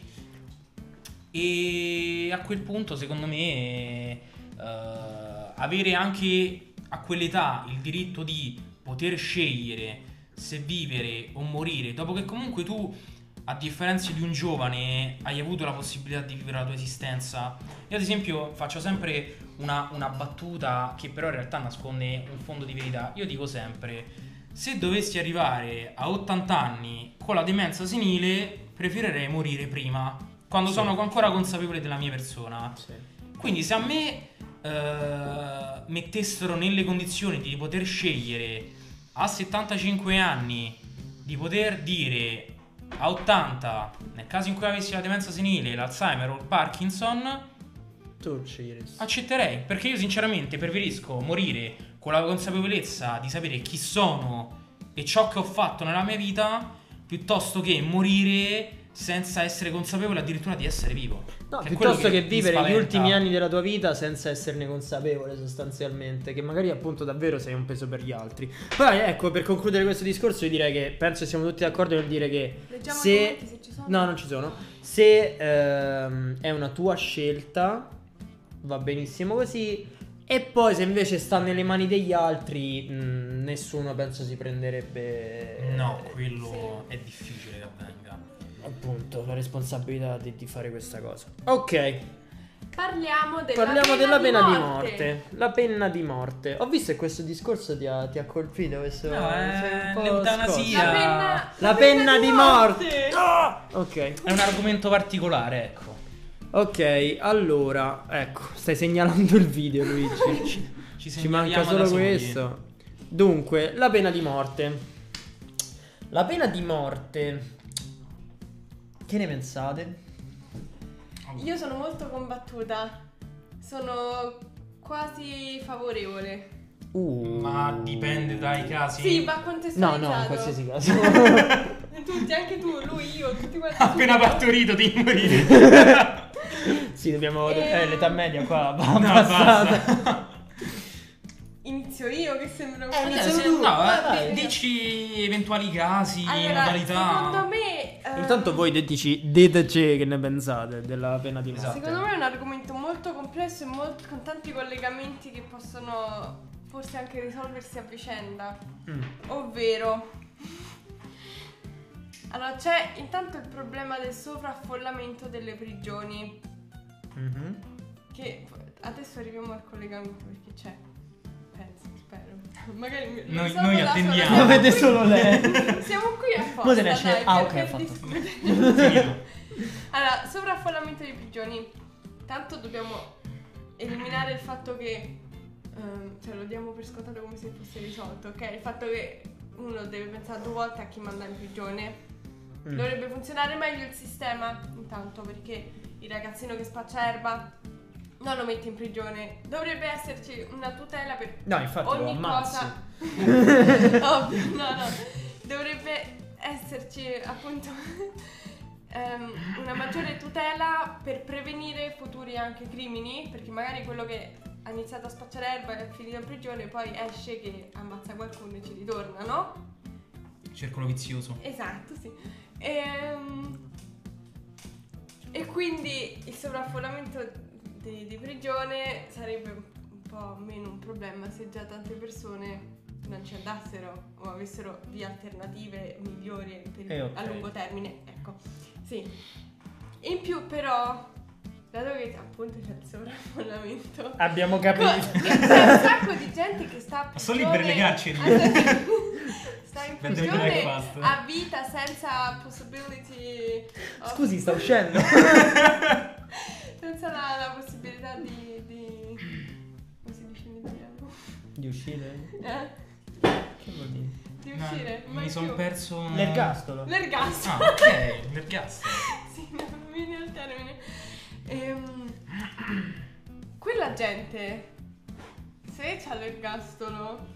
e a quel punto secondo me eh, avere anche a quell'età il diritto di poter scegliere se vivere o morire, dopo che comunque tu, a differenza di un giovane, hai avuto la possibilità di vivere la tua esistenza. Io ad esempio faccio sempre una, una battuta che però in realtà nasconde un fondo di verità. Io dico sempre, se dovessi arrivare a ottanta anni con la demenza senile, preferirei morire prima, quando Sì. sono ancora consapevole della mia persona. Sì. Quindi se a me eh, mettessero nelle condizioni di poter scegliere a settantacinque anni, di poter dire a ottanta, nel caso in cui avessi la demenza senile, l'Alzheimer o il Parkinson, Tu sceglieresti. accetterei, perché io sinceramente preferisco morire con la consapevolezza di sapere chi sono e ciò che ho fatto nella mia vita, piuttosto che morire senza essere consapevole addirittura di essere vivo. No, Che è piuttosto quello che, mi vivere gli spaventa. ultimi anni della tua vita senza esserne consapevole sostanzialmente, che magari appunto davvero sei un peso per gli altri. Poi ecco, per concludere questo discorso io direi che penso che siamo tutti d'accordo nel dire che Leggiamo i se... commenti se ci sono. No, non ci sono. Se ehm, è una tua scelta va benissimo così. E poi se invece sta nelle mani degli altri mh, nessuno penso si prenderebbe No, quello è difficile che avvenga. appunto la responsabilità di, di fare questa cosa. Ok. Parliamo della Parliamo pena della di pena di morte. morte. La pena di morte. Ho visto che questo discorso ti ha, ti ha colpito. Questo, No, è sei un po' l'eutanasia. La penna, La penna di morte. Ah! morte. Ok. È un argomento particolare, ecco. Ok, allora, ecco, stai segnalando il video, Luigi. Ci Ci manca segnaliamo solo da soli. questo. Dunque, la pena di morte. La pena di morte. Che ne pensate? Io sono molto combattuta. Sono quasi favorevole. Uh. Ma dipende dai casi. Sì, va No, contestualizzato. no, in qualsiasi caso. Tutti, anche tu, lui, io, tutti quanti. Appena subito. partorito di morire. Sì, dobbiamo. Ehm. Eh, l'età media qua va No, abbassata. basta. Inizio io che sembra un Eh, po'. inizia Se- tu, no, vai, eh, vai. dici eventuali casi, Allora, modalità. secondo me eh, Intanto voi dici diteci che ne pensate della pena di morte. Esatto. secondo me è un argomento molto complesso e molto, con tanti collegamenti che possono forse anche risolversi a vicenda. Mm. Ovvero, allora c'è intanto il problema del sovraffollamento delle prigioni, Mhm. che adesso arriviamo al collegamento perché c'è, penso, spero. Magari mi- Noi- risolvo noi da sola. attendiamo. Lo vede solo lei. Siamo qui apposta. Mo se ne esce- dai, ah, per- ok, per ho fatto. discutere. Finito. Allora, sovraffollamento di prigioni. Tanto dobbiamo eliminare il fatto che ehm, cioè lo diamo per scontato come se fosse risolto, ok? Il fatto che uno deve pensare due volte a chi manda in prigione. Mm. Dovrebbe funzionare meglio il sistema, intanto, perché il ragazzino che spaccia erba non lo metti in prigione. Dovrebbe esserci una tutela per No, infatti lo ogni ammazzi. cosa. Ovvio, no, no. Dovrebbe esserci appunto ehm, una maggiore tutela per prevenire futuri anche crimini, perché magari quello che ha iniziato a spacciare erba è finito in prigione e poi esce che ammazza qualcuno e ci ritorna, no? Circolo vizioso. Esatto, sì. Ehm, E quindi il sovraffollamento di, di prigione sarebbe un po' meno un problema se già tante persone non ci andassero o avessero vie alternative migliori per, Eh, ok. a lungo termine. Ecco, sì. In più però, dato che appunto c'è il sovraffollamento, Abbiamo co- capito. c'è un sacco di gente che sta a Sono lì per le prigione- carceri. sta in Per delle prigione breakfast. a vita senza possibility of- Scusi, sta uscendo? senza la, la possibilità di, di come si dice in italiano? Di uscire? Eh? Che vuol dire? Di No, uscire? mi mai sono più. perso. L'ergastolo. L'ergastolo. Ah, ok, l'ergastolo. Sì, no, non mi viene il termine. Ehm, quella gente, se c'ha l'ergastolo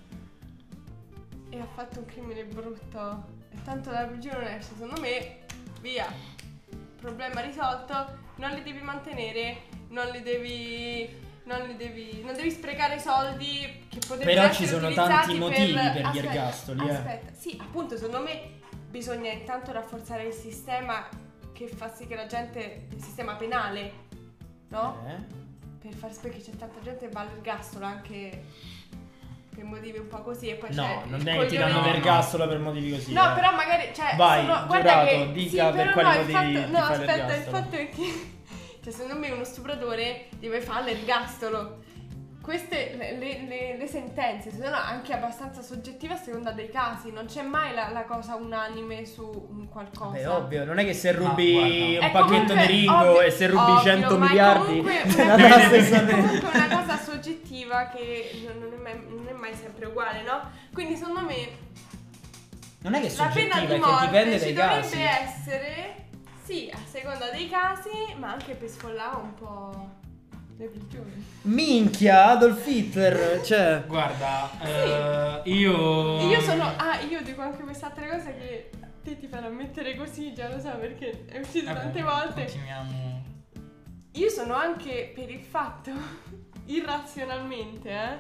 e ha fatto un crimine brutto e tanto dalla prigione non esce, secondo me, via, problema risolto, non li devi mantenere, non li devi... Non li devi, non devi sprecare soldi che potrebbero Però essere ci sono utilizzati tanti motivi per gli aspetta, ergastoli, eh. Aspetta, sì, appunto, secondo me bisogna intanto rafforzare il sistema che fa sì che la gente, il sistema penale, no? Eh? Per far sì, perché c'è tanta gente che va all'ergastolo anche per motivi un po' così e poi No, c'è non il è che ti danno coglione- l'ergastolo per motivi così. No, eh. però magari, cioè, Vai, sono, guarda giurato, che dica sì, per però quali no, il motivi fatto, ti no, fai aspetta, il l'ergastolo. fatto è che cioè, secondo me uno stupratore deve fare l'ergastolo. Queste le, le, le, le sentenze sono anche abbastanza soggettive a seconda dei casi, non c'è mai la, la cosa unanime su un qualcosa. Beh, ovvio, non è che se rubi guarda. un È pacchetto comunque di Ringo ovvio- e se rubi ovvio, cento ma è miliardi comunque è una, la cosa, stessa è cosa. comunque una cosa soggettiva che non, non, è mai, non è mai sempre uguale, no? Quindi secondo me Non è che è la pena soggettiva, di è che dipende morte dai ci casi. dovrebbe essere, sì, a seconda dei casi, ma anche per sfollare un po' le prigioni. Minchia, Adolf Hitler, cioè Guarda, eh, io. E io sono, ah, io dico anche quest'altra cosa che a te ti farà mettere così, già lo so perché è uscito Vabbè, tante volte. Continuiamo. Io sono anche per il fatto, irrazionalmente, eh,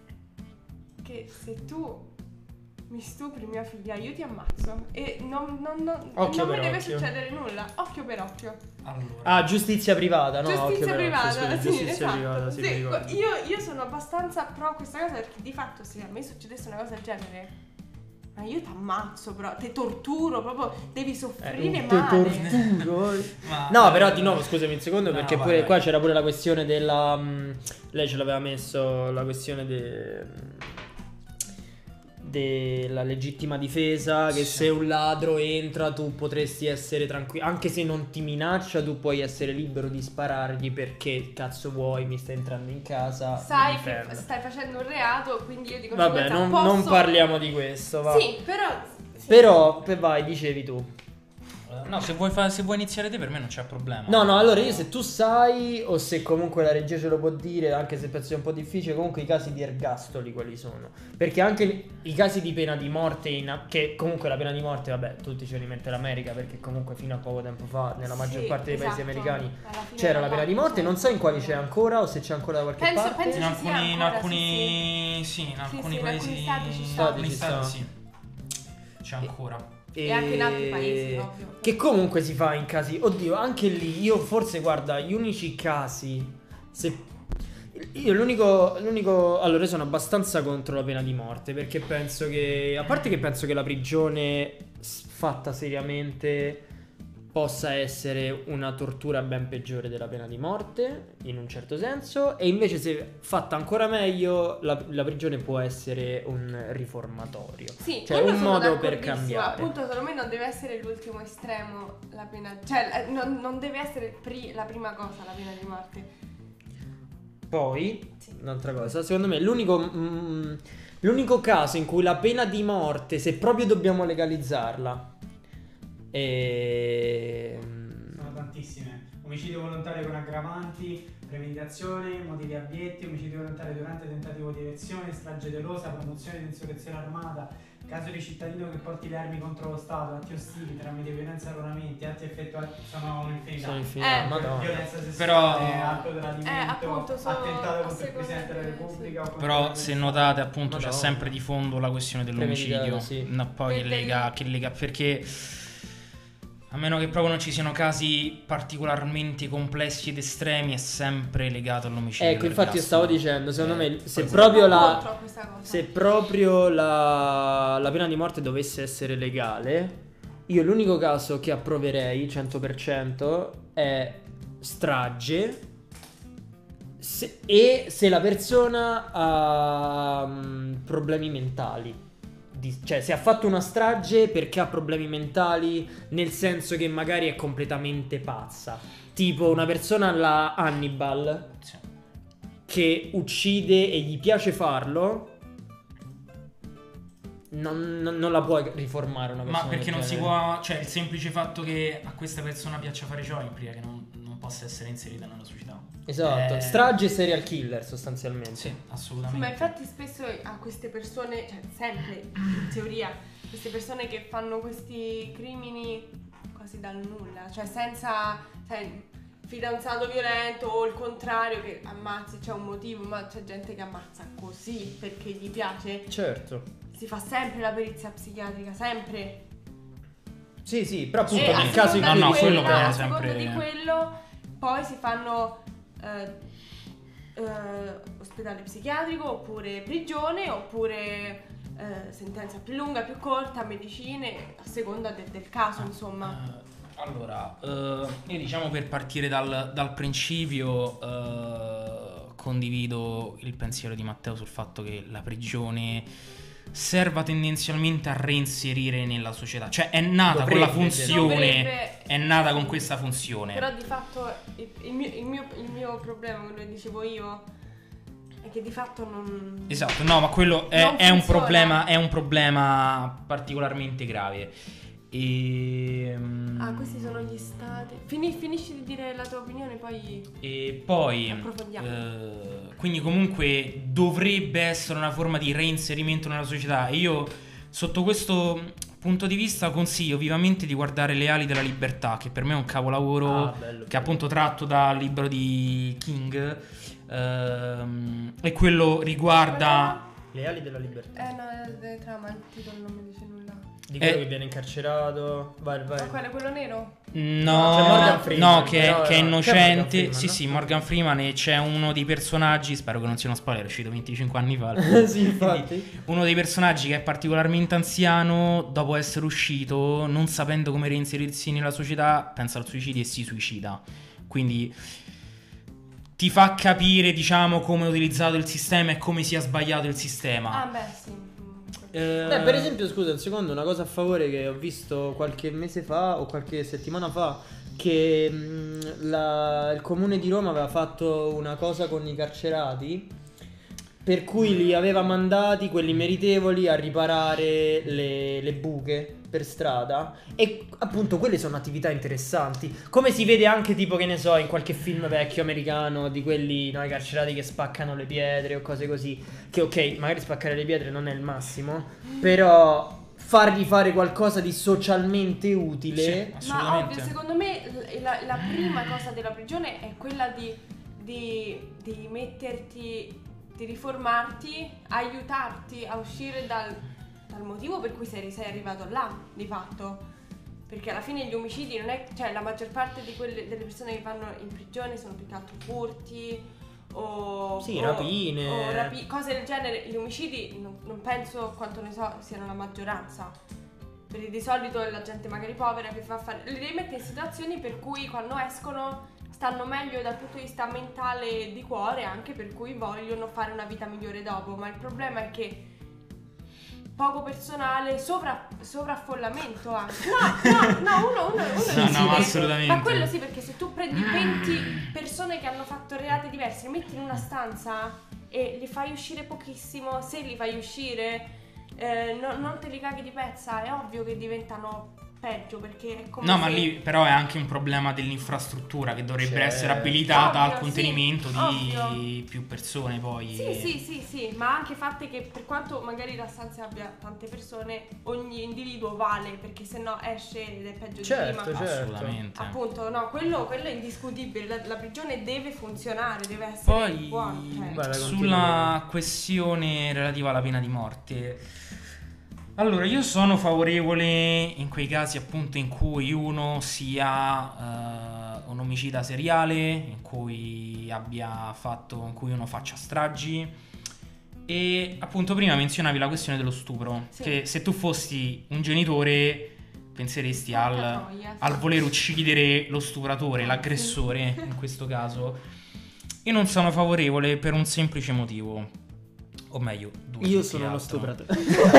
che se tu mi stupri mia figlia, io ti ammazzo e non, non, non, Occhio non mi per deve occhio. succedere nulla, occhio per occhio. Allora. Ah, giustizia privata, no? occhio Giustizia però, privata, scusi, sì, giustizia esatto. privata, sì, Sì, mi ricordo. io, io sono abbastanza pro questa cosa perché di fatto se a me succedesse una cosa del genere, ma io ti ammazzo, però ti torturo, proprio devi Eh, soffrire un te male. torturo. Ma- No, però di nuovo, scusami un secondo, No, perché vai, pure vai. qua c'era pure la questione della. mh, lei ce l'aveva messo la questione de- della legittima difesa. Che Sì. se un ladro entra, tu potresti essere tranquillo. Anche se non ti minaccia, tu puoi essere libero di sparargli perché cazzo vuoi, mi sta entrando in casa. Sai mi che difendo. stai facendo un reato, quindi io di Vabbè, conseguenza non, posso... non parliamo di questo. Va. Sì, però... sì. Però, pe- vai, dicevi tu. No, se vuoi, fa- se vuoi iniziare te, per me non c'è problema. No, no, allora io se tu sai o se comunque la regia ce lo può dire, anche se penso sia un po' difficile, comunque i casi di ergastoli quali sono? Perché anche i casi di pena di morte, in, che comunque la pena di morte, vabbè, tutti ci rimette l'America perché comunque fino a poco tempo fa nella maggior Sì, parte dei paesi esatto. americani Alla fine c'era la della pena di morte, morte, sì. non so in quali c'è ancora o se c'è ancora da qualche Penso- parte. penso In ci sia alcuni, in ancora, alcuni, sì, in alcuni sì, in paesi, alcuni stati ci in sta. alcuni Ci stati sta. sì, c'è ancora. E anche in altri paesi, ovvio. Che comunque si fa in casi. Oddio, anche lì io forse guarda, gli unici casi. Se. Io l'unico. L'unico. Allora, io sono abbastanza contro la pena di morte. Perché penso che. A parte che penso che la prigione s- fatta seriamente possa essere una tortura ben peggiore della pena di morte, in un certo senso, e invece se fatta ancora meglio la, la prigione può essere un riformatorio. Sì, cioè quello un sono modo per d'accordissimo. cambiare. Appunto, secondo me non deve essere l'ultimo estremo la pena, cioè eh, non, non deve essere pri- la prima cosa la pena di morte. Poi, Sì. un'altra cosa, secondo me l'unico, mm, l'unico caso in cui la pena di morte, se proprio dobbiamo legalizzarla, è... Sono tantissime. Omicidio volontario con aggravanti, premeditazione, motivi abietti, omicidio volontario durante tentativo di erezione, strage dolosa, promozione di insurrezione armata, caso di cittadino che porti le armi contro lo Stato, atti ostili, tramite violenza arruolamenti, atti effettuati, sono un'infinità. Sono infinità, Eh. madonna. Violenza sessuale, Però- atto tradimento, Eh, appunto, sono attentato a contro il seconda Presidente della di- Repubblica. o contro Però la se notate appunto c'è Madonna. sempre di fondo la questione dell'omicidio, Premeditato, sì. no, poi che Perché- lega, che lega perché a meno che proprio non ci siano casi particolarmente complessi ed estremi è sempre legato all'omicidio. Ecco, infatti io stavo dicendo, secondo Eh, me se poi- proprio Sono la contro a questa cosa. se proprio la, la pena di morte dovesse essere legale, io l'unico caso che approverei cento per cento è strage se- e se la persona ha mm, problemi mentali. Di- cioè, se ha fatto una strage perché ha problemi mentali, nel senso che magari è completamente pazza. Tipo una persona alla Hannibal Sì. che uccide e gli piace farlo, non, non- non la puoi riformare una persona Ma perché del non si genere. può, cioè il semplice fatto che a questa persona piaccia fare ciò implica che non, non possa essere inserita nella società. Esatto, Eh, strage e serial killer sostanzialmente. Sì, Sì, assolutamente. ma infatti spesso a queste persone, cioè sempre in teoria, queste persone che fanno questi crimini quasi dal nulla, cioè senza, sai, fidanzato violento o il contrario che ammazzi, c'è un motivo, ma c'è gente che ammazza così perché gli piace, Certo. si fa sempre la perizia psichiatrica, sempre. Sì, sì, però appunto E a nel caso in seconda cui No, no, di quello quella- però a sempre- seconda di quello poi si fanno eh, eh, ospedale psichiatrico oppure prigione oppure eh, sentenza più lunga, più corta, medicine, a seconda de- del caso, insomma. Eh, allora, eh, io diciamo per partire dal, dal principio eh, condivido il pensiero di Matteo sul fatto che la prigione serva tendenzialmente a reinserire nella società, cioè è nata con la Dovrebbe, funzione, Dovrebbe- è nata con questa funzione. Però di fatto il, il mio, il, mio, il mio problema, quello che dicevo io, è che di fatto non... Esatto, no, ma quello è, Non è un funziona. problema, è un problema particolarmente grave. E, Ah, questi sono gli stati. Fini- finisci di dire la tua opinione, poi... E poi, Approfondiamo. eh, quindi comunque dovrebbe essere una forma di reinserimento nella società. E io, sotto questo punto di vista, consiglio vivamente di guardare Le ali della libertà, che per me è un capolavoro, Ah, bello, che è appunto tratto dal libro di King. ehm, e quello riguarda... Le ali della libertà. Eh no, è trama, il titolo non mi dice nulla. Di quello Eh. che viene incarcerato. Vai, vai. Ma quello, quello nero? No, C'è Morgan Freeman, no, che, però- che è c'è Morgan innocente. Freeman, Sì, no? sì, Morgan Freeman, e c'è uno dei personaggi, spero che non sia uno spoiler, è uscito venticinque anni fa. Sì, infatti. Uno dei personaggi che è particolarmente anziano, dopo essere uscito, non sapendo come reinserirsi nella società, pensa al suicidio e si suicida. Quindi ti fa capire, diciamo, come è utilizzato il sistema e come sia sbagliato il sistema. Ah, beh, sì. Mm, Eh, Beh, per esempio, scusa, un secondo, una cosa a favore che ho visto qualche mese fa o qualche settimana fa, che mh, la- il comune di Roma aveva fatto una cosa con i carcerati, per cui li aveva mandati, quelli meritevoli, a riparare le, le buche per strada. E appunto quelle sono attività interessanti, come si vede anche tipo, che ne so, in qualche film vecchio americano, di quelli, no, i carcerati che spaccano le pietre o cose così. Che ok, magari spaccare le pietre non è il massimo, però fargli fare qualcosa di socialmente utile. Sì, Ma assolutamente. ovvio, secondo me l- la, la prima cosa della prigione è quella di, di, di metterti, di riformarti, aiutarti a uscire dal, dal motivo per cui sei, sei arrivato là, di fatto. Perché alla fine gli omicidi non è, cioè la maggior parte di quelle, delle persone che vanno in prigione sono più che altro furti o, Sì, o- rapine. o rapi- cose del genere. Gli omicidi non, non penso, quanto ne so, siano la maggioranza. Perché di solito è la gente magari povera che fa fare, li mette in situazioni per cui quando escono stanno meglio dal punto di vista mentale e di cuore, anche per cui vogliono fare una vita migliore dopo. Ma il problema è che poco personale, sovra, sovraffollamento anche. No, no, no, uno, uno, uno No, decide. no, assolutamente. Ma quello sì, perché se tu prendi venti persone che hanno fatto reati diversi, li metti in una stanza e li fai uscire pochissimo, se li fai uscire eh, no- non te li caghi di pezza, è ovvio che diventano peggio, perché è come No, se... ma lì però è anche un problema dell'infrastruttura che dovrebbe Certo. essere abilitata Ovvio, al contenimento sì, di ovvio. più persone poi. Sì, sì, sì, sì, ma anche fatte che per quanto magari la stanza abbia tante persone, ogni individuo vale, perché sennò esce ed è peggio Certo, di prima. certo. Assolutamente. Appunto, no, quello, quello è indiscutibile, la, la prigione deve funzionare, deve essere Poi buona. Cioè. Guarda, sulla questione relativa alla pena di morte, allora io sono favorevole in quei casi appunto in cui uno sia eh, un omicida seriale, in cui abbia fatto, in cui uno faccia stragi. E appunto prima menzionavi la questione dello stupro, Sì. che se tu fossi un genitore penseresti Porca al, troia. al voler uccidere lo stupratore, l'aggressore in questo caso. Io non sono favorevole per un semplice motivo, o meglio, due. Io più sono che uno altro. stupratore.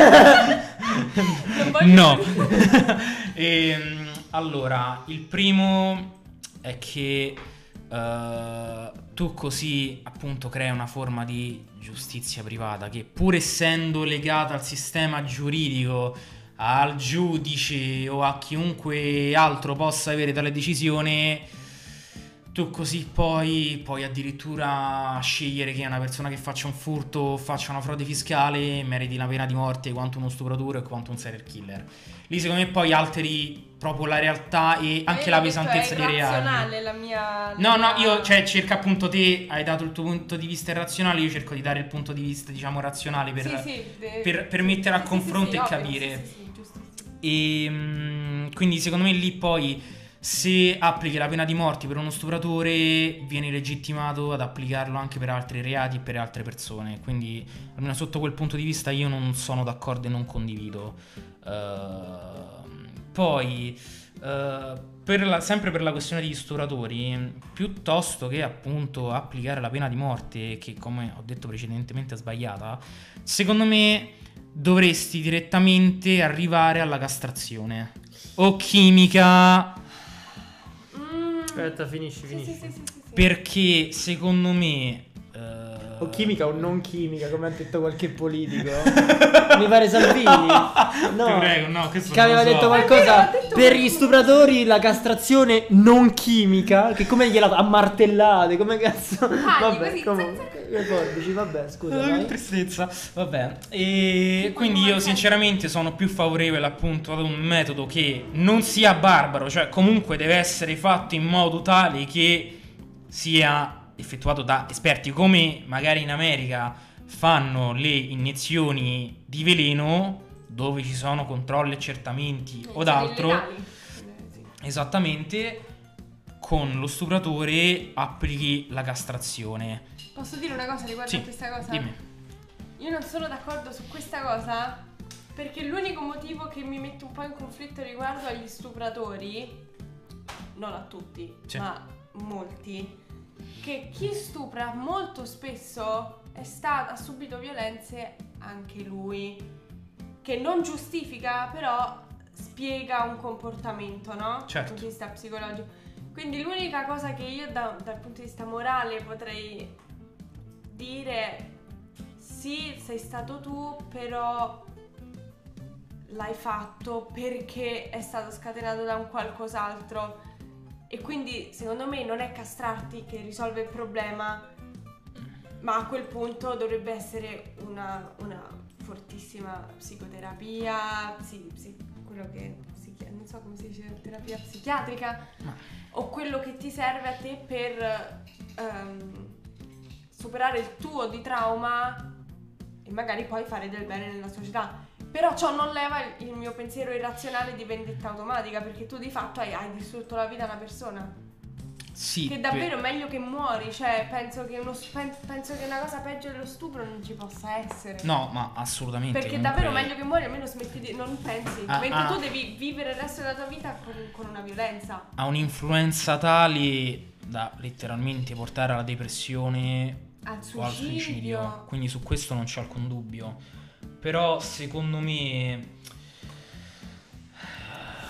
Non voglio No. dire. Ehm, allora, il primo è che eh, tu così appunto crei una forma di giustizia privata che, pur essendo legata al sistema giuridico, al giudice o a chiunque altro possa avere tale decisione, tu così poi puoi addirittura scegliere che una persona che faccia un furto o faccia una frode fiscale meriti la pena di morte quanto uno stupratore o quanto un serial killer. Lì secondo me poi alteri proprio la realtà e anche Io la ho detto, pesantezza è dei reati. irrazionale la mia... la No, no, mia- io, cioè, cerca appunto, te hai dato il tuo punto di vista irrazionale, io cerco di dare il punto di vista, diciamo, razionale per, Sì, sì, de- per, per sì, mettere a sì, sì, confronto sì, e ovvio, capire. sì, sì, sì, giusto, sì. E mm, quindi secondo me lì poi, se applichi la pena di morte per uno stupratore, vieni legittimato ad applicarlo anche per altri reati e per altre persone. Quindi almeno sotto quel punto di vista io non sono d'accordo e non condivido. Uh, poi uh, per la, sempre per la questione degli stupratori, piuttosto che appunto applicare la pena di morte, che come ho detto precedentemente è sbagliata, secondo me dovresti direttamente arrivare alla castrazione o chimica. Mm, Aspetta, finisci, sì, finisci. sì, sì, sì, sì, sì. Perché secondo me eh, O chimica o non chimica, come ha detto qualche politico. Mi pare Salvini. No. Ti prego, no, questo Che aveva non lo so. detto È vero, qualcosa ha detto per gli qualcuno. stupratori, la castrazione non chimica. Che come gliela a martellate, come cazzo. Vabbè, così, comunque. Le forbici, vabbè, scusa. Eh, Che vai. tristezza. Vabbè. E Tipo quindi di io mancanza. sinceramente sono più favorevole appunto ad un metodo che non sia barbaro, cioè comunque deve essere fatto in modo tale che sia effettuato da esperti, come magari in America fanno le iniezioni di veleno, dove ci sono controlli, accertamenti o Sono d'altro. illegali. Eh, sì. Esattamente. Con lo stupratore applichi la castrazione. Posso dire una cosa riguardo Sì, a questa cosa? dimmi. Io non sono d'accordo su questa cosa perché l'unico motivo che mi mette un po' in conflitto riguardo agli stupratori, non a tutti, Sì. ma molti, che chi stupra molto spesso è stato, ha subito violenze anche lui, che non giustifica però spiega un comportamento, no? Certo. Dal punto di vista psicologico. Quindi l'unica cosa che io da- dal punto di vista morale potrei dire, sì, sei stato tu, però l'hai fatto perché è stato scatenato da un qualcos'altro, e quindi secondo me non è castrarti che risolve il problema, ma a quel punto dovrebbe essere una, una fortissima psicoterapia, sì, sì, quello che si chiama, non so come si dice, terapia psichiatrica, o quello che ti serve a te per ehm, superare il tuo di trauma e magari poi fare del bene nella società. Però ciò non leva il, il mio pensiero irrazionale di vendetta automatica, perché tu di fatto hai, hai distrutto la vita a una persona. Sì, Che davvero meglio che muori, cioè penso che, uno, pen- penso che una cosa peggio dello stupro non ci possa essere. No, ma assolutamente. Perché comunque- davvero meglio che muori, almeno smetti di... non pensi. Ah, mentre ah. tu devi vivere il resto della tua vita con, con una violenza. Ha un'influenza tale da letteralmente portare alla depressione Al o al suicidio. suicidio. Quindi su questo non c'è alcun dubbio. Però secondo me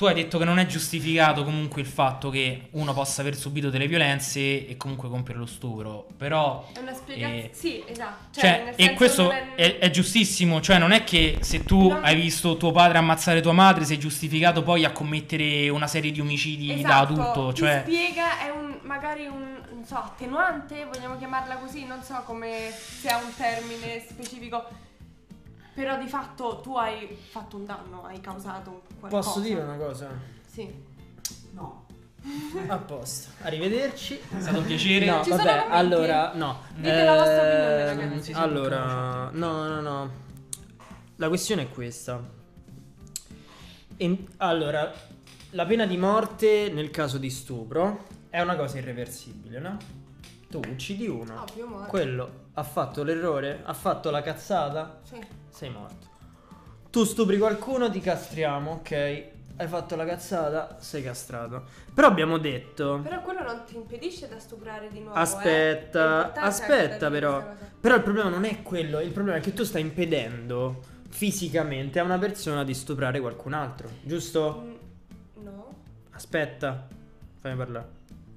tu hai detto che non è giustificato comunque il fatto che uno possa aver subito delle violenze e comunque compiere lo stupro, però È una spiegazione. eh, Sì, esatto. Cioè, cioè, nel e senso questo non è, è giustissimo, cioè non è che se tu No. hai visto tuo padre ammazzare tua madre sei giustificato poi a commettere una serie di omicidi da Esatto, adulto, ti cioè spiega, è un magari un, non so, attenuante, vogliamo chiamarla così, non so come sia un termine specifico. Però di fatto tu hai fatto un danno, hai causato qualcosa. Posso dire una cosa? Sì. No. A posto. Arrivederci. è stato un piacere. No, Ci sono vabbè, commenti? allora, no. Dite la vostra opinione, Ehm, ragazzi. sì, sì, allora, no, no, no. La questione è questa. In- allora, la pena di morte nel caso di stupro è una cosa irreversibile, no? Tu uccidi uno, Ovvio, muore. quello ha fatto l'errore, ha fatto la cazzata, Sì. sei morto. Tu stupri qualcuno, ti castriamo, ok? Hai fatto la cazzata, sei castrato. Però abbiamo detto... Però quello non ti impedisce da stuprare di nuovo. Aspetta, eh. È importante aspetta anche da dire però. questa cosa. Però il problema non è quello, il problema è che tu stai impedendo fisicamente a una persona di stuprare qualcun altro, giusto? Mm, no. Aspetta, fammi parlare.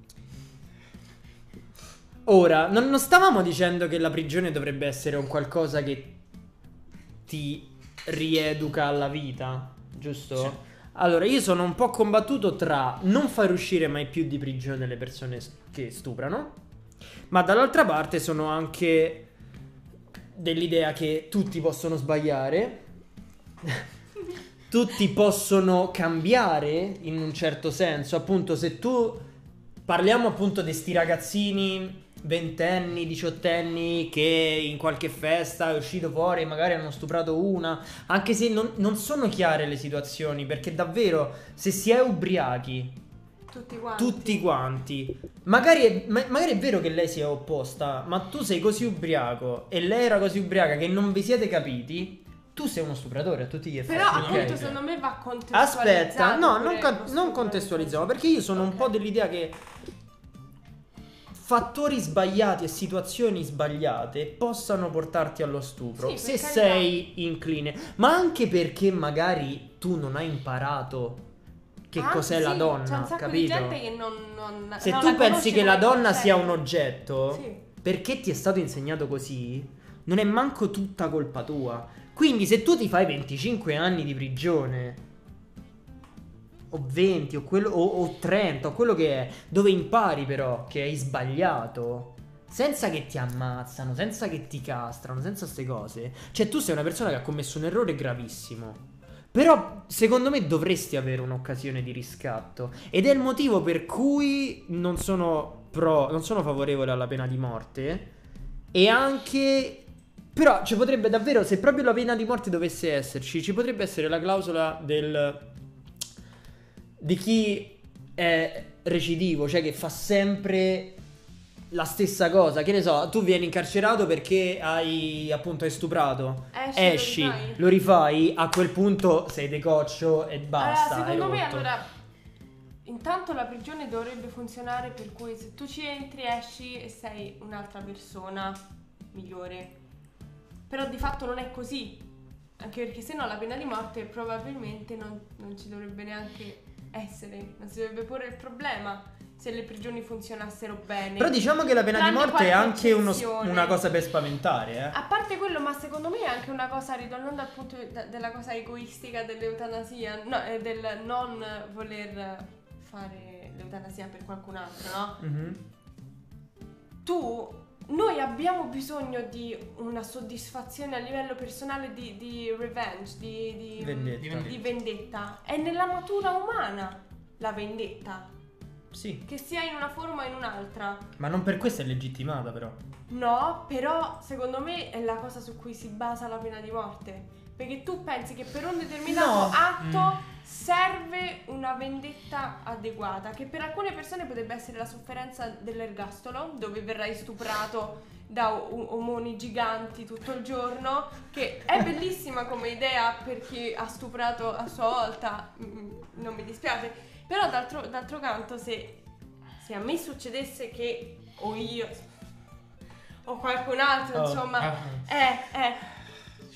Ora, non, non stavamo dicendo che la prigione dovrebbe essere un qualcosa che ti rieduca alla vita, giusto? Sì. Allora, io sono un po' combattuto tra non far uscire mai più di prigione le persone s- che stuprano, ma dall'altra parte sono anche dell'idea che tutti possono sbagliare, tutti possono cambiare in un certo senso. Appunto, se tu parliamo appunto di sti ragazzini ventenni, diciottenni che in qualche festa è uscito fuori e magari hanno stuprato una, anche se non, non sono chiare le situazioni, perché davvero se si è ubriachi Tutti quanti. tutti quanti, magari è, ma- magari è vero che lei si è opposta, ma tu sei così ubriaco e lei era così ubriaca che non vi siete capiti, tu sei uno stupratore a tutti gli effetti. Però ok? appunto secondo me va contestualizzato. Aspetta, no, pure non, con- lo non stupro, contestualizziamo, nel perché io sono un Ok. po' dell'idea che fattori sbagliati e situazioni sbagliate possano portarti allo stupro, Sì, se per carità. sei incline, ma anche perché magari tu non hai imparato che Ah, cos'è la sì, donna, c'è un sacco capito? di gente che non, non Se non tu la pensi conosce che la come donna concetto. sia un oggetto, Sì. perché ti è stato insegnato così, non è manco tutta colpa tua. Quindi se tu ti fai venticinque anni di prigione, o venti, o, quello, o, o trenta, o quello che è, dove impari però che hai sbagliato, senza che ti ammazzano, senza che ti castrano, senza queste cose, cioè tu sei una persona che ha commesso un errore gravissimo. Però secondo me dovresti avere un'occasione di riscatto, ed è il motivo per cui non sono pro, non sono favorevole alla pena di morte. E anche, però ci potrebbe davvero, se proprio la pena di morte dovesse esserci, ci potrebbe essere la clausola del di chi è recidivo, cioè che fa sempre la stessa cosa. Che ne so, tu vieni incarcerato perché hai appunto hai stuprato, Esci, esci, lo rifai. lo rifai, a quel punto sei decoccio e basta. Allora, hai secondo me, rotto. allora, intanto la prigione dovrebbe funzionare per cui se tu ci entri, esci e sei un'altra persona migliore. Però di fatto non è così. Anche perché se no la pena di morte probabilmente non, non ci dovrebbe neanche essere. Non si dovrebbe porre il problema se le prigioni funzionassero bene. Però diciamo che la pena di Tranne morte è qualche anche uno- eccezione. una cosa per spaventare, eh. A parte quello, ma secondo me è anche una cosa, ritornando al punto de- della cosa egoistica dell'eutanasia, no, eh, del non voler fare l'eutanasia per qualcun altro, no? Mhm. Tu, noi abbiamo bisogno di una soddisfazione a livello personale di, di revenge, di, di, Vendetta. di vendetta. È nella natura umana la vendetta, Sì, che sia in una forma o in un'altra. ma non per questo è legittimata però. No, però secondo me è la cosa su cui si basa la pena di morte. Perché tu pensi che per un determinato No. atto serve una vendetta adeguata, che per alcune persone potrebbe essere la sofferenza dell'ergastolo, dove verrai stuprato da o- omoni giganti tutto il giorno, che è bellissima come idea per chi ha stuprato a sua volta, mm, non mi dispiace. Però d'altro, d'altro canto, se, se a me succedesse che o io o qualcun altro, Oh, insomma, ah. eh, eh,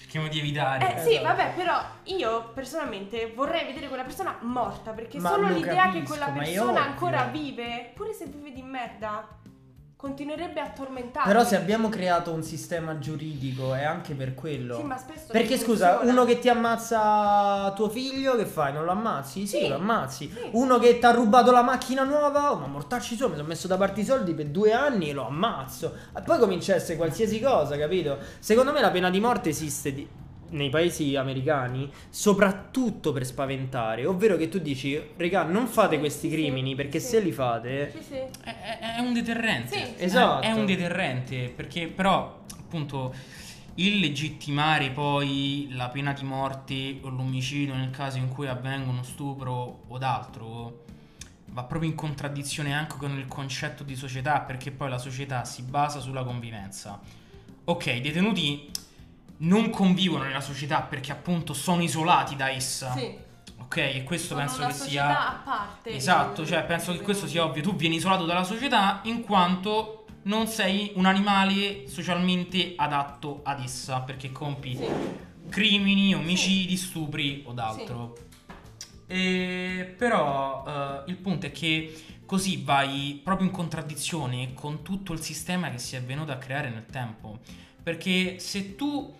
cerchiamo di evitare. Eh sì, Esatto. vabbè, però io personalmente vorrei vedere quella persona morta, perché Ma solo lo l'idea che capisco, quella ma è persona ovvio. ancora vive, pure se vive di merda, continuerebbe a tormentarmi. Però se abbiamo creato un sistema giuridico è anche per quello. Sì, ma spesso Perché non scusa, funziona. uno che ti ammazza tuo figlio, che fai? Non lo ammazzi? Sì, Sì. lo ammazzi. Sì. Uno che ti ha rubato la macchina nuova, oh, ma mortacci su, mi sono messo da parte i soldi per due anni e lo ammazzo. E poi comincia a essere qualsiasi cosa, capito? Secondo me la pena di morte esiste di- nei paesi americani soprattutto per spaventare, ovvero che tu dici, regà, non fate Sì, questi sì, crimini sì, perché sì. se li fate... Sì, sì. È, è- è un deterrente. Sì. Esatto. È, è un deterrente, perché però, appunto, il legittimare poi la pena di morte o l'omicidio nel caso in cui avvenga uno stupro o d'altro va proprio in contraddizione anche con il concetto di società, perché poi la società si basa sulla convivenza. Ok, i detenuti non convivono nella società perché appunto sono isolati da essa. Sì. Ok, e questo Sono penso una che società sia... a parte. Esatto, cioè penso che questo sia ovvio. Tu vieni isolato dalla società in quanto non sei un animale socialmente adatto ad essa, perché compi Sì. crimini, omicidi, stupri o d'altro. E però eh, il punto è che così vai proprio in contraddizione con tutto il sistema che si è venuto a creare nel tempo. Perché se tu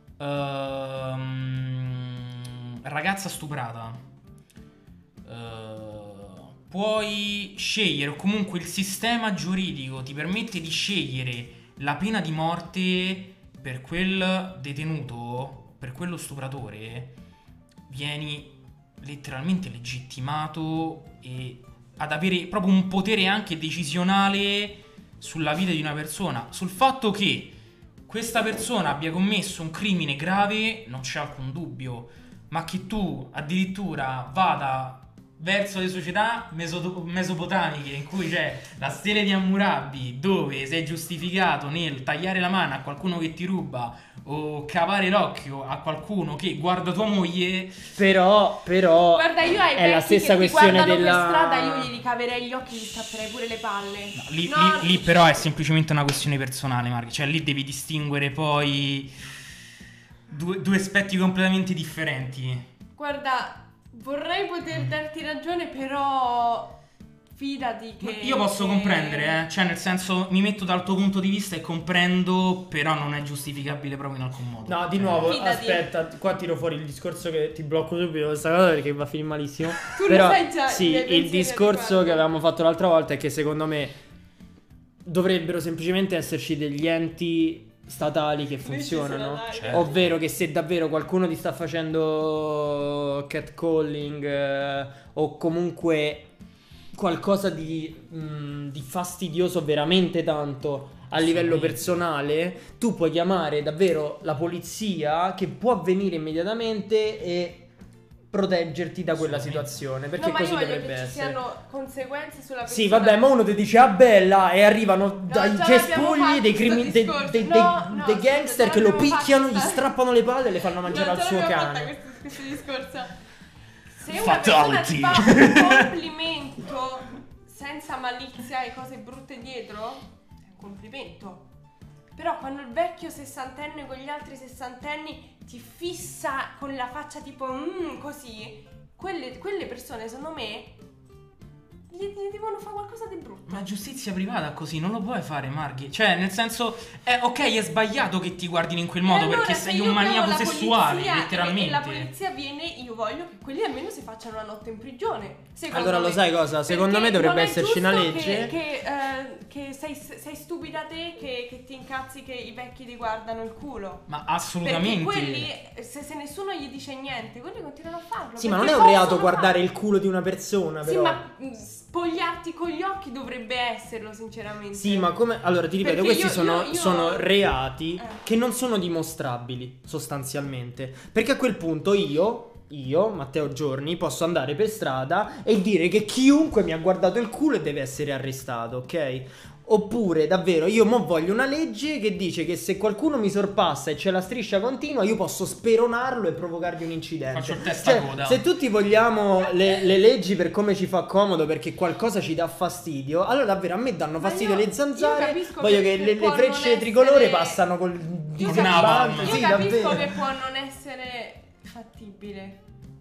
ehm, ragazza stuprata eh, puoi scegliere, o comunque il sistema giuridico ti permette di scegliere la pena di morte per quel detenuto, per quello stupratore, vieni letteralmente legittimato e ad avere proprio un potere anche decisionale sulla vita di una persona, sul fatto che questa persona abbia commesso un crimine grave non c'è alcun dubbio, ma che tu addirittura vada verso le società meso- mesopotamiche in cui c'è la stele di Hammurabi, dove sei giustificato nel tagliare la mano a qualcuno che ti ruba o cavare l'occhio a qualcuno che guarda tua moglie. Però, però Guarda, io ai è la vecchi stessa che ti questione guardano della... per strada, io glieli caverei gli occhi e gli stapperei pure le palle. No, lì, No, lì- lì però è semplicemente una questione personale, Marchi. Cioè lì devi distinguere poi due, due aspetti completamente differenti. Guarda, vorrei poter darti ragione, però fidati che... Io posso che- comprendere, eh. Cioè nel senso mi metto dal tuo punto di vista e comprendo, però non è giustificabile proprio in alcun modo. No, di nuovo, Fidati. aspetta, qua tiro fuori il discorso che ti blocco subito questa cosa perché va a finire malissimo. Tu lo Però sai già, sì, i miei il pensieri discorso al riguardo. che avevamo fatto l'altra volta è che secondo me dovrebbero semplicemente esserci degli enti statali che funzionano. Certo. Ovvero che se davvero qualcuno ti sta facendo catcalling eh, o comunque qualcosa di, mh, di fastidioso veramente tanto a livello Assolutamente. personale, tu puoi chiamare davvero la polizia che può venire immediatamente e proteggerti da quella Assolutamente. situazione, perché No, ma io così voglio dovrebbe che ci essere. siano conseguenze sulla persona. Sì, vabbè, ma uno ti dice ah bella e arrivano dai già l'abbiamo cespugli fatto dei, sto crimi- dei, discorso. dei- No, dei- no, dei aspetta, gangster già che lo l'abbiamo picchiano, fatto gli sta- strappano le palle e le fanno mangiare Non al ce suo l'abbiamo fatta cane. questo, questo discorso. Se una Fatality. persona ti fa un complimento senza malizia e cose brutte dietro, è un complimento. Però quando il vecchio sessantenne con gli altri sessantenni ti fissa con la faccia tipo mm, così, quelle, quelle persone secondo me gli, gli devono fare qualcosa di brutto. Ma giustizia privata così non lo puoi fare, Marghi. Cioè, nel senso, è ok, è sbagliato che ti guardino in quel E modo allora, perché se sei io un chiamo maniaco la sessuale, polizia e- letteralmente. E la polizia viene, io voglio che quelli almeno si facciano una notte in prigione. secondo Allora, lo me. sai cosa? Secondo Perché me dovrebbe non è esserci una giusto legge. Che, che, eh, che sei, sei stupida te che, che ti incazzi che i vecchi ti guardano il culo. Ma Perché assolutamente. quelli, se, se nessuno gli dice niente, quelli continuano a farlo. Sì, ma non perché è un reato possono guardare farlo. il culo di una persona, Sì, però. ma mh, spogliarti con gli occhi dovrebbe esserlo, sinceramente. Sì, ma come... Allora, ti ripeto, Perché questi io- sono, io- io- sono reati Eh. che non sono dimostrabili, sostanzialmente. Perché a quel punto io, io, Matteo Giorni, posso andare per strada e dire che chiunque mi ha guardato il culo deve essere arrestato, ok? Oppure davvero io mo voglio una legge che dice che se qualcuno mi sorpassa e c'è la striscia continua io posso speronarlo e provocargli un incidente. Faccio il testa Cioè, coda. se tutti vogliamo le, le leggi per come ci fa comodo perché qualcosa ci dà fastidio, allora davvero a me danno Ma fastidio io- le zanzare. io capisco Voglio che- che, che le, può le frecce non essere- tricolore passano col Io diserbante. capisco, Sì, io capisco davvero. che può non essere fattibile.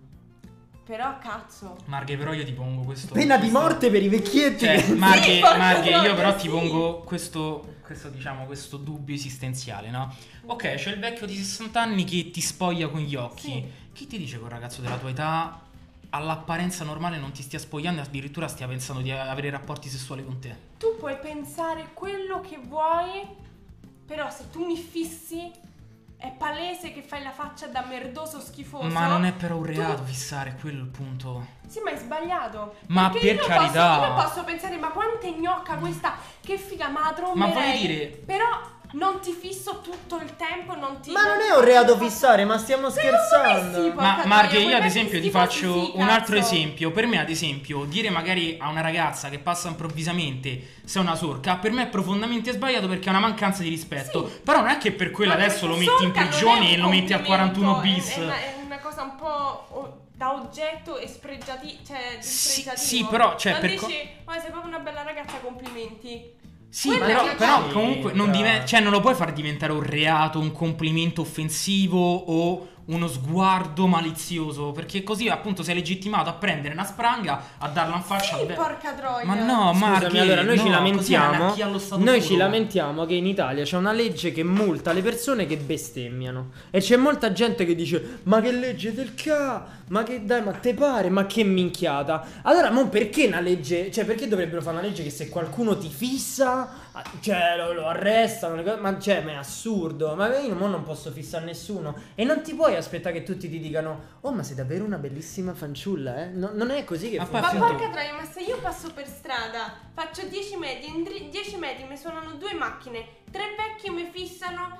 Però cazzo. Marghe, però io ti pongo questo... Pena di questo- morte per i vecchietti. Cioè, che- Marghe, Sì, porca Marghe, io troia, però ti sì. pongo questo, questo, diciamo, questo dubbio esistenziale, no? Ok, c'è il vecchio di sessanta anni che ti spoglia con gli occhi. Sì. Chi ti dice che un ragazzo della tua età, all'apparenza normale, non ti stia spogliando e addirittura stia pensando di avere rapporti sessuali con te? Tu puoi pensare quello che vuoi, però se tu mi fissi è palese che fai la faccia da merdoso schifoso. Ma non è però un Tu- reato fissare, quello è il punto. Sì, ma è sbagliato. Ma Perché per io carità. Posso, io posso pensare, ma quanto è gnocca questa, che figa, ma la Ma tromberei. voglio dire- Però non ti fisso tutto il tempo, non ti... Ma non è un reato fissare, ma stiamo Secondo me scherzando. sì, Ma porca Marghe, troia, io quei ad vecchi esempio ti schifosi faccio sì, un altro cazzo. esempio. Per me, ad esempio, dire magari a una ragazza che passa improvvisamente sei una sorca, per me è profondamente sbagliato perché è una mancanza di rispetto. Sì. Però non è che per quello Ma adesso lo perché metti in sorca non è prigione un e lo metti a complimento, quarantuno è- bis. È, una, è una cosa un po' o- da oggetto e spregiati, cioè Sì, dispregiativo. sì, però, cioè, non per dici, co- ma sei proprio una bella ragazza, complimenti. Sì, Quella però, che però c'è. comunque non, Sì, diven- però. cioè, non lo puoi far diventare un reato, un complimento offensivo o uno sguardo malizioso. Perché così appunto sei legittimato a prendere una spranga, a darla in faccia. Sì, al ve- porca troia. Ma no, Scusami, Marghe, allora noi no, ci così è lamentiamo. anarchia allo stato Noi puro. ci lamentiamo che in Italia c'è una legge che multa le persone che bestemmiano. E c'è molta gente che dice: ma che legge del ca? Ma che dai, ma te pare? Ma che minchiata. Allora, mo perché una legge? Cioè, perché dovrebbero fare una legge che se qualcuno ti fissa, ah, cioè lo, lo arrestano? le cose- Ma cioè, ma è assurdo. Ma io mo non posso fissare nessuno. E non ti puoi aspettare che tutti ti dicano: oh, ma sei davvero una bellissima fanciulla, eh? No- non è così che Ma poi Ma funziona. appunto- porca troia, ma se io passo per strada, faccio dieci metri, in dieci metri mi suonano due macchine, tre vecchi mi fissano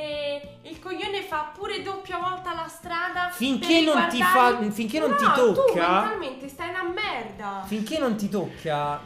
e il coglione fa pure doppia volta la strada. Finché per non ti riguardare- fa- finché non No, ti tu tocca- mentalmente stai una merda. Finché non ti tocca,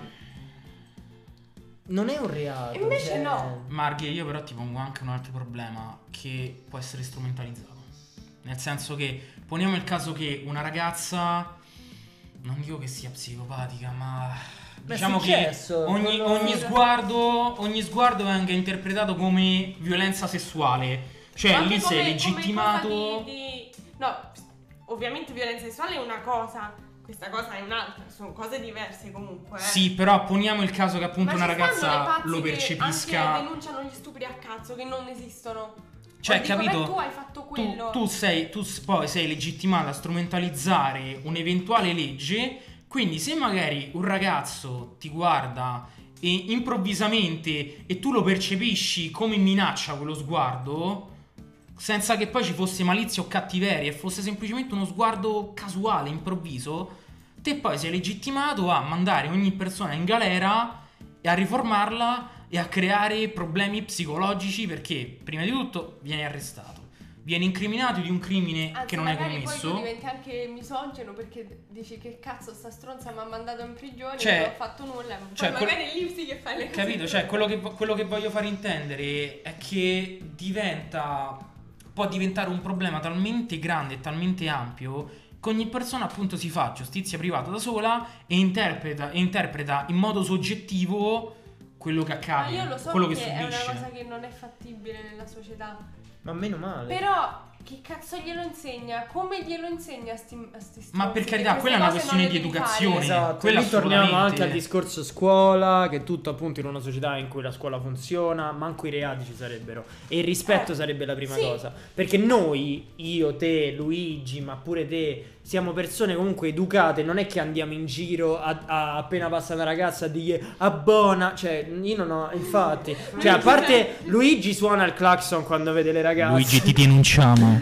non è un reato. Invece cioè- no. Marghe, io però ti pongo anche un altro problema che può essere strumentalizzato. Nel senso che poniamo il caso che una ragazza, non dico che sia psicopatica, ma Beh, è diciamo che successo, ogni, quello- ogni sguardo, ogni sguardo venga interpretato come violenza sessuale. Cioè Ma anche lì sei come- legittimato. come cosa di- di- No, ovviamente violenza sessuale è una cosa, questa cosa è un'altra, sono cose diverse comunque. eh. Sì, però poniamo il caso che appunto Ma una ci stanno le ragazza pazze lo che percepisca. anche denunciano gli stupri a cazzo che non esistono. Cioè, O dico, capito? beh, tu hai fatto Tu, quello. tu sei, tu s- poi sei legittimato a strumentalizzare un'eventuale legge. Quindi, se magari un ragazzo ti guarda e improvvisamente e tu lo percepisci come minaccia quello sguardo, senza che poi ci fosse malizia o cattiveria, e fosse semplicemente uno sguardo casuale, improvviso, te poi sei legittimato a mandare ogni persona in galera e a riformarla e a creare problemi psicologici perché, prima di tutto, vieni arrestato, vieni incriminato di un crimine Anzi, che non hai magari commesso. poi tu diventi anche misogino perché dici che cazzo sta stronza mi ha mandato in prigione, Cioè- non ho fatto nulla. Poi cioè, quel- magari lì sì che fai le cose. Capito? Cioè, quello che, quello che voglio fare intendere è che diventa, può diventare un problema talmente grande e talmente ampio che ogni persona appunto si fa giustizia privata da sola e interpreta, e interpreta in modo soggettivo quello che Ma accade, io lo so quello che che è una subisce. cosa che non è fattibile nella società. Ma meno male. Però che cazzo glielo insegna? Come glielo insegna a sti, a sti Ma per stronzi? carità, Che quella è queste una cose non questione le di devi educazione. fare. Esatto, Quella lì torniamo assolutamente. anche al discorso scuola, che tutto appunto in una società in cui la scuola funziona, manco i reati ci sarebbero. E il rispetto Eh, sarebbe la prima sì. cosa. Perché noi, io, te, Luigi, ma pure te, siamo persone comunque educate, non è che andiamo in giro a, a- appena passa una ragazza a dire abbona, cioè io non ho, infatti, cioè a parte Luigi suona il clacson quando vede le ragazze. Luigi, ti denunciamo.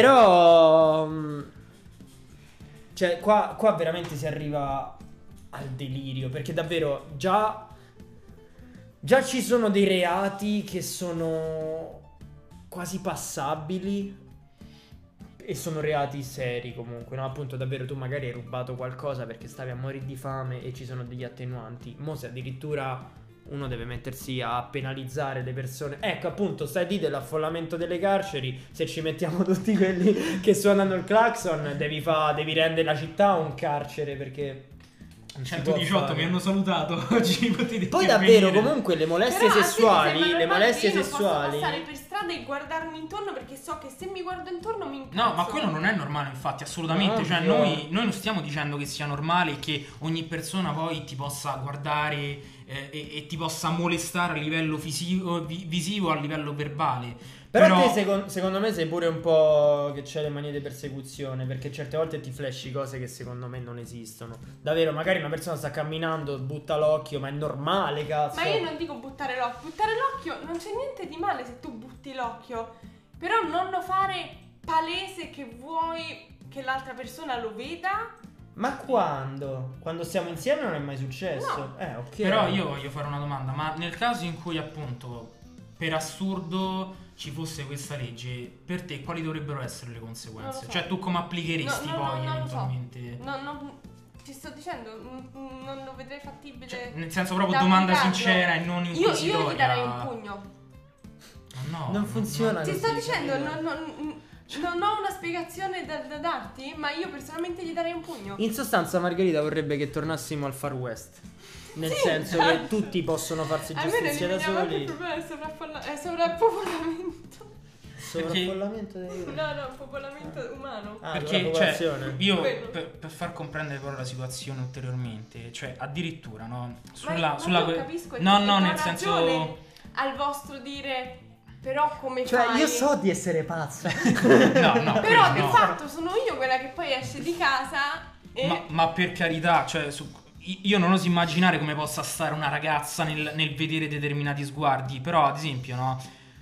Però mh, cioè qua, qua veramente si arriva al delirio, perché davvero già già ci sono dei reati che sono quasi passabili e sono reati seri comunque, no? Appunto davvero tu magari hai rubato qualcosa perché stavi a morire di fame e ci sono degli attenuanti. Mo se addirittura uno deve mettersi a penalizzare le persone. Ecco, appunto, stai di dell'affollamento delle carceri. Se ci mettiamo tutti quelli che suonano il clacson, devi, fa, devi rendere la città un carcere, perché centodiciotto mi hanno salutato oggi. Poi davvero, comunque, le molestie Però, sessuali, sembra le normale molestie che io non sessuali. posso passare per strada e guardarmi intorno, perché so che se mi guardo intorno mi incazzo. No, ma quello non è normale, infatti, assolutamente. No, cioè, io- noi, noi non stiamo dicendo che sia normale che ogni persona poi ti possa guardare eh, e, e ti possa molestare a livello fisico, vi- visivo, a livello verbale. Però, Però, te secon- secondo me sei pure un po' che c'è le manie di persecuzione, perché certe volte ti flashy cose che secondo me non esistono. Davvero, magari una persona sta camminando, butta l'occhio, ma è normale, cazzo. Ma io non dico buttare l'occhio. Buttare l'occhio non c'è niente di male se tu butti l'occhio. Però non lo fare palese che vuoi che l'altra persona lo veda. Ma quando? Quando stiamo insieme non è mai successo. No. Eh, ok. però io voglio fare una domanda, ma nel caso in cui appunto per assurdo ci fosse questa legge, per te quali dovrebbero essere le conseguenze? Non lo so. Cioè tu come applicheresti No, no, no, poi non lo so. eventualmente? No, no, ti sto dicendo, n- non lo vedrei fattibile. Cioè, nel senso proprio da domanda applicarlo. sincera e non Io, inquisitoria. io gli darei un pugno. Ma no, Non funziona. Ti così, sto dicendo, capito? non, non- non ho una spiegazione da, da darti, ma io personalmente gli darei un pugno. In sostanza Margherita vorrebbe che tornassimo al Far West. Nel Sì, senso esatto. che tutti possono farsi Almeno giustizia da eliminiamo anche il soli. problema del sovraffolla- eh, sovrappopolamento. Sovraffollamento dei... No, no, popolamento umano. Ah, Perché della cioè, popolazione. io Quello. per, per far comprendere però la situazione ulteriormente, cioè addirittura no, Ma- sulla, ma sulla io que- capisco e- no e no do nel ragione senso al vostro dire, però come Cioè, fai? io so di essere pazza. no no Però quello di no. fatto sono io quella che poi esce di casa e... ma, ma per carità, cioè su- io non oso immaginare come possa stare una ragazza nel, nel vedere determinati sguardi, però ad esempio no,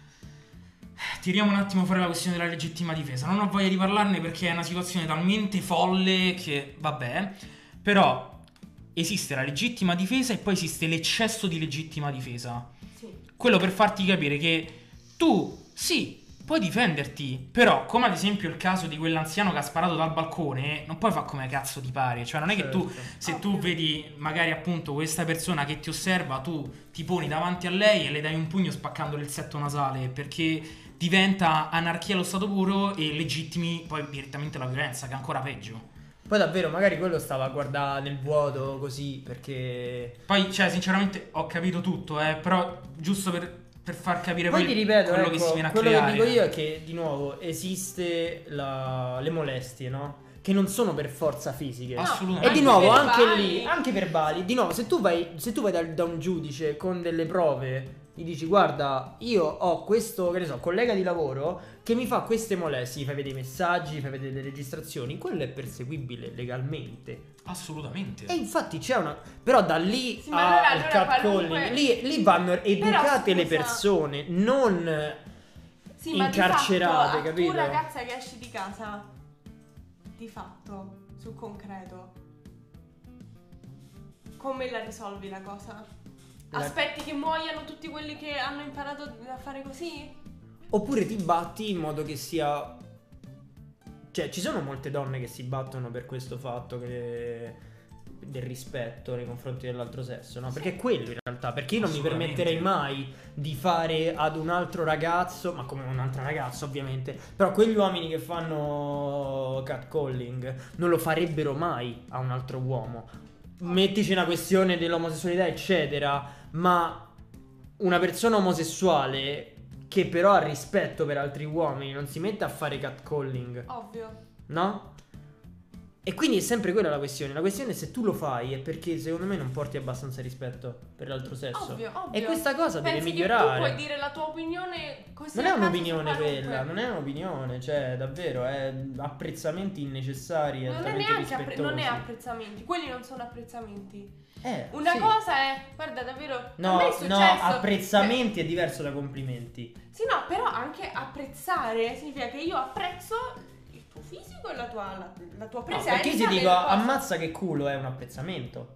tiriamo un attimo fuori la questione della legittima difesa. Non ho voglia di parlarne perché è una situazione talmente folle che vabbè, però esiste la legittima difesa e poi esiste l'eccesso di legittima difesa. Sì. Quello per farti capire che tu, sì, puoi difenderti, però come ad esempio il caso di quell'anziano che ha sparato dal balcone, non puoi fare come cazzo ti pare. Cioè non è che tu, Certo. se tu vedi magari appunto questa persona che ti osserva, tu ti poni davanti a lei e le dai un pugno spaccandole il setto nasale, perché diventa anarchia allo stato puro e legittimi poi direttamente la violenza, che è ancora peggio. Poi davvero magari quello stava a guardare nel vuoto così perché... Poi, cioè, sinceramente ho capito tutto, eh, però giusto per, per far capire Poi poi ti ripeto, quello ecco, che si viene a quello creare. che dico io è che di nuovo esiste la- le molestie, no? Che non sono per forza fisiche. Assolutamente. E di Anche nuovo anche verbali. lì, anche verbali, di nuovo se tu vai, se tu vai da, da un giudice con delle prove, gli dici guarda io ho questo, che ne so, collega di lavoro che mi fa queste molestie, gli fai vedere i messaggi, gli fai vedere le registrazioni, quello è perseguibile legalmente. Assolutamente. E infatti c'è una... Però da lì Sì, ma allora- al allora catcalling, qualunque- lì, lì vanno educate le scusa. persone, non... Sì, ma incarcerate, di fatto, capito? Tu ragazza che esci di casa, di fatto, sul concreto, come la risolvi la cosa? La- Aspetti che muoiano tutti quelli che hanno imparato a fare così? Oppure ti batti in modo che sia... Cioè, ci sono molte donne che si battono per questo fatto che... del rispetto nei confronti dell'altro sesso, no? Perché è quello in realtà, perché io non mi Assolutamente. permetterei mai di fare ad un altro ragazzo, ma come un altro ragazzo ovviamente, però quegli uomini che fanno catcalling non lo farebbero mai a un altro uomo. Mettici una questione dell'omosessualità eccetera, ma una persona omosessuale che però ha rispetto per altri uomini non si mette a fare catcalling, Ovvio. no? E quindi è sempre quella la questione. La questione è se tu lo fai è perché secondo me non porti abbastanza rispetto per l'altro sesso. Ovvio, ovvio. E questa cosa deve Pensi migliorare. Che tu puoi dire la tua opinione così Non è a caso su un'opinione qualunque. quella, non è un'opinione, cioè davvero è apprezzamenti innecessari e Non è altamente neanche appre- rispettosi. non è apprezzamenti, quelli non sono apprezzamenti. Eh, Una sì. cosa è, guarda davvero, a No, me è successo. no, apprezzamenti è diverso da complimenti. Sì, no, però anche apprezzare significa che io apprezzo il tuo fisico e la tua, la, la tua No, presenza. perché io ti nel dico posto. ammazza che culo è un apprezzamento.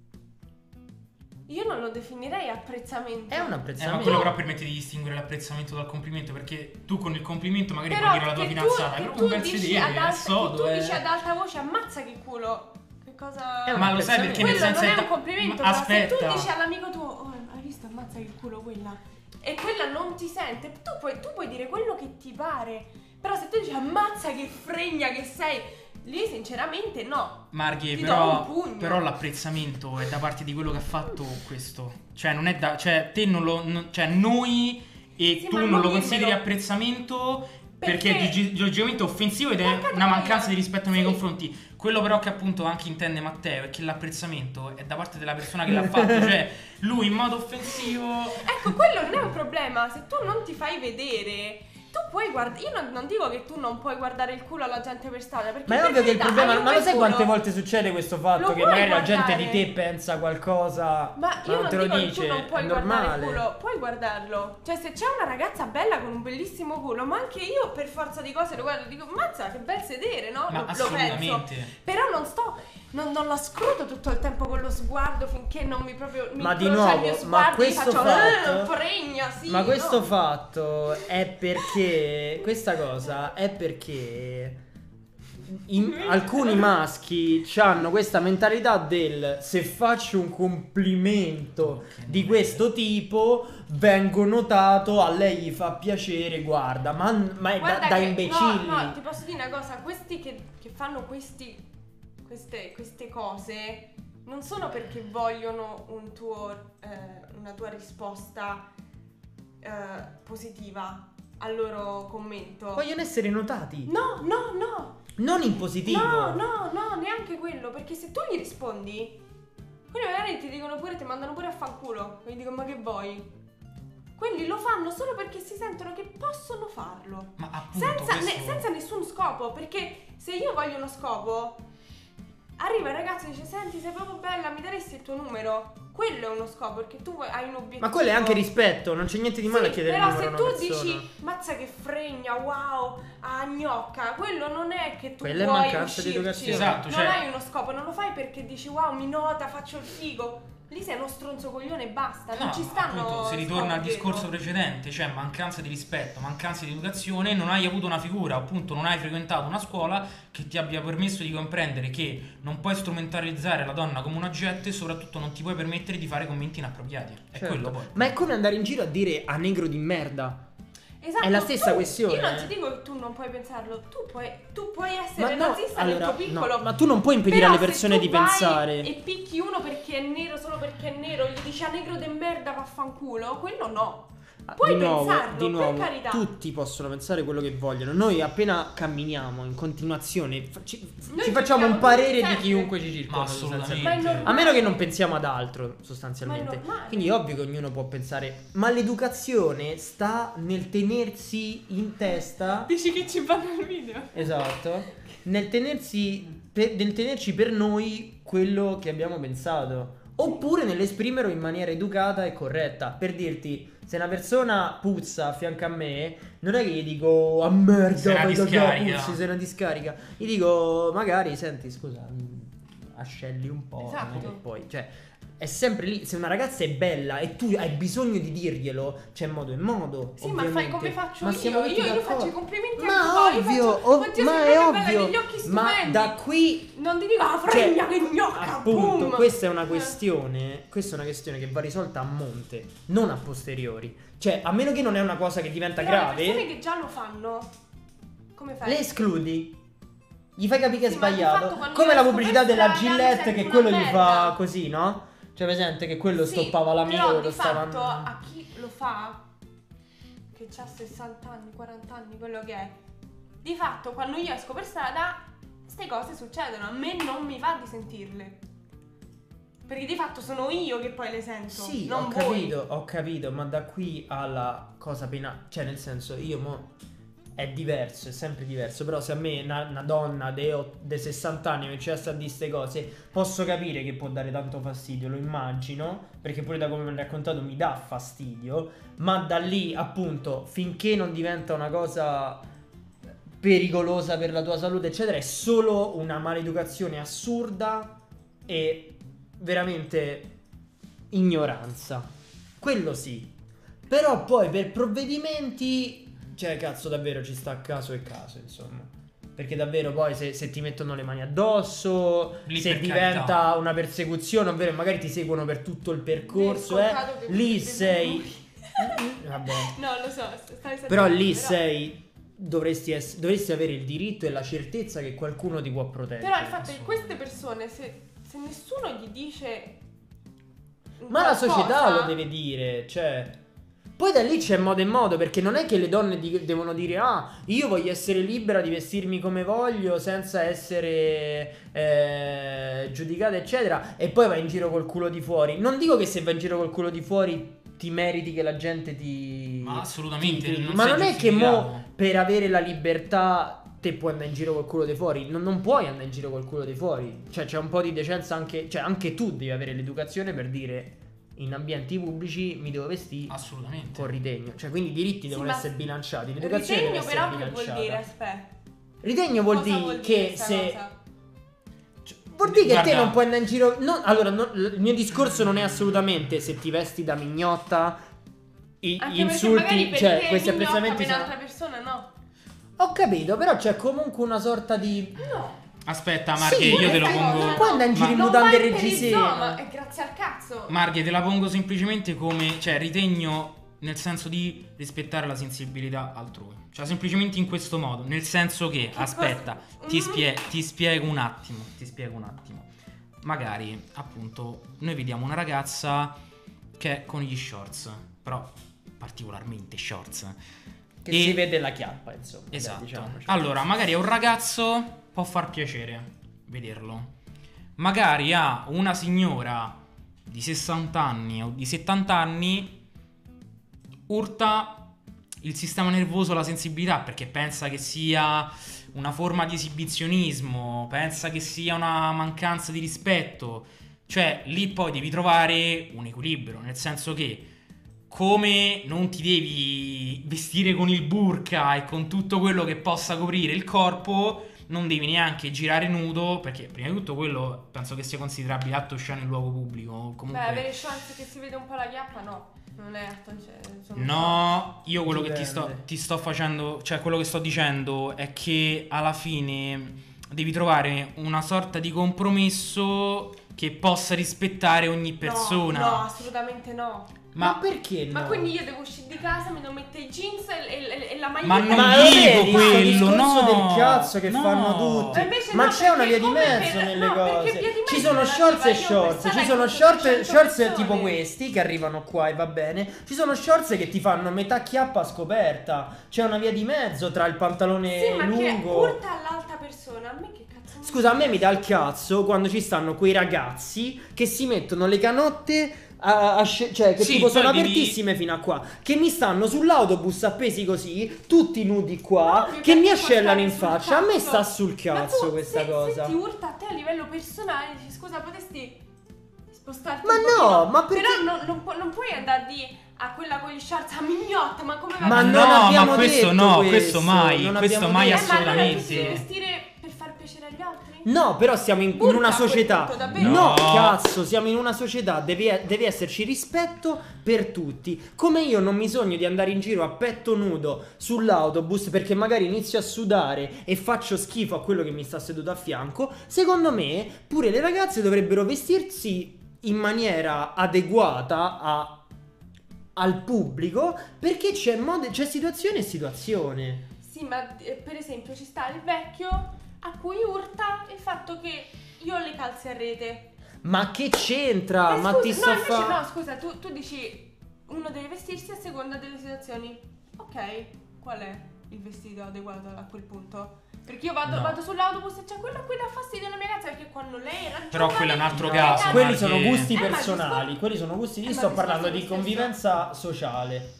Io non lo definirei apprezzamento. È un Eh, ma apprezzamento. quello però permette di distinguere l'apprezzamento dal complimento, perché tu con il complimento magari Però puoi dire alla tua che fidanzata, tu, è che proprio tu un bel dici sedere, ad è alta, sodo, che tu è... dici ad alta voce ammazza che culo. Che cosa... È un Ma lo sai perché nel Quello senso non è da- un complimento, ma però se tu aspetta. dici all'amico tuo, oh, hai visto ammazza che culo quella. E quella non ti sente. Tu puoi, tu puoi dire quello che ti pare. Però se tu dici ammazza che fregna che sei, lì sinceramente no. Marghi, Ti però, do un pugno. però l'apprezzamento è da parte di quello che ha fatto questo. Cioè, non è da. Cioè, te non lo. non- cioè, noi e Sì, tu ma non non lo dirmelo. consideri apprezzamento perché, Perché- è logicamente offensivo ed è Porca una troia. mancanza di rispetto nei Sì. miei confronti. Quello però che appunto anche intende Matteo è che l'apprezzamento è da parte della persona che l'ha fatto. Cioè, lui in modo offensivo. Ecco, quello non è un problema. Se tu non ti fai vedere, tu puoi guardare. Io non, non dico che tu non puoi guardare il culo alla gente per strada. Perché Ma è per ovvio che il carità, problema. hai un Ma lo bel sai culo. quante volte succede questo fatto? Lo Che puoi magari la gente guardare. di te pensa qualcosa. Ma io non non te lo dico che dice. tu non puoi è guardare normale. il culo, puoi guardarlo. Cioè, se c'è una ragazza bella con un bellissimo culo, ma anche io per forza di cose lo guardo e dico, mazza, che bel sedere, no? Ma lo, lo assolutamente. penso. Però non sto. Non, non la scruto tutto il tempo con lo sguardo finché non mi proprio mi Ma di incrocia il nuovo, mio ma sguardo e questo faccio fatto- "Eh, fregna, sì. Ma questo no?" fatto è perché questa cosa è perché in- alcuni maschi hanno questa mentalità del se faccio un complimento di questo tipo vengo notato, a lei gli fa piacere, guarda, ma, ma è da, Guarda da che- imbecilli. No, no, ti posso dire una cosa, questi che, che fanno questi queste, queste cose non sono perché vogliono un tuo eh, una tua risposta eh, positiva al loro commento. Vogliono essere notati, No, no, no. non in positivo. No, no, no, neanche quello, perché se tu gli rispondi, quelli magari ti dicono pure, ti mandano pure a fanculo, e gli dicono ma che vuoi? Quelli lo fanno solo perché si sentono che possono farlo. Ma appunto Senza, questo- ne- senza nessun scopo, perché se io voglio uno scopo, arriva il ragazzo e dice senti sei proprio bella, mi daresti il tuo numero? Quello è uno scopo, perché tu vuoi- hai un obiettivo. Ma quello è anche rispetto, non c'è niente di male Sì, a chiedere il però numero se a una tu persona. dici mazza che fregna, wow, a gnocca, quello non è che tu Quella è vuoi mancanza di uscirci. educazione. Esatto, Non cioè- hai uno scopo, non lo fai perché dici wow, mi nota, faccio il figo. Lì sei uno stronzo coglione e basta, non No, ci stanno. appunto, si ritorna al scopi discorso dietro. precedente, cioè mancanza di rispetto, mancanza di educazione, non hai avuto una figura, appunto non hai frequentato una scuola che ti abbia permesso di comprendere che non puoi strumentalizzare la donna come un oggetto e soprattutto non ti puoi permettere di fare commenti inappropriati. È Certo. quello poi. Ma è come andare in giro a dire a negro di merda. Esatto, È la stessa tu- questione, Io non eh. ti dico che tu non puoi pensarlo, tu puoi, tu puoi Ma essere no, razzista allora, nel tuo piccolo. no, ma tu non puoi impedire Però alle persone se tu di vai pensare. E picchi uno perché è nero solo perché è nero, gli dici a negro de merda vaffanculo, quello no. Ah, Puoi di nuovo, pensarlo, di nuovo, per carità. tutti possono pensare quello che vogliono. Noi appena camminiamo in continuazione fa- ci, Noi ci facciamo un giudichiamo parere tutti di sempre. chiunque ci Ma circonda. assolutamente. sostanzialmente. Ma è normale. A meno che non pensiamo ad altro, Ma è sostanzialmente. normale. Quindi è ovvio che ognuno può pensare. Ma l'educazione sta nel tenersi in testa. Dici che ci fanno il video? Esatto. Nel tenersi per, nel tenerci per noi quello che abbiamo pensato. Oppure nell'esprimerlo in maniera educata e corretta. Per dirti, se una persona puzza a fianco a me, non è che gli dico a merda, Se la vai da là, discarica. puzzi, se la discarica. Gli dico, magari, senti, scusa, mh, ascelli un po'. Esatto. non è che poi, cioè, è sempre lì. Se una ragazza è bella e tu hai bisogno di dirglielo, c'è modo e modo. Sì, ma fai ovviamente. come faccio Ma io. siamo Io, tutti io d'accordo. faccio i complimenti Ma anche poi. ovvio, faccio, ov- "Oddio, ma sei è proprio bella, ovvio. degli occhi Ma stupendi." da qui Non ti dico, ah, Cioè, fregna che gnocca, appunto, boom. questa è una Eh. questione, questa è una questione che va risolta a monte, non a posteriori. Cioè, a meno che non è una cosa che diventa Però le persone grave, che già lo fanno, come fai? le escludi. Gli fai capire che è Sì, ma di sbagliato. fatto quando Come io la esco pubblicità per della strada, mi Gillette sento che una quello gli fa merda. così, no? Cioè, presente che quello Sì, stoppava l'amico però che lo di stava. fatto a chi lo fa, che ha sessanta anni, quaranta anni, quello che è, di fatto quando io esco per strada queste cose succedono, a me non mi va di sentirle, perché di fatto sono io che poi le sento, Sì, non ho voi. capito, ho capito, ma da qui alla cosa penale, cioè nel senso io mo è diverso, è sempre diverso, però se a me una, una donna dei sessanta anni mi c'è a dire queste cose, posso capire che può dare tanto fastidio, lo immagino, perché pure da come mi hai raccontato mi dà fastidio, ma da lì appunto finché non diventa una cosa pericolosa per la tua salute eccetera, è solo una maleducazione assurda e veramente ignoranza, quello sì. Però poi per provvedimenti, cioè cazzo davvero ci sta caso e caso, insomma. Perché davvero poi se, se ti mettono le mani addosso, Lì se per diventa carità. una persecuzione, ovvero magari ti seguono per tutto il percorso, Mi è eh, scontato che lì potete sei... Vabbè. No, lo so, stai Però lì sei... Dovresti, ess- dovresti avere il diritto e la certezza che qualcuno ti può proteggere. Però il fatto è che queste persone, se, se nessuno gli dice... Ma la qualcosa- società lo deve dire, cioè... Poi da lì c'è modo e modo, perché non è che le donne di- devono dire ah, io voglio essere libera di vestirmi come voglio senza essere eh, giudicata eccetera, e poi vai in giro col culo di fuori. Non dico che se vai in giro col culo di fuori ti meriti che la gente ti... Ma assolutamente, ti- non ma sei non è che giustificato. mo per avere la libertà te puoi andare in giro col culo di fuori. Non, non puoi andare in giro col culo di fuori. Cioè c'è un po' di decenza anche... Cioè anche tu devi avere l'educazione per dire... In ambienti pubblici mi devo vestire Assolutamente. con ritegno. Cioè, quindi i diritti Sì, devono ma essere bilanciati. L'educazione Ritegno deve essere però che bilanciata. vuol dire, aspetta. Ritegno vuol Cosa dire vuol che sta se. cosa? Vuol dire che Guarda- te non puoi andare in giro. no- allora, no- il mio discorso non è assolutamente se ti vesti da mignotta. I, Anche gli perché insulti, magari per cioè, te questi mignotta, apprezzamenti per sono. un'altra persona no. Ho capito, però c'è comunque una sorta di. No. Aspetta, Marghe, Sì, io te lo questa pongo. cosa Non puoi andare in giro Ma- in Non mutande vai per il reggiseno. zoo, ma è grazie al cazzo. Marghe, te la pongo semplicemente come, cioè, ritegno nel senso di rispettare la sensibilità altrui. Cioè, semplicemente in questo modo, nel senso che, aspetta, cosa? ti, Mm. spie- ti spiego un attimo, ti spiego un attimo. Magari, appunto, noi vediamo una ragazza che è con gli shorts, però particolarmente shorts. Che E- si vede la chiappa, insomma. dai, Esatto. diciamoci. Allora, magari a un ragazzo può far piacere vederlo. Magari a una signora di sessanta anni o di settanta anni urta il sistema nervoso, la sensibilità, perché pensa che sia una forma di esibizionismo, pensa che sia una mancanza di rispetto. Cioè, lì poi devi trovare un equilibrio, nel senso che come non ti devi vestire con il burka e con tutto quello che possa coprire il corpo, non devi neanche girare nudo, perché prima di tutto quello penso che sia considerabile atto osceno in luogo pubblico. Comunque, Beh, avere chance che si vede un po' la chiappa, no. Non è atto, cioè, insomma, no, io quello che ti sto, Dipende. ti sto facendo, cioè quello che sto dicendo è che alla fine devi trovare una sorta di compromesso che possa rispettare ogni persona. No, no, assolutamente no. Ma, Ma, perché no? Ma quindi io devo uscire di casa, mi devo mettere i jeans e, e- e la maglietta. Ma non Ma lo dico vedi, quello, sto discorso no, del cazzo che no. fanno tutti. Ma invece Ma no, c'è una via perché di come mezzo per- nelle no, perché cose. via di mezzo Ci sono non shorts e arriva, io shorts. per Ci stare sono con short, settecento shorts persone. tipo questi che arrivano qua e va bene. Ci sono shorts che ti fanno metà chiappa scoperta. C'è una via di mezzo tra il pantalone Sì, ma che lungo. urta all'alta persona, a me che cazzo mi Scusa, a me mi dà il cazzo quando ci stanno quei ragazzi che si mettono le canotte a, a sce- cioè che Sì, tipo sono poi devi- apertissime fino a qua, che mi stanno sull'autobus appesi così, tutti nudi qua, Ovvio che mi ti può ascellano in stare sul faccia. A me cazzo. sta sul Ma cazzo tu, questa se, cosa. Se ti urta a te a livello personale, dici scusa, potresti spostarti Ma un no, pochino?" ma perché- Però non, non pu- non puoi andare a dire a quella con gli shorts a mignotta, ma come va Ma bene? non no, abbiamo ma questo detto no, questo, questo mai, non questo abbiamo mai detto. Eh, ma allora ti assolutamente. devi vestire per far piacere agli altri? No, però siamo in, in Burka una a quel società. punto, davvero? No, No. cazzo, siamo in una società. Deve, deve esserci rispetto per tutti. Come io non mi sogno di andare in giro a petto nudo sull'autobus perché magari inizio a sudare e faccio schifo a quello che mi sta seduto a fianco. Secondo me, pure le ragazze dovrebbero vestirsi in maniera adeguata a- al pubblico, perché c'è, mod- c'è situazione e situazione. Sì, ma eh, per esempio ci sta il vecchio a cui urta il fatto che io ho le calze a rete. Ma che c'entra? Eh, Ma scusa, ti no, sto invece fa... no, scusa, tu, tu dici uno deve vestirsi a seconda delle situazioni. Ok, qual è il vestito adeguato a quel punto? Perché io vado, No. vado sull'autobus e c'è quello a cui dà fastidio alla mia ragazza, perché quando lei era Però giovane, quello è un altro le caso, calze- Quelli Marche. sono gusti Eh, ma personali, discor- quelli sono gusti. Io Eh, ma sto discorso parlando lo di stesso. convivenza sociale.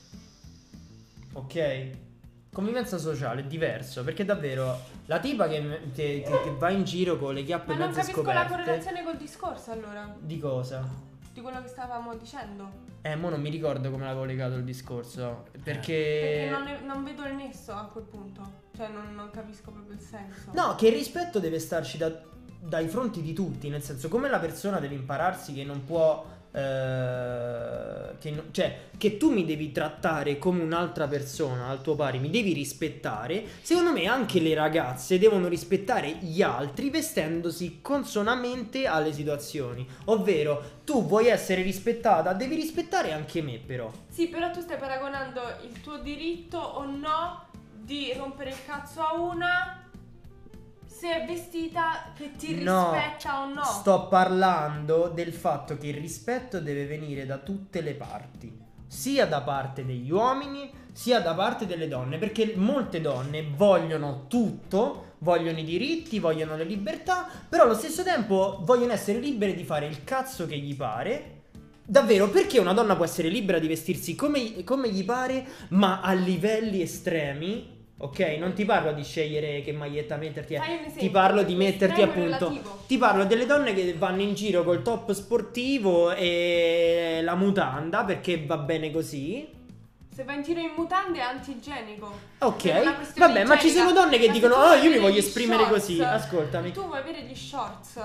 Ok? Convivenza sociale è diverso, perché davvero la tipa che, che- che- che va in giro con le chiappe Ma non mezze capisco la scoperte. correlazione col discorso allora, Di cosa? di quello che stavamo dicendo. Eh, mo non mi ricordo come l'avevo legato il discorso. Perché... Perché non, ne- non vedo il nesso a quel punto. Cioè non, non capisco proprio il senso. No, che il rispetto deve starci da- dai fronti di tutti. Nel senso, come la persona deve impararsi che non può eh, che no- cioè che tu mi devi trattare come un'altra persona al tuo pari, mi devi rispettare. Secondo me anche le ragazze devono rispettare gli altri vestendosi consonamente alle situazioni. Ovvero, tu vuoi essere rispettata, devi rispettare anche me però. Sì, però tu stai paragonando il tuo diritto o no di rompere il cazzo a una se è vestita che ti No, rispetta o no. sto parlando del fatto che il rispetto deve venire da tutte le parti, sia da parte degli uomini sia da parte delle donne, perché molte donne vogliono tutto, vogliono i diritti, vogliono le libertà, però allo stesso tempo vogliono essere libere di fare il cazzo che gli pare. Davvero, perché una donna può essere libera di vestirsi come, come gli pare, ma a livelli estremi? Ok, non ti parlo di scegliere che maglietta metterti, Fai un esempio, ti parlo di metterti estremo appunto. relativo. Ti parlo delle donne che vanno in giro col top sportivo e la mutanda perché va bene così. Se vai in giro in mutande è antigenico. Ok, Per una questione vabbè, ma ci igienica. sono donne che Ma se dicono: tu oh, vuoi io mi avere voglio gli esprimere shorts, così. Ascoltami. Tu vuoi avere gli shorts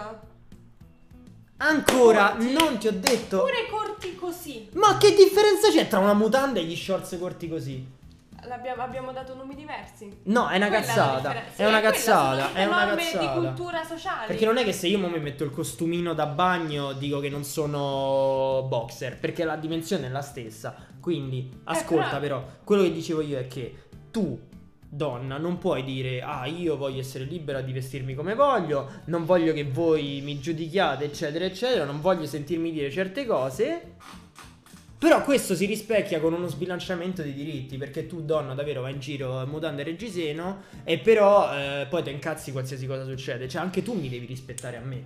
Ancora corti, non ti ho detto. pure corti così. Ma che differenza c'è tra una mutanda e gli shorts corti così? L'abbiamo, abbiamo dato nomi diversi. No, è una Quella è la cazzata. differenza. È Sì, una quella cazzata. sono È una norme di cazzata. cultura sociale. Perché non è che se io mo mi metto il costumino da bagno dico che non sono boxer, perché la dimensione è la stessa. Quindi, ascolta però- però, quello che dicevo io è che tu, donna, non puoi dire: ah, io voglio essere libera di vestirmi come voglio, non voglio che voi mi giudichiate, eccetera, eccetera, non voglio sentirmi dire certe cose. Però questo si rispecchia con uno sbilanciamento dei diritti, perché tu, donna, davvero vai in giro in mutande e reggiseno e però eh, poi ti incazzi qualsiasi cosa succede. Cioè anche tu mi devi rispettare a me.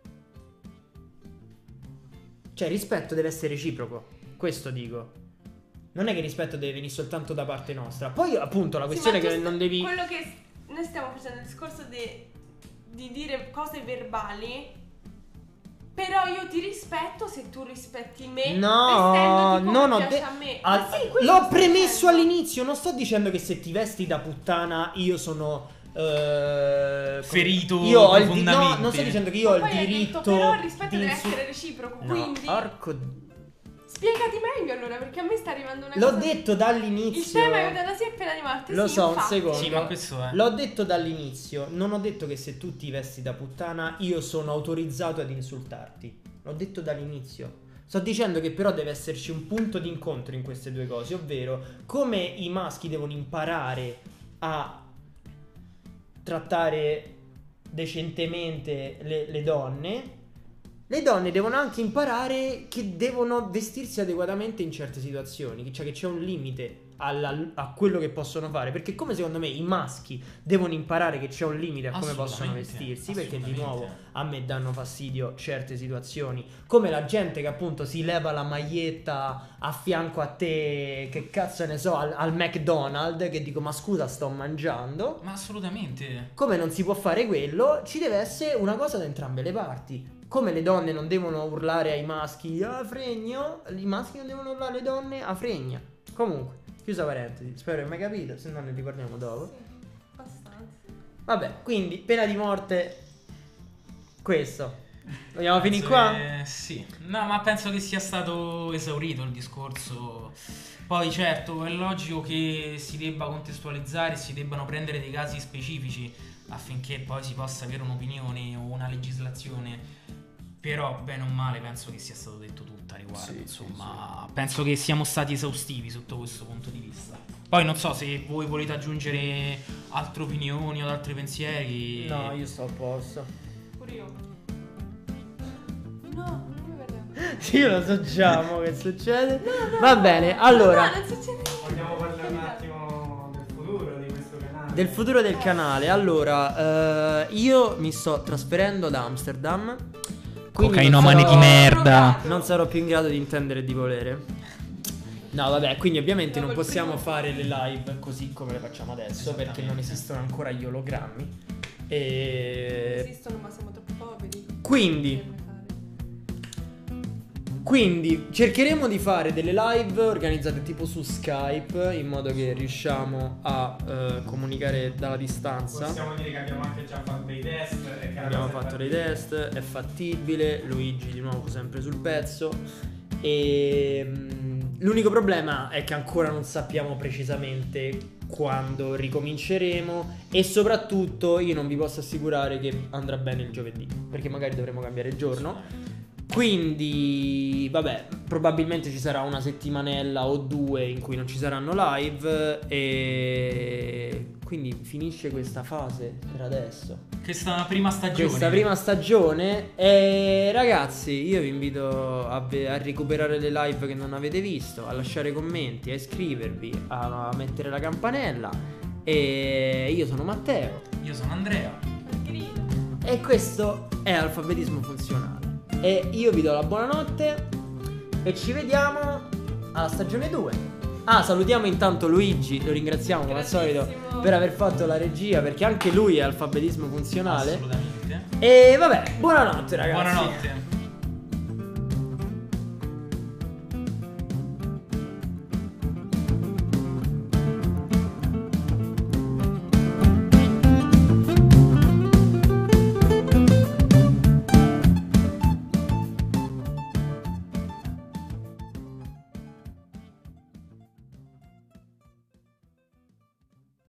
Cioè il rispetto deve essere reciproco. Questo dico. Non è che il rispetto deve venire soltanto da parte nostra. Poi appunto la Sì, questione ma è tu che sta- non devi... Quello che noi stiamo facendo il discorso di, di dire cose verbali. Però io ti rispetto se tu rispetti me. No, vestendoti come non ho piace de- a me. al- Ma sì, questo l'ho sto premesso dicendo. all'inizio. Non sto dicendo che se ti vesti da puttana io sono eh, come- Ferito Io ho il di- no, profondamente. non sto dicendo che io Ma ho il poi hai detto, diritto però il rispetto di deve insul- essere reciproco. No, Quindi porco- spiegati meglio allora, perché a me sta arrivando una L'ho cosa. detto Il dall'inizio. tema eutanasia è appena di Marte. Lo sì, so, un infatti. secondo. Sì, ma questo è. L'ho detto dall'inizio. Non ho detto che se tu ti vesti da puttana io sono autorizzato ad insultarti. L'ho detto dall'inizio. Sto dicendo che però deve esserci un punto di incontro in queste due cose, ovvero come i maschi devono imparare a trattare decentemente le, le donne. Le donne devono anche imparare che devono vestirsi adeguatamente in certe situazioni, cioè che c'è un limite alla- a quello che possono fare, perché come secondo me i maschi devono imparare che c'è un limite a come possono Assolutamente, vestirsi, perché di assolutamente. nuovo a me danno fastidio certe situazioni, come la gente che appunto si leva la maglietta a fianco a te, che cazzo ne so, al, al McDonald's, che dico ma scusa sto mangiando. Ma assolutamente. Come non si può fare quello, ci deve essere una cosa da entrambe le parti. Come le donne non devono urlare ai maschi a fregno, i maschi non devono urlare alle donne a fregna. Comunque, chiusa parentesi, spero che mi hai capito, se no ne riparliamo dopo. Sì, abbastanza. Vabbè, quindi pena di morte questo. Vogliamo finire Penso qua? che- sì. No, ma penso che sia stato esaurito il discorso. Poi certo, è logico che si debba contestualizzare, si debbano prendere dei casi specifici affinché poi si possa avere un'opinione o una legislazione. Però, bene o male, penso che sia stato detto tutto a riguardo. Sì, Insomma, penso che siamo stati esaustivi sotto questo punto di vista. Poi non so se voi volete aggiungere altre opinioni o altri pensieri. No, io sto a posto. Pure io. No, non mi vedevo. Sì, io lo so già mo che succede. Va bene, allora. No, non succede niente. Vogliamo parlare un attimo del futuro di questo canale? Del futuro del canale. Allora, eh, io mi sto trasferendo ad Amsterdam. Quindi non Cocainomani sarò- di merda. Non sarò più in grado di intendere e di volere. No, vabbè, quindi ovviamente non Dopo il possiamo primo- fare le live così come le facciamo adesso, perché non esistono ancora gli ologrammi. E Esistono, ma siamo troppo poveri. quindi Poterle fare. Quindi cercheremo di fare delle live organizzate tipo su Skype, in modo che riusciamo a eh, comunicare dalla distanza. Possiamo dire che abbiamo anche già fatto dei test e che la Abbiamo cosa è fatto dei fattibile. test, è fattibile, Luigi di nuovo sempre sul pezzo. E mm, l'unico problema è che ancora non sappiamo precisamente quando ricominceremo, e soprattutto io non vi posso assicurare che andrà bene il giovedì, perché magari dovremo cambiare il giorno. Quindi vabbè, probabilmente ci sarà una settimanella o due in cui non ci saranno live, e quindi finisce questa fase per adesso, Questa prima stagione. questa prima stagione. E ragazzi, io vi invito a, ve- a recuperare le live che non avete visto, a lasciare commenti, a iscrivervi, a, a mettere la campanella. E io sono Matteo Io sono Andrea. Grida. e questo è Alfabetismo Funzionale. E io vi do la buonanotte e ci vediamo alla stagione due. Ah, salutiamo intanto Luigi, lo ringraziamo come al solito Grandissimo. per aver fatto la regia, perché anche lui è Alfabetismo Funzionale. Assolutamente. E vabbè, buonanotte ragazzi. Buonanotte.